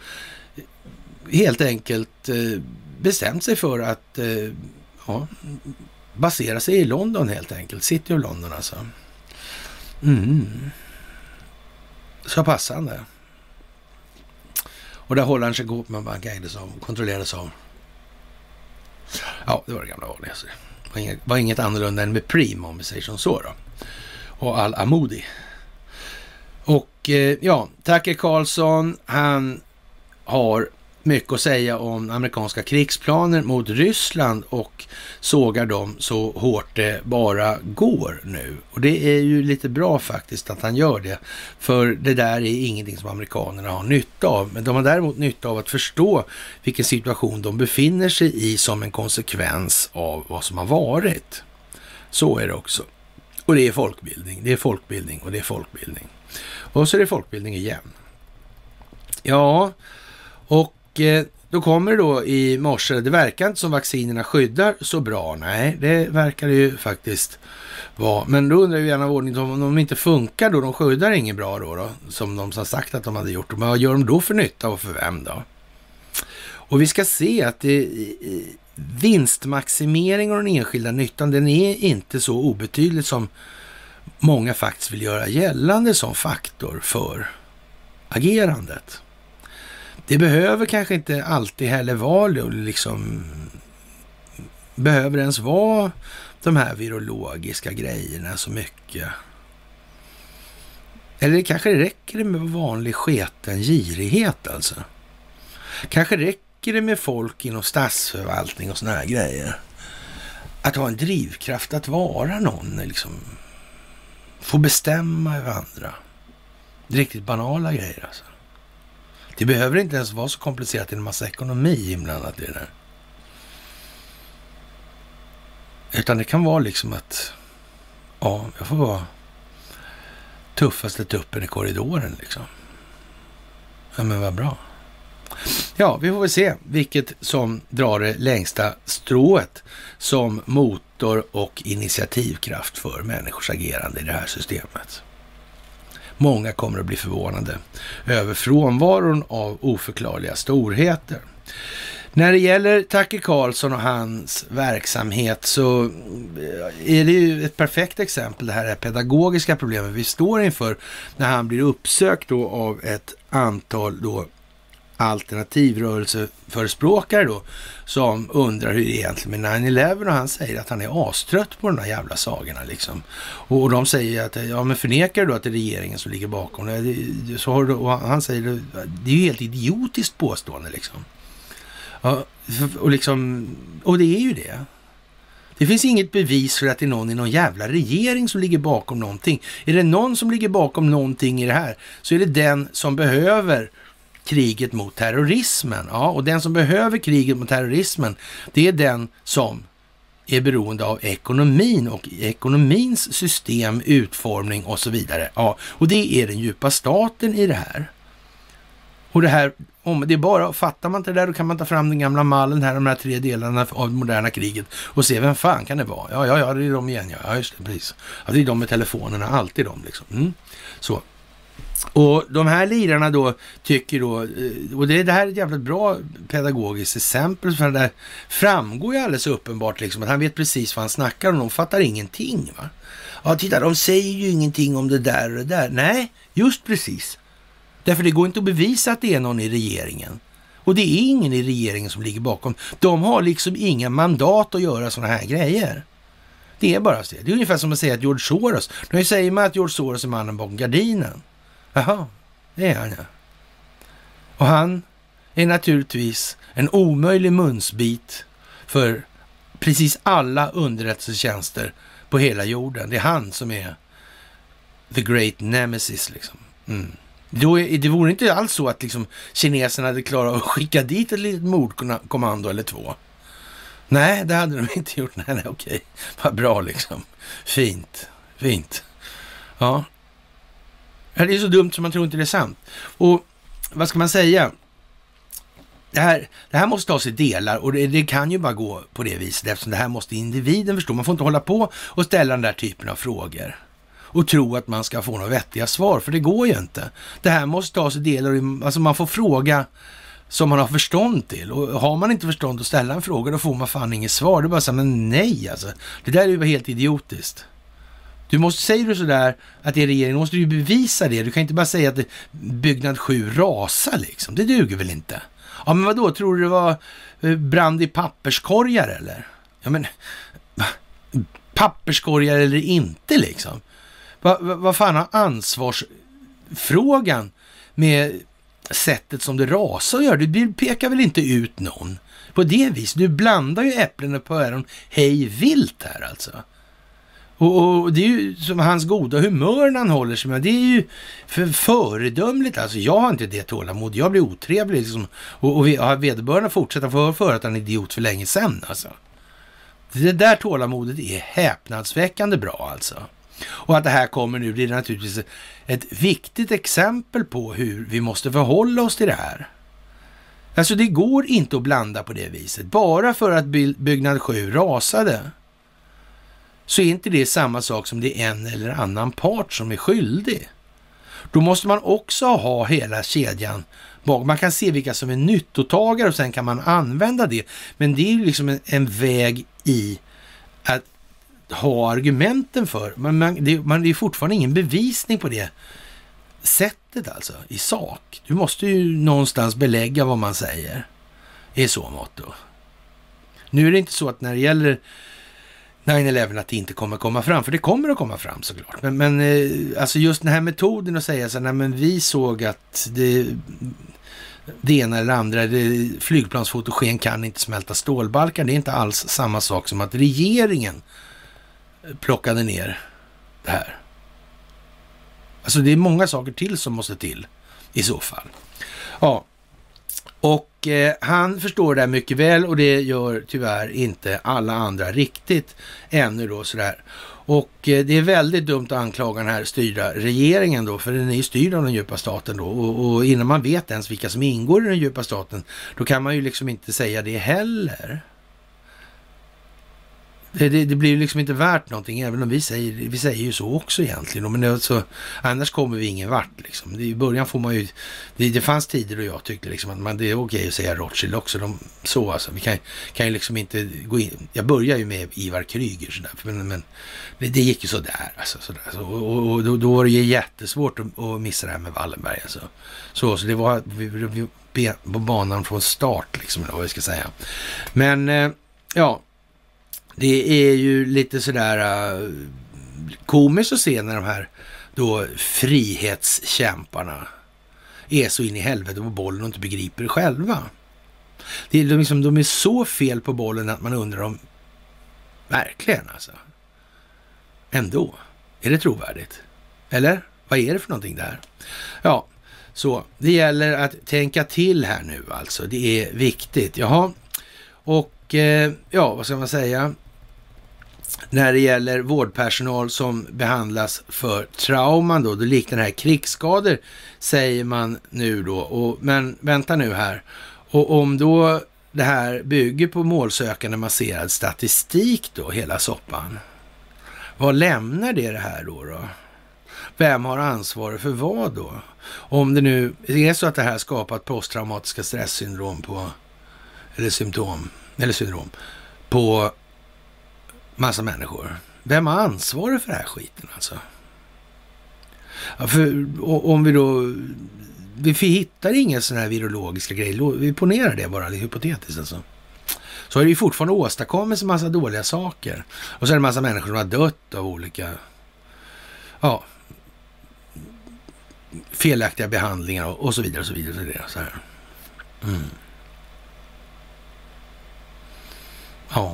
helt enkelt eh, bestämt sig för att eh, ja, basera sig i London helt enkelt. City of London alltså. Mm. Så passande. Och där Hollandse Koopman Bank ägdes av, kontrollerades av. Ja, det var det gamla vanliga. Det var inget, var inget annorlunda än med Preem, om vi säger som så då. Och Al-Amoudi. Och eh, ja, Tucker Carlson, han har mycket att säga om amerikanska krigsplaner mot Ryssland och sågar dem så hårt det bara går nu. Och det är ju lite bra faktiskt att han gör det. För det där är ingenting som amerikanerna har nytta av. Men de har däremot nytta av att förstå vilken situation de befinner sig i som en konsekvens av vad som har varit. Så är det också. Och det är folkbildning, det är folkbildning och det är folkbildning. Och så är det folkbildning igen. Ja, och då kommer det då i morse, det verkar inte som vaccinerna skyddar så bra. Nej, det verkar det ju faktiskt vara. Men då undrar ju gärna ordning om de inte funkar då, de skyddar inget bra då, då som de har sagt att de hade gjort. Men vad gör de då för nytta och för vem då? Och vi ska se att det, vinstmaximering och den enskilda nyttan, den är inte så obetydligt som många faktiskt vill göra gällande som faktor för agerandet. Det behöver kanske inte alltid heller vara liksom, behöver ens vara de här virologiska grejerna så mycket. Eller det kanske räcker med vanlig sketen girighet alltså. Kanske räcker det med folk inom statsförvaltning och såna här grejer. Att ha en drivkraft att vara någon, liksom få bestämma över andra. Det är riktigt banala grejer alltså. Det behöver inte ens vara så komplicerat, det är en massa ekonomi inblandat i det där. Utan det kan vara liksom att ja, jag får vara tuffaste tuppen i korridoren liksom. Ja, men vad bra. Ja, vi får väl se vilket som drar det längsta strået som motor och initiativkraft för människors agerande i det här systemet. Många kommer att bli förvånade över frånvaron av oförklarliga storheter. När det gäller Tucker Carlson och hans verksamhet så är det ju ett perfekt exempel, det här är pedagogiska problemet vi står inför när han blir uppsökt då av ett antal då alternativrörelseförespråkare då som undrar hur det är egentligen med nine eleven, och han säger att han är astrött på de här jävla sagorna liksom. Och, och de säger att ja, men förnekar du att det är regeringen som ligger bakom det? Så har du, och han säger det är ju helt idiotiskt påstående liksom. Ja, och liksom och det är ju det. Det finns inget bevis för att det är någon i någon jävla regering som ligger bakom någonting. Är det någon som ligger bakom någonting i det här så är det den som behöver kriget mot terrorismen. Ja, och den som behöver kriget mot terrorismen, det är den som är beroende av ekonomin och ekonomins system, utformning och så vidare. Ja, och det är den djupa staten i det här. Och det här, om det är bara, fattar man inte det där, då kan man ta fram den gamla mallen här, de här tre delarna av det moderna kriget och se vem fan kan det vara. Ja, ja, ja, det är de igen. Ja, just det, precis. Ja, det är de med telefonerna, alltid de liksom. Mm. Så. Och de här lirarna då tycker då, och det, det här är ett jävligt bra pedagogiskt exempel, för det där framgår ju alldeles uppenbart liksom att han vet precis vad han snackar om, de fattar ingenting va. Ja, titta, de säger ju ingenting om det där och det där. Nej, just precis. Därför det går inte att bevisa att det är någon i regeringen. Och det är ingen i regeringen som ligger bakom. De har liksom inga mandat att göra såna här grejer. Det är bara så. Det är ungefär som att säga att George Soros, nu säger man att George Soros är mannen bakom gardinen. Jaha, det är han ja. Och han är naturligtvis en omöjlig munsbit för precis alla underrättelsetjänster på hela jorden. Det är han som är the great nemesis liksom. Mm. Då är, det vore inte alls så att liksom kineserna hade klarat att skicka dit ett litet mordkommando eller två. Nej, det hade de inte gjort. Nej, nej, okej. Vad bra liksom. Fint, fint. Ja. Det är så dumt som man tror inte det är sant. Och vad ska man säga? Det här, det här måste tas i delar, och det, det kan ju bara gå på det viset eftersom det här måste individen förstå. Man får inte hålla på och ställa den där typen av frågor och tro att man ska få några vettiga svar, för det går ju inte. Det här måste tas i delar, alltså man får fråga som man har förstånd till, och har man inte förstånd att ställa en fråga då får man fan inget svar. Det är bara så här, men nej alltså, det där är ju helt idiotiskt. Du måste, säger du sådär att det är regeringen, måste du ju bevisa det. Du kan inte bara säga att det, byggnad sju rasar liksom. Det duger väl inte? Ja, men vad då? Tror du det var brand i papperskorgar eller? Ja, men papperskorgar eller inte liksom? Vad va, va fan har ansvarsfrågan med sättet som det rasar att göra? Du pekar väl inte ut någon på det vis? Du blandar ju äpplen och päron hej vilt här alltså. Och, och det är ju som hans goda humör när han håller sig med. Det är ju för föredömligt. Alltså jag har inte det tålamod. Jag blir otrevlig liksom. Och, och vederbörande fortsätter för, för att han är idiot för länge sedan alltså. Det där tålamodet är häpnadsväckande bra alltså. Och att det här kommer nu, det är naturligtvis ett viktigt exempel på hur vi måste förhålla oss till det här. Alltså det går inte att blanda på det viset. Bara för att byggnad sju rasade så är inte det samma sak som det är en eller annan part som är skyldig. Då måste man också ha hela kedjan bak. Man kan se vilka som är nyttotagare och sen kan man använda det. Men det är ju liksom en, en väg i att ha argumenten för. Man, man, det, man, det är fortfarande ingen bevisning på det sättet alltså, i sak. Du måste ju någonstans belägga vad man säger. Det är så motto. Nu är det inte så att när det gäller nio elva att det inte kommer komma fram, för det kommer att komma fram såklart. Men, men alltså just den här metoden att säga så här, nej men vi såg att det, det ena eller andra, det, flygplansfotogen kan inte smälta stålbalkar. Det är inte alls samma sak som att regeringen plockade ner det här. Alltså det är många saker till som måste till i så fall. Ja, och eh, han förstår det här mycket väl och det gör tyvärr inte alla andra riktigt ännu då sådär. Och eh, det är väldigt dumt att anklaga den här styrda regeringen då, för den är ju styrd av den djupa staten då. Och, och innan man vet ens vilka som ingår i den djupa staten, då kan man ju liksom inte säga det heller. Det, det, det blir ju liksom inte värt någonting, även om vi säger, vi säger ju så också egentligen. Men det, alltså, annars kommer vi ingen vart liksom. Det, I början får man ju, det, det fanns tider då jag tyckte liksom att man, det är okej att säga Rothschild också. De, så alltså, vi kan, kan ju liksom inte gå in. Jag börjar ju med Ivar Kryger sådär, men, men det, det gick ju sådär alltså. Sådär, så, och och då, då var det ju jättesvårt att, att missa det här med Wallenberg alltså. Så, så det var vi, vi, på banan från start liksom, vad jag ska säga. Men eh, ja, det är ju lite sådär uh, komiskt att se när de här då frihetskämparna är så in i helvete på bollen och inte begriper det själva. Det är liksom, de är så fel på bollen att man undrar om verkligen alltså. Ändå. Är det trovärdigt? Eller? Vad är det för någonting där? Ja, så det gäller att tänka till här nu alltså. Det är viktigt. Jaha. Och eh, ja, vad ska man säga? När det gäller vårdpersonal som behandlas för trauman då, då liknar det här krigsskador, säger man nu då. Och, men vänta nu här. Och om då det här bygger på målsökande masserad statistik då, hela soppan. Vad lämnar det det här då då? Vem har ansvar för vad då? Om det nu är så att det här skapat posttraumatiska stresssyndrom på, eller symptom, eller syndrom på massa människor. Vem har ansvar för det här skiten alltså? Ja, för om vi då, vi hittar inga sådana här virologiska grejer, vi ponerar det bara lite hypotetiskt alltså. Så är det ju fortfarande åstadkommits en massa dåliga saker. Och så är det en massa människor som har dött av olika, ja, felaktiga behandlingar och, och så vidare och så vidare. Och så vidare så här. Mm. Ja.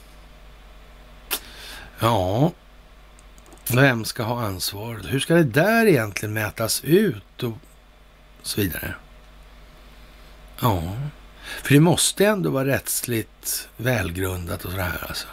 Ja. Vem ska ha ansvaret? Hur ska det där egentligen mätas ut och så vidare? Ja. För det måste ändå vara rättsligt välgrundat och sådär alltså.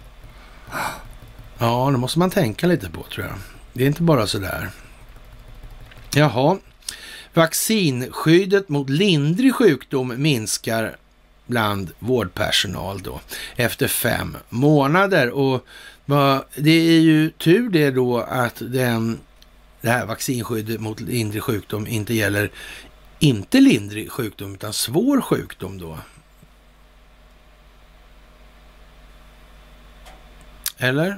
Ja, det måste man tänka lite på tror jag. Det är inte bara sådär. Jaha. Vaccinskyddet mot lindrig sjukdom minskar bland vårdpersonal då efter fem månader. Och det är ju tur det då att den, det här vaccinskyddet mot lindrig sjukdom inte gäller inte lindrig sjukdom utan svår sjukdom då. Eller?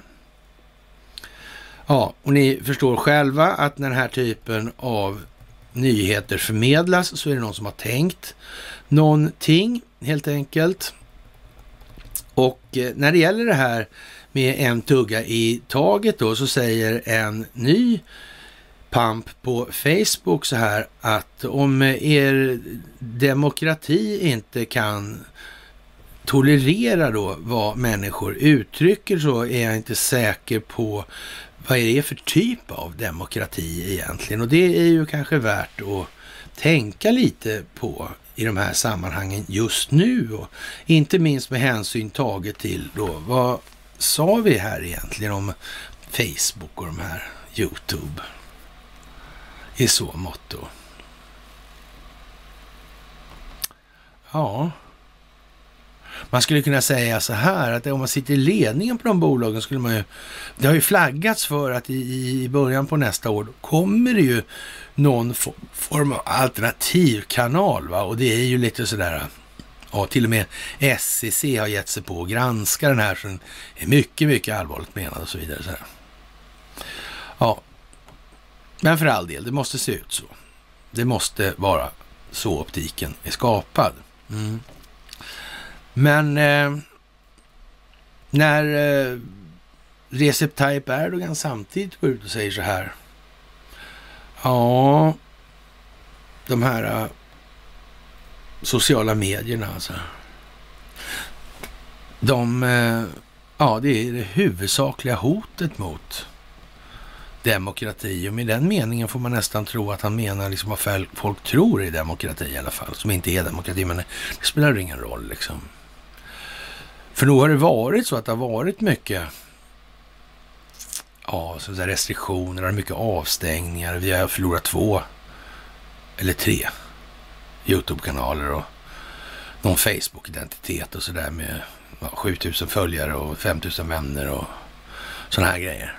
Ja, och ni förstår själva att när den här typen av nyheter förmedlas så är det någon som har tänkt någonting helt enkelt. Och när det gäller det här med en tugga i taget då så säger en ny pamp på Facebook så här att om er demokrati inte kan tolerera då vad människor uttrycker så är jag inte säker på vad är det för typ av demokrati egentligen. Och det är ju kanske värt att tänka lite på i de här sammanhangen just nu och inte minst med hänsyn taget till då vad sa vi här egentligen om Facebook och de här YouTube i så motto. Ja, man skulle kunna säga så här att om man sitter i ledningen på de bolagen skulle man ju, det har ju flaggats för att i, i början på nästa år kommer det ju någon form av alternativkanal, va? Och det är ju lite sådär, ja, till och med S E C har gett sig på att granska den här som är mycket, mycket allvarligt menad och så vidare. Så här. Ja, men för all del, det måste se ut så. Det måste vara så optiken är skapad. Mm. Men eh, när eh, Recep Tayyip Erdogan samtidigt går ut och säger så här, ja, de här eh, sociala medierna alltså, de, eh, ja, det är det huvudsakliga hotet mot demokrati, och med den meningen får man nästan tro att han menar liksom vad folk tror är demokrati i alla fall, som inte är demokrati, men det spelar ingen roll liksom. För då har det varit så att det har varit mycket ja, så där restriktioner och mycket avstängningar. Vi har förlorat två eller tre YouTube-kanaler och någon Facebook-identitet och sådär med ja, sjutusen följare och femtusen vänner och sådana här grejer.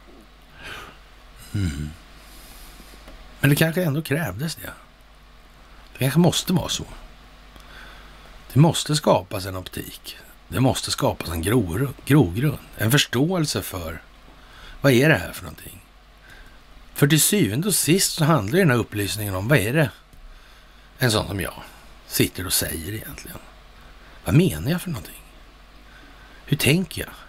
Mm. Men det kanske ändå krävdes det. Det kanske måste vara så. Det måste skapas en optik. Det måste skapas en gro, grogrund. En förståelse för vad är det här för någonting. För till syvende och sist så handlar den här upplysningen om vad är det en sån som jag sitter och säger egentligen. Vad menar jag för någonting? Hur tänker jag?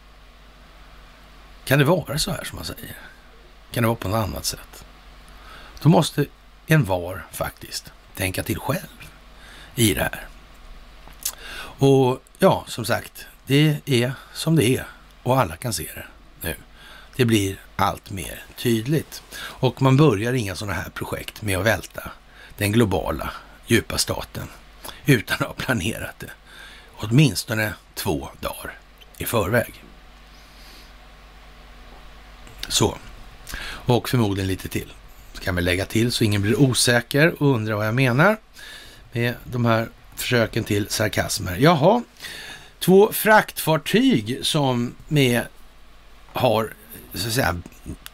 Kan det vara så här som man säger? Kan det vara på något annat sätt? Då måste en var faktiskt tänka till själv i det här. Och ja, som sagt, det är som det är och alla kan se det nu. Det blir allt mer tydligt. Och man börjar inga sådana här projekt med att välta den globala djupa staten utan att ha planerat det. Åtminstone två dagar i förväg. Så. Och förmodligen lite till. Så kan vi lägga till så ingen blir osäker och undrar vad jag menar med de här försöken till sarkasmer. Jaha, två fraktfartyg som med har så att säga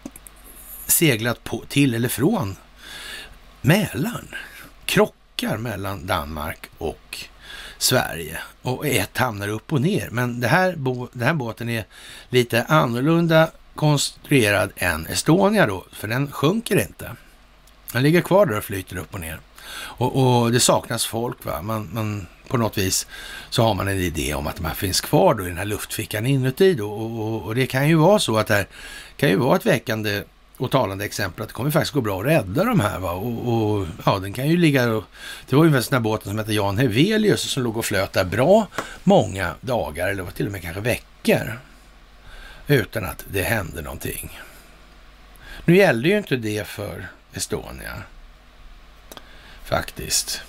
seglat på, till eller från Mälaren. Krockar mellan Danmark och Sverige. Och ett hamnar upp och ner. Men det här, bo, den här båten är lite annorlunda konstruerad än Estonia då. För den sjunker inte. Den ligger kvar där och flyter upp och ner. Och, och det saknas folk, va. Man, man, på något vis så har man en idé om att de här finns kvar då i den här luftfickan inuti då. Och, och, och det kan ju vara så att det här kan ju vara ett väckande och talande exempel att det kommer faktiskt gå bra att rädda de här, va. Och, och ja, den kan ju ligga och, det var ju en sån här båten som heter Jan Hevelius som låg och flöt där bra många dagar eller till och med kanske veckor utan att det hände någonting. Nu gällde ju inte det för Estonia faktiskt.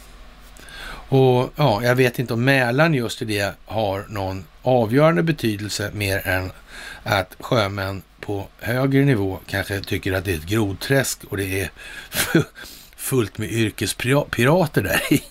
Och ja, jag vet inte om Mälaren just i det har någon avgörande betydelse mer än att sjömän på högre nivå kanske tycker att det är ett grodträsk och det är fullt med yrkespirater där i.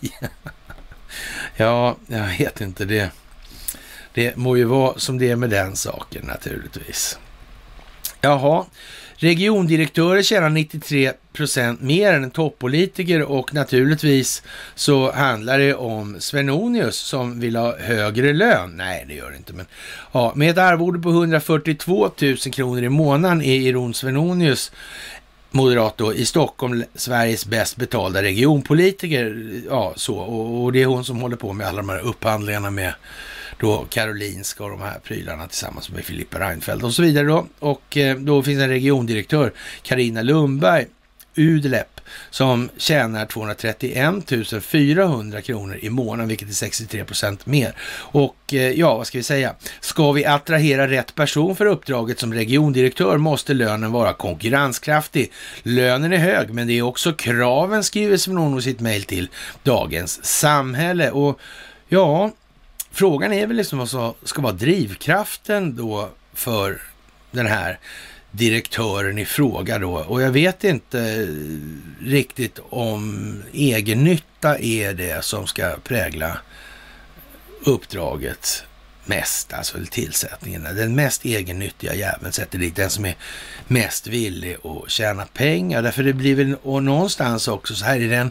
Ja, jag vet inte det. Det må ju vara som det är med den saken naturligtvis. Jaha, regiondirektörer tjänar nittiotre procent mer än en toppolitiker och naturligtvis så handlar det om Svenonius som vill ha högre lön. Nej, det gör det inte. Men ja, med ett arvode på hundrafyrtiotvå tusen kronor i månaden är Iron Svenonius, moderat då, i Stockholm Sveriges bäst betalda regionpolitiker. Ja, så. Och, och det är hon som håller på med alla de här upphandlingarna med då Karolinska och de här prylarna tillsammans med Filippa Reinfeldt och så vidare då. Och eh, då finns en regiondirektör, Carina Lundberg, Udelep, som tjänar tvåhundratrettioen tusen fyrahundra kronor i månaden, vilket är sextiotre procent mer. Och eh, ja, vad ska vi säga? Ska vi attrahera rätt person för uppdraget som regiondirektör måste lönen vara konkurrenskraftig. Lönen är hög, men det är också kraven, skriver Svenonius i sitt mejl till Dagens Samhälle. Och ja, frågan är väl liksom vad som ska vara drivkraften då för den här direktören i fråga då. Och jag vet inte riktigt om egennytta är det som ska prägla uppdraget mest, alltså tillsättningen. Den mest egennyttiga jäveln sätter dit den som är mest villig att tjäna pengar. Därför det blir väl och någonstans också så här, är den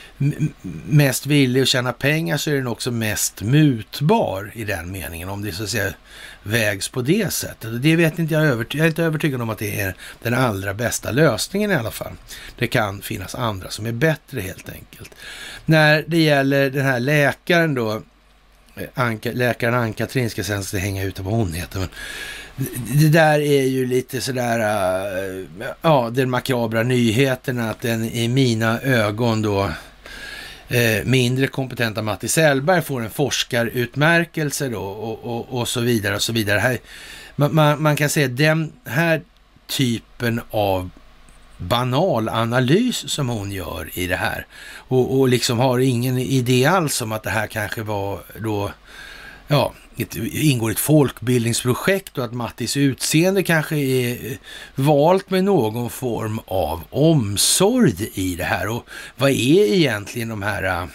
mest villig att tjäna pengar så är den också mest mutbar i den meningen, om det så att säga vägs på det sättet. Det vet inte jag, överty- jag är inte övertygad om att det är den allra bästa lösningen i alla fall. Det kan finnas andra som är bättre helt enkelt. När det gäller den här läkaren då, Anka, läkaren Ann-Katrin ska sen ska hänga ut vad hon heter, men det där är ju lite sådär, ja, den makabra nyheten att den i mina ögon då eh, mindre kompetenta Matti Sellberg får en forskarutmärkelse då och, och, och så vidare och så vidare. Här, man, man, man kan säga den här typen av banal analys som hon gör i det här och, och liksom har ingen idé alls om att det här kanske var då, ja, ett, ingår ett folkbildningsprojekt och att Mattis utseende kanske är valt med någon form av omsorg i det här. Och vad är egentligen de här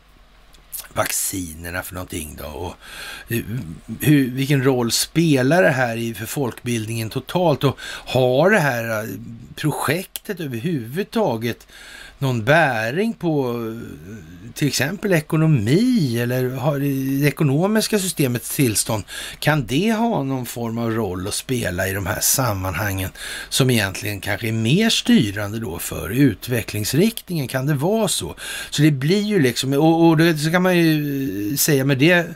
vaccinerna för någonting då? Och hur, vilken roll spelar det här i för folkbildningen totalt? Och har det här projektet överhuvudtaget någon bäring på till exempel ekonomi eller har det ekonomiska systemets tillstånd? Kan det ha någon form av roll att spela i de här sammanhangen som egentligen kanske är mer styrande då för utvecklingsriktningen? Kan det vara så? Så det blir ju liksom, och, och det så kan man ju säga med det,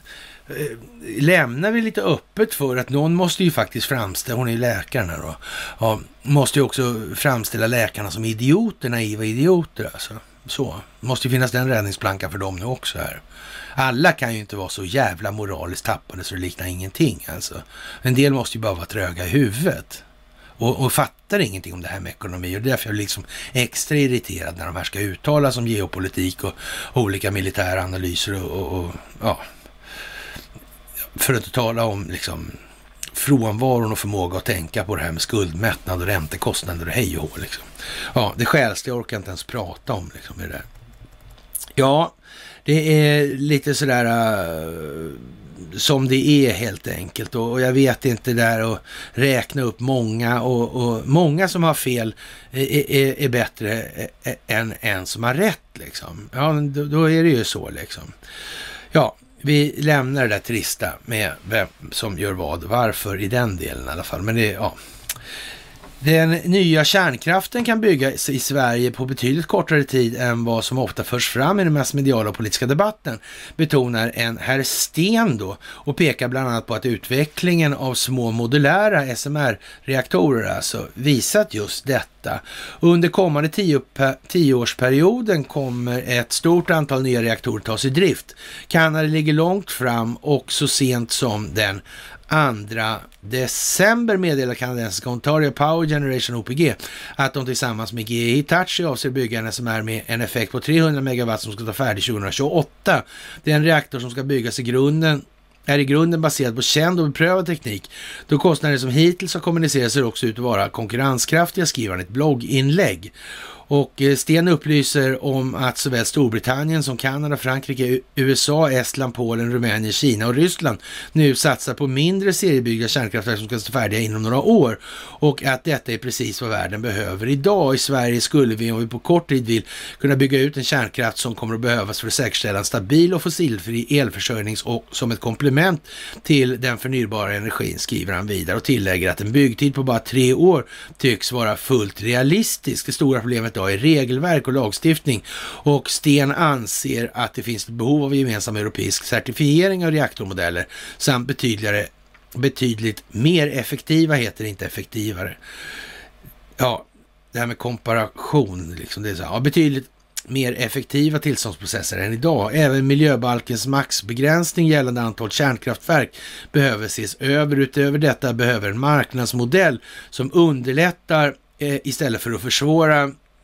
lämnar vi lite öppet för att någon måste ju faktiskt framställa, hon är ju läkarna då, ja, måste ju också framställa läkarna som idioter, naiva idioter alltså. Så, måste ju finnas den räddningsplankan för dem nu också här. Alla kan ju inte vara så jävla moraliskt tappade så det liknar ingenting alltså. En del måste ju bara vara tröga i huvudet och, och fattar ingenting om det här med ekonomi, och därför är jag liksom extra irriterad när de här ska uttala som geopolitik och olika militära analyser och, och, och ja, för att tala om liksom frånvaron och förmåga att tänka på det här med skuldmättnad och räntekostnader och hej och hå liksom. Ja, det själsliga orkar jag inte ens prata om liksom det där. Ja, det är lite sådär uh, som det är helt enkelt, och, och jag vet inte där att räkna upp många och, och många som har fel är, är, är bättre än en som har rätt liksom. Ja, då, då är det ju så liksom. Ja, vi lämnar det där trista med vem som gör vad, varför i den delen i alla fall. Men det, ja. Den nya kärnkraften kan byggas i Sverige på betydligt kortare tid än vad som ofta förs fram i den mest mediala och politiska debatten, betonar en herr Sten då, och pekar bland annat på att utvecklingen av små modulära S M R-reaktorer alltså visat just detta. Under kommande tio, tioårsperioden kommer ett stort antal nya reaktorer tas i drift. Kanada ligger långt fram och så sent som den andra december meddelar kanadensiska Ontario Power Generation O P G att de tillsammans med G E Hitachi avser bygga en S M R med en effekt på trehundra megawatt som ska ta färdig tjugohundratjugoåtta. Det är en reaktor som ska byggas i grunden är i grunden baserad på känd och beprövad teknik. Då kostnader som hittills har kommunicerats ser också ut att vara konkurrenskraftiga, skriver han ett blogginlägg. Och Sten upplyser om att såväl Storbritannien som Kanada, Frankrike, U S A, Estland, Polen, Rumänien, Kina och Ryssland nu satsar på mindre seriebyggda kärnkraftverk som ska stå färdiga inom några år. Och att detta är precis vad världen behöver idag. I Sverige skulle vi, om vi på kort tid vill, kunna bygga ut en kärnkraft som kommer att behövas för att säkerställa en stabil och fossilfri elförsörjning och som ett komplement till den förnybara energin, skriver han vidare, och tillägger att en byggtid på bara tre år tycks vara fullt realistisk. Det stora problemet i regelverk och lagstiftning, och Sten anser att det finns ett behov av gemensam europeisk certifiering av reaktormodeller samt betydligare, betydligt mer effektiva, heter det inte effektivare. Ja, det här med komparation liksom, det är så, ja, betydligt mer effektiva tillståndsprocesser än idag. Även miljöbalkens maxbegränsning gällande antal kärnkraftverk behöver ses över. Utöver detta behöver en marknadsmodell som underlättar eh, istället för att försvåra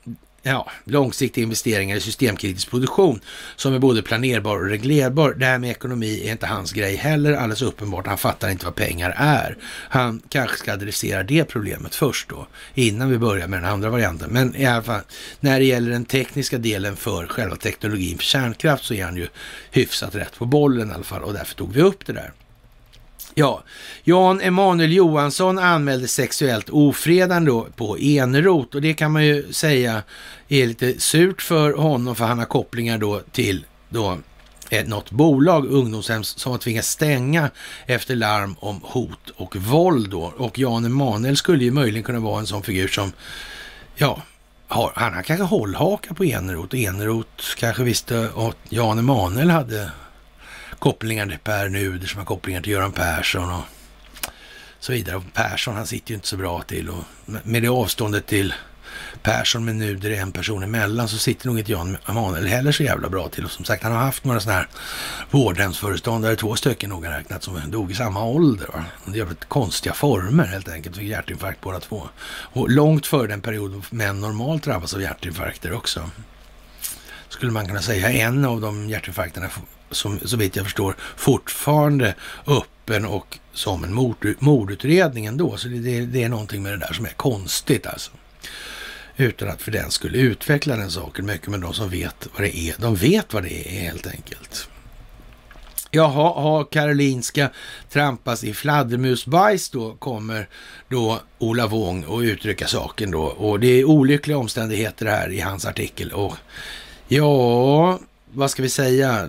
ja, långsiktiga investeringar i systemkritisk produktion som är både planerbar och reglerbar. Det här med ekonomi är inte hans grej heller, alldeles uppenbart. Han fattar inte vad pengar är. Han kanske ska adressera det problemet först då, innan vi börjar med den andra varianten. Men i alla fall, när det gäller den tekniska delen för själva teknologin för kärnkraft så är han ju hyfsat rätt på bollen i alla fall, och därför tog vi upp det där. Ja, Jan Emanuel Johansson anmälde sexuellt ofredande då på Eneroth, och det kan man ju säga är lite surt för honom, för han har kopplingar då till då ett, något bolag, ungdomshem, som har tvingats stänga efter larm om hot och våld då. Och Jan Emanuel skulle ju möjligen kunna vara en sån figur som, ja, har, han har kanske hållhaka på Eneroth, och Eneroth kanske visste att Jan Emanuel hade kopplingar till Per Nuder som har kopplingar till Göran Persson och så vidare. Och Persson, han sitter ju inte så bra till, och med det avståndet till Persson med Nuder är en person emellan, så sitter nog inte Jan Emanuel heller så jävla bra till. Och som sagt, han har haft några sådana här vårdhemsföreståndare, två stycken nog räknat, som dog i samma ålder. Va? Det är jävligt konstiga former helt enkelt, fick hjärtinfarkt båda två. Och långt före den perioden män normalt drabbas av hjärtinfarkter också. Skulle man kunna säga en av de hjärtinfarkterna som, så vitt jag förstår, fortfarande öppen och som en mord, mordutredning ändå. Så det, det är någonting med det där som är konstigt alltså. Utan att för den skulle utveckla den saken mycket, men de som vet vad det är, de vet vad det är helt enkelt. Jaha, har Karolinska trampas i fladdermusbajs då, kommer då Ola Wång och uttrycka saken då. Och det är olyckliga omständigheter här i hans artikel. Och ja, vad ska vi säga?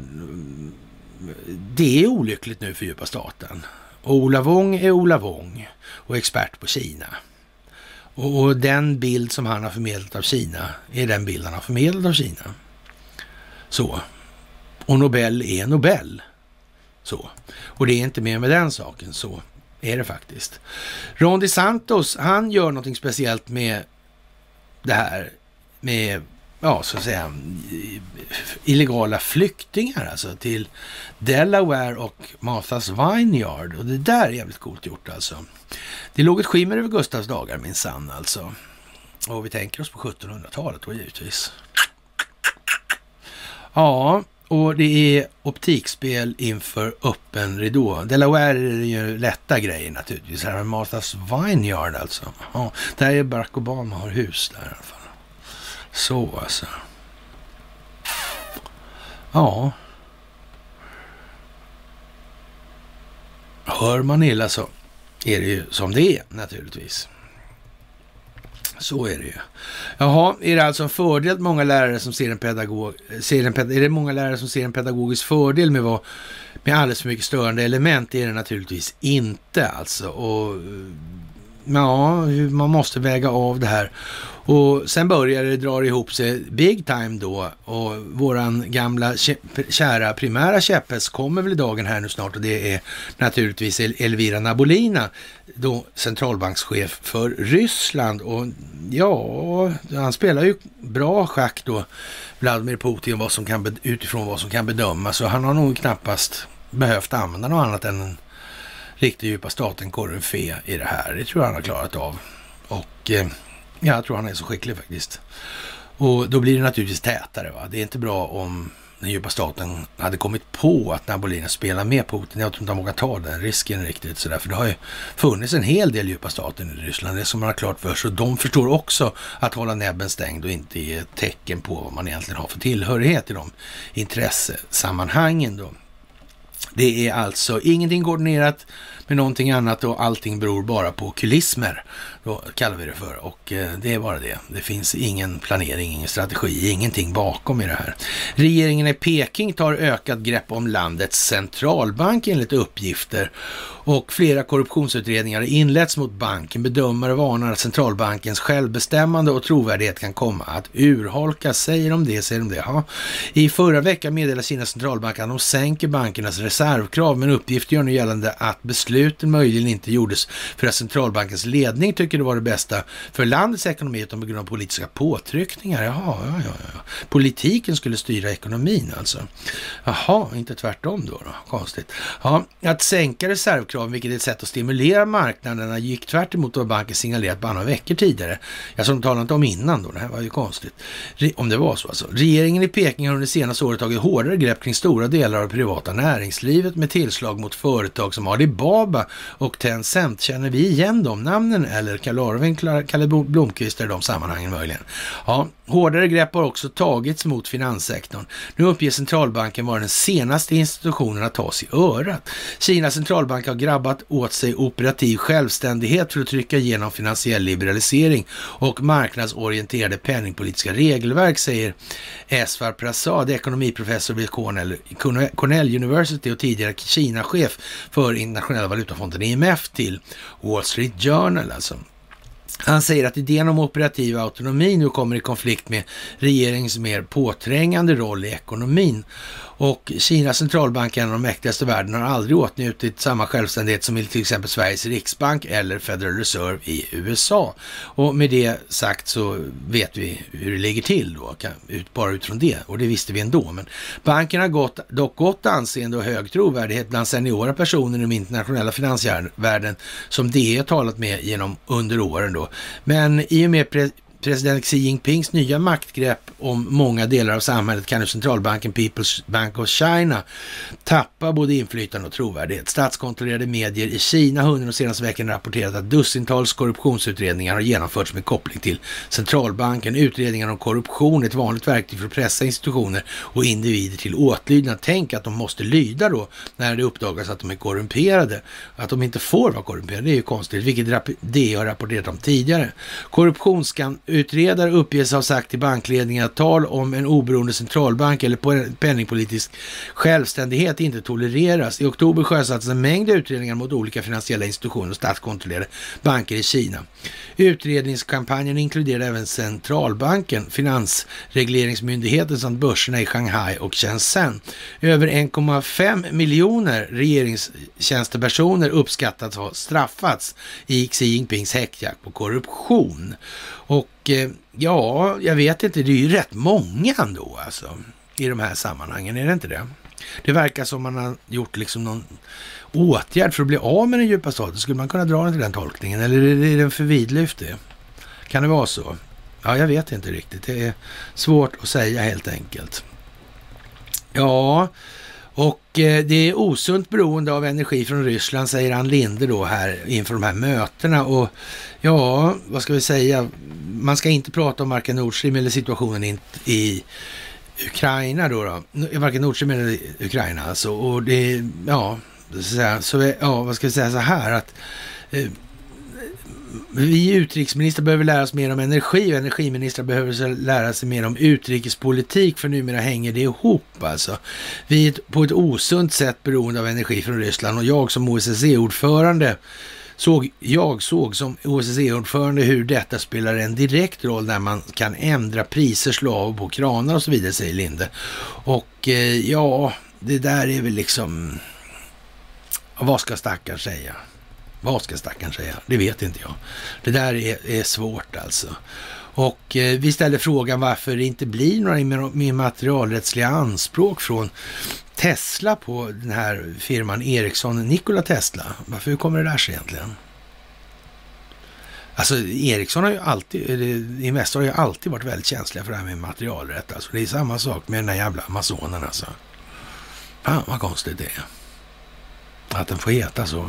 Det är olyckligt nu för djupa staten. Och Ola Wång är Ola Wång och expert på Kina. Och den bild som han har förmedlat av Kina är den bild han har förmedlat av Kina. Så. Och Nobel är Nobel. Så. Och det är inte mer med den saken. Så är det faktiskt. Ron DeSantis, han gör någonting speciellt med det här med, ja, så att säga, illegala flyktingar alltså till Delaware och Martha's Vineyard. Och det där är jävligt coolt gjort alltså. Det låg ett skimmer över Gustavs dagar, minsann alltså. Och vi tänker oss på sjuttonhundratalet då givetvis. Ja, och det är optikspel inför öppen ridå. Delaware är ju lätta grejer naturligtvis. Här med Martha's Vineyard alltså. Ja, där är Barack Obama har hus där i alla fall. Så alltså. Ja. Hör man illa så är det ju som det är naturligtvis. Så är det ju. Jaha, är det alltså en fördel många lärare som ser en pedagog ser en är det många lärare som ser en pedagogisk fördel med vad med alldeles för mycket störande element? Är det naturligtvis inte alltså. Och ja, man måste väga av det här. Och sen börjar det dra ihop sig big time då, och våran gamla kära primära käpphäst kommer väl i dagen här nu snart, och det är naturligtvis Elvira Nabolina, då centralbankschef för Ryssland. Och ja, han spelar ju bra schack då, Vladimir Putin, vad som kan, utifrån vad som kan bedömas, så han har nog knappast behövt använda något annat än en riktigt djupa staten korrumfé i det här. Det tror jag han har klarat av. Och eh, jag tror han är så skicklig faktiskt. Och då blir det naturligtvis tätare, va. Det är inte bra om den djupa staten hade kommit på att Nabolina spelar med Putin. Jag tror inte de vågar ta den risken riktigt sådär. För det har ju funnits en hel del djupa staten i Ryssland. Det som man har klart för sig. Och de förstår också att hålla näbben stängd och inte ge tecken på vad man egentligen har för tillhörighet i de intressesammanhangen då. Det är alltså ingenting koordinerat med någonting annat, och allting beror bara på kulismer. Då kallar vi det för. Och eh, det är bara det. Det finns ingen planering, ingen strategi, ingenting bakom i det här. Regeringen i Peking tar ökat grepp om landets centralbank enligt uppgifter. Och flera korruptionsutredningar har inletts mot banken. Bedömare varnar att centralbankens självbestämmande och trovärdighet kan komma att urholkas. Säger de det, säger de det. Ja. I förra veckan meddelade Kinas centralbank att de sänker bankernas reservkrav, men uppgift gör nu gällande att besluten möjligen inte gjordes för att centralbankens ledning tycker det var det bästa för landets ekonomi utan på grund av politiska påtryckningar. Jaha, ja, ja, ja. Politiken skulle styra ekonomin alltså. Jaha, inte tvärtom då, då. Konstigt. Ja, att sänka reservkraven, vilket är ett sätt att stimulera marknaderna, gick tvärt emot vad banken signalerat bara några veckor tidigare. Jag som talat om innan då, det här var ju konstigt. Re- om det var så alltså. Regeringen i Peking har under det senaste året tagit hårdare grepp kring stora delar av det privata näringslivet med tillslag mot företag som Alibaba och Tencent. Känner vi igen de namnen eller Kalle Arvin, Kalle Blomqvist i de sammanhangen möjligen? Ja, hårdare grepp har också tagits mot finanssektorn. Nu uppger centralbanken vara den senaste institutionen att ta sig i örat. Kinas centralbank har grabbat åt sig operativ självständighet för att trycka igenom finansiell liberalisering och marknadsorienterade penningpolitiska regelverk, säger Esfar Prasad, ekonomiprofessor vid Cornell, Cornell University och tidigare Kina-chef för Internationella valutafonden I M F till Wall Street Journal alltså. Han säger att idén om operativ autonomi nu kommer i konflikt med regeringens mer påträngande roll i ekonomin. Och Kinas centralbank, en av de mäktigaste i världen, har aldrig åtnjutit samma självständighet som till exempel Sveriges riksbank eller Federal Reserve i U S A. Och med det sagt så vet vi hur det ligger till då, bara utifrån det. Och det visste vi ändå. Men banken har gått, dock gott anseende och hög trovärdighet bland seniora personer i den internationella finansvärlden som det har talat med genom under åren då. Men i och med pre- president Xi Jinpings nya maktgrepp om många delar av samhället kan nu centralbanken People's Bank of China tappa både inflytande och trovärdighet. Statskontrollerade medier i Kina har under de senaste veckorna rapporterat att dussintals korruptionsutredningar har genomförts med koppling till centralbanken. Utredningar om korruption är ett vanligt verktyg för att pressa institutioner och individer till åtlydnad. Tänk att de måste lyda då när det uppdagas att de är korrumperade. Att de inte får vara korrumperade, det är ju konstigt, vilket det har rapporterat om tidigare. Korruptionsskan Utredare uppges ha sagt till bankledningen att tal om en oberoende centralbank eller penningpolitisk självständighet inte tolereras. I oktober sjösattes en mängd utredningar mot olika finansiella institutioner och statskontrollerade banker i Kina. Utredningskampanjen inkluderar även centralbanken, finansregleringsmyndigheten samt börserna i Shanghai och Shenzhen. Över en komma fem miljoner regeringstjänstepersoner uppskattats ha straffats i Xi Jinpings häckjakt på korruption. Och eh, ja, jag vet inte, det är ju rätt många ändå alltså, i de här sammanhangen, är det inte det? Det verkar som man har gjort liksom någon åtgärd för att bli av med den djupa staten. Skulle man kunna dra den till den tolkningen? Eller är den för vidlyftig? Kan det vara så? Ja, jag vet inte riktigt. Det är svårt att säga helt enkelt. Ja, och eh, det är osunt beroende av energi från Ryssland, säger Ann Linde då här inför de här mötena. Och ja, vad ska vi säga? Man ska inte prata om varken Nord Stream eller situationen i, i Ukraina då, då. Varken Nord Stream eller Ukraina alltså. Och det, ja, så, så ja, vad ska vi säga så här att eh, vi utrikesministrar behöver lära oss mer om energi och energiministrar behöver lära sig mer om utrikespolitik, för numera hänger det ihop alltså. Vi är på ett osunt sätt beroende av energi från Ryssland och jag som O S S E-ordförande såg, jag såg som O S S E-ordförande hur detta spelar en direkt roll när man kan ändra priser, slå av på kranar och så vidare, säger Linde. Och eh, ja, det där är väl liksom, vad ska stackaren säga? Vad ska stackaren säga? Det vet inte jag. Det där är, är svårt alltså. Och eh, vi ställde frågan varför det inte blir några immaterialrättsliga anspråk från Tesla på den här firman Ericsson, Nikola Tesla. Varför hur kommer det där sig egentligen? Alltså Ericsson har ju alltid, Investor har ju alltid varit väldigt känsliga för det här med materialrätt. Alltså det är samma sak med den här jävla Amazonen alltså. Fan vad konstigt det är. Att den får heta så.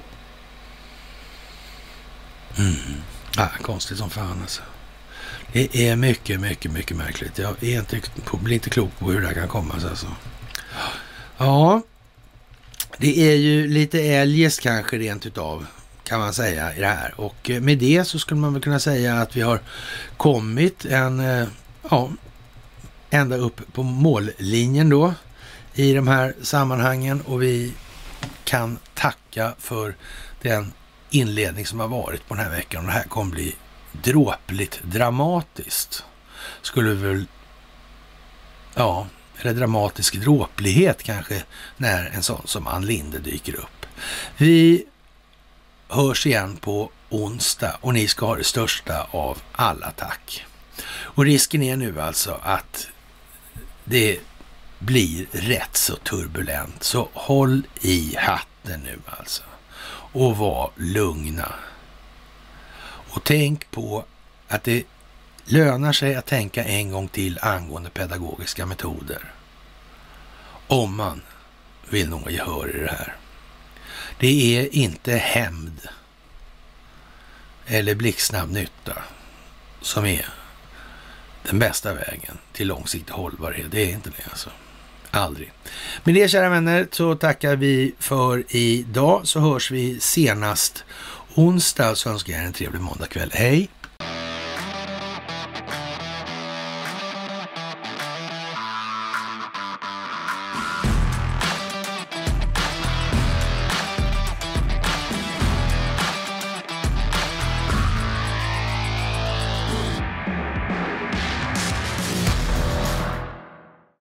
Mm. Ah, konstigt som fan alltså. Det är mycket, mycket, mycket märkligt. Jag är inte, blir inte klok på hur det här kan komma alltså. Ja, det är ju lite eljest kanske rent utav, kan man säga, i det här. Och med det så skulle man väl kunna säga att vi har kommit en, ja, ända upp på mållinjen då i de här sammanhangen. Och vi kan tacka för den inledning som har varit på den här veckan. Och det här kommer bli dråpligt dramatiskt. Skulle väl, ja, eller dramatisk dråplighet kanske när en sån som Ann Linde dyker upp. Vi hörs igen på onsdag och ni ska ha det största av alla, tack. Och risken är nu alltså att det blir rätt så turbulent, så håll i hatten nu alltså och var lugna. Och tänk på att det lönar sig att tänka en gång till angående pedagogiska metoder om man vill nå gehör i det här. Det är inte hämnd eller blixtsnabb nytta som är den bästa vägen till långsiktig hållbarhet. Det är inte det alltså. Aldrig. Med det, kära vänner, så tackar vi för idag, så hörs vi senast onsdag, så önskar jag er en trevlig måndagkväll. Hej!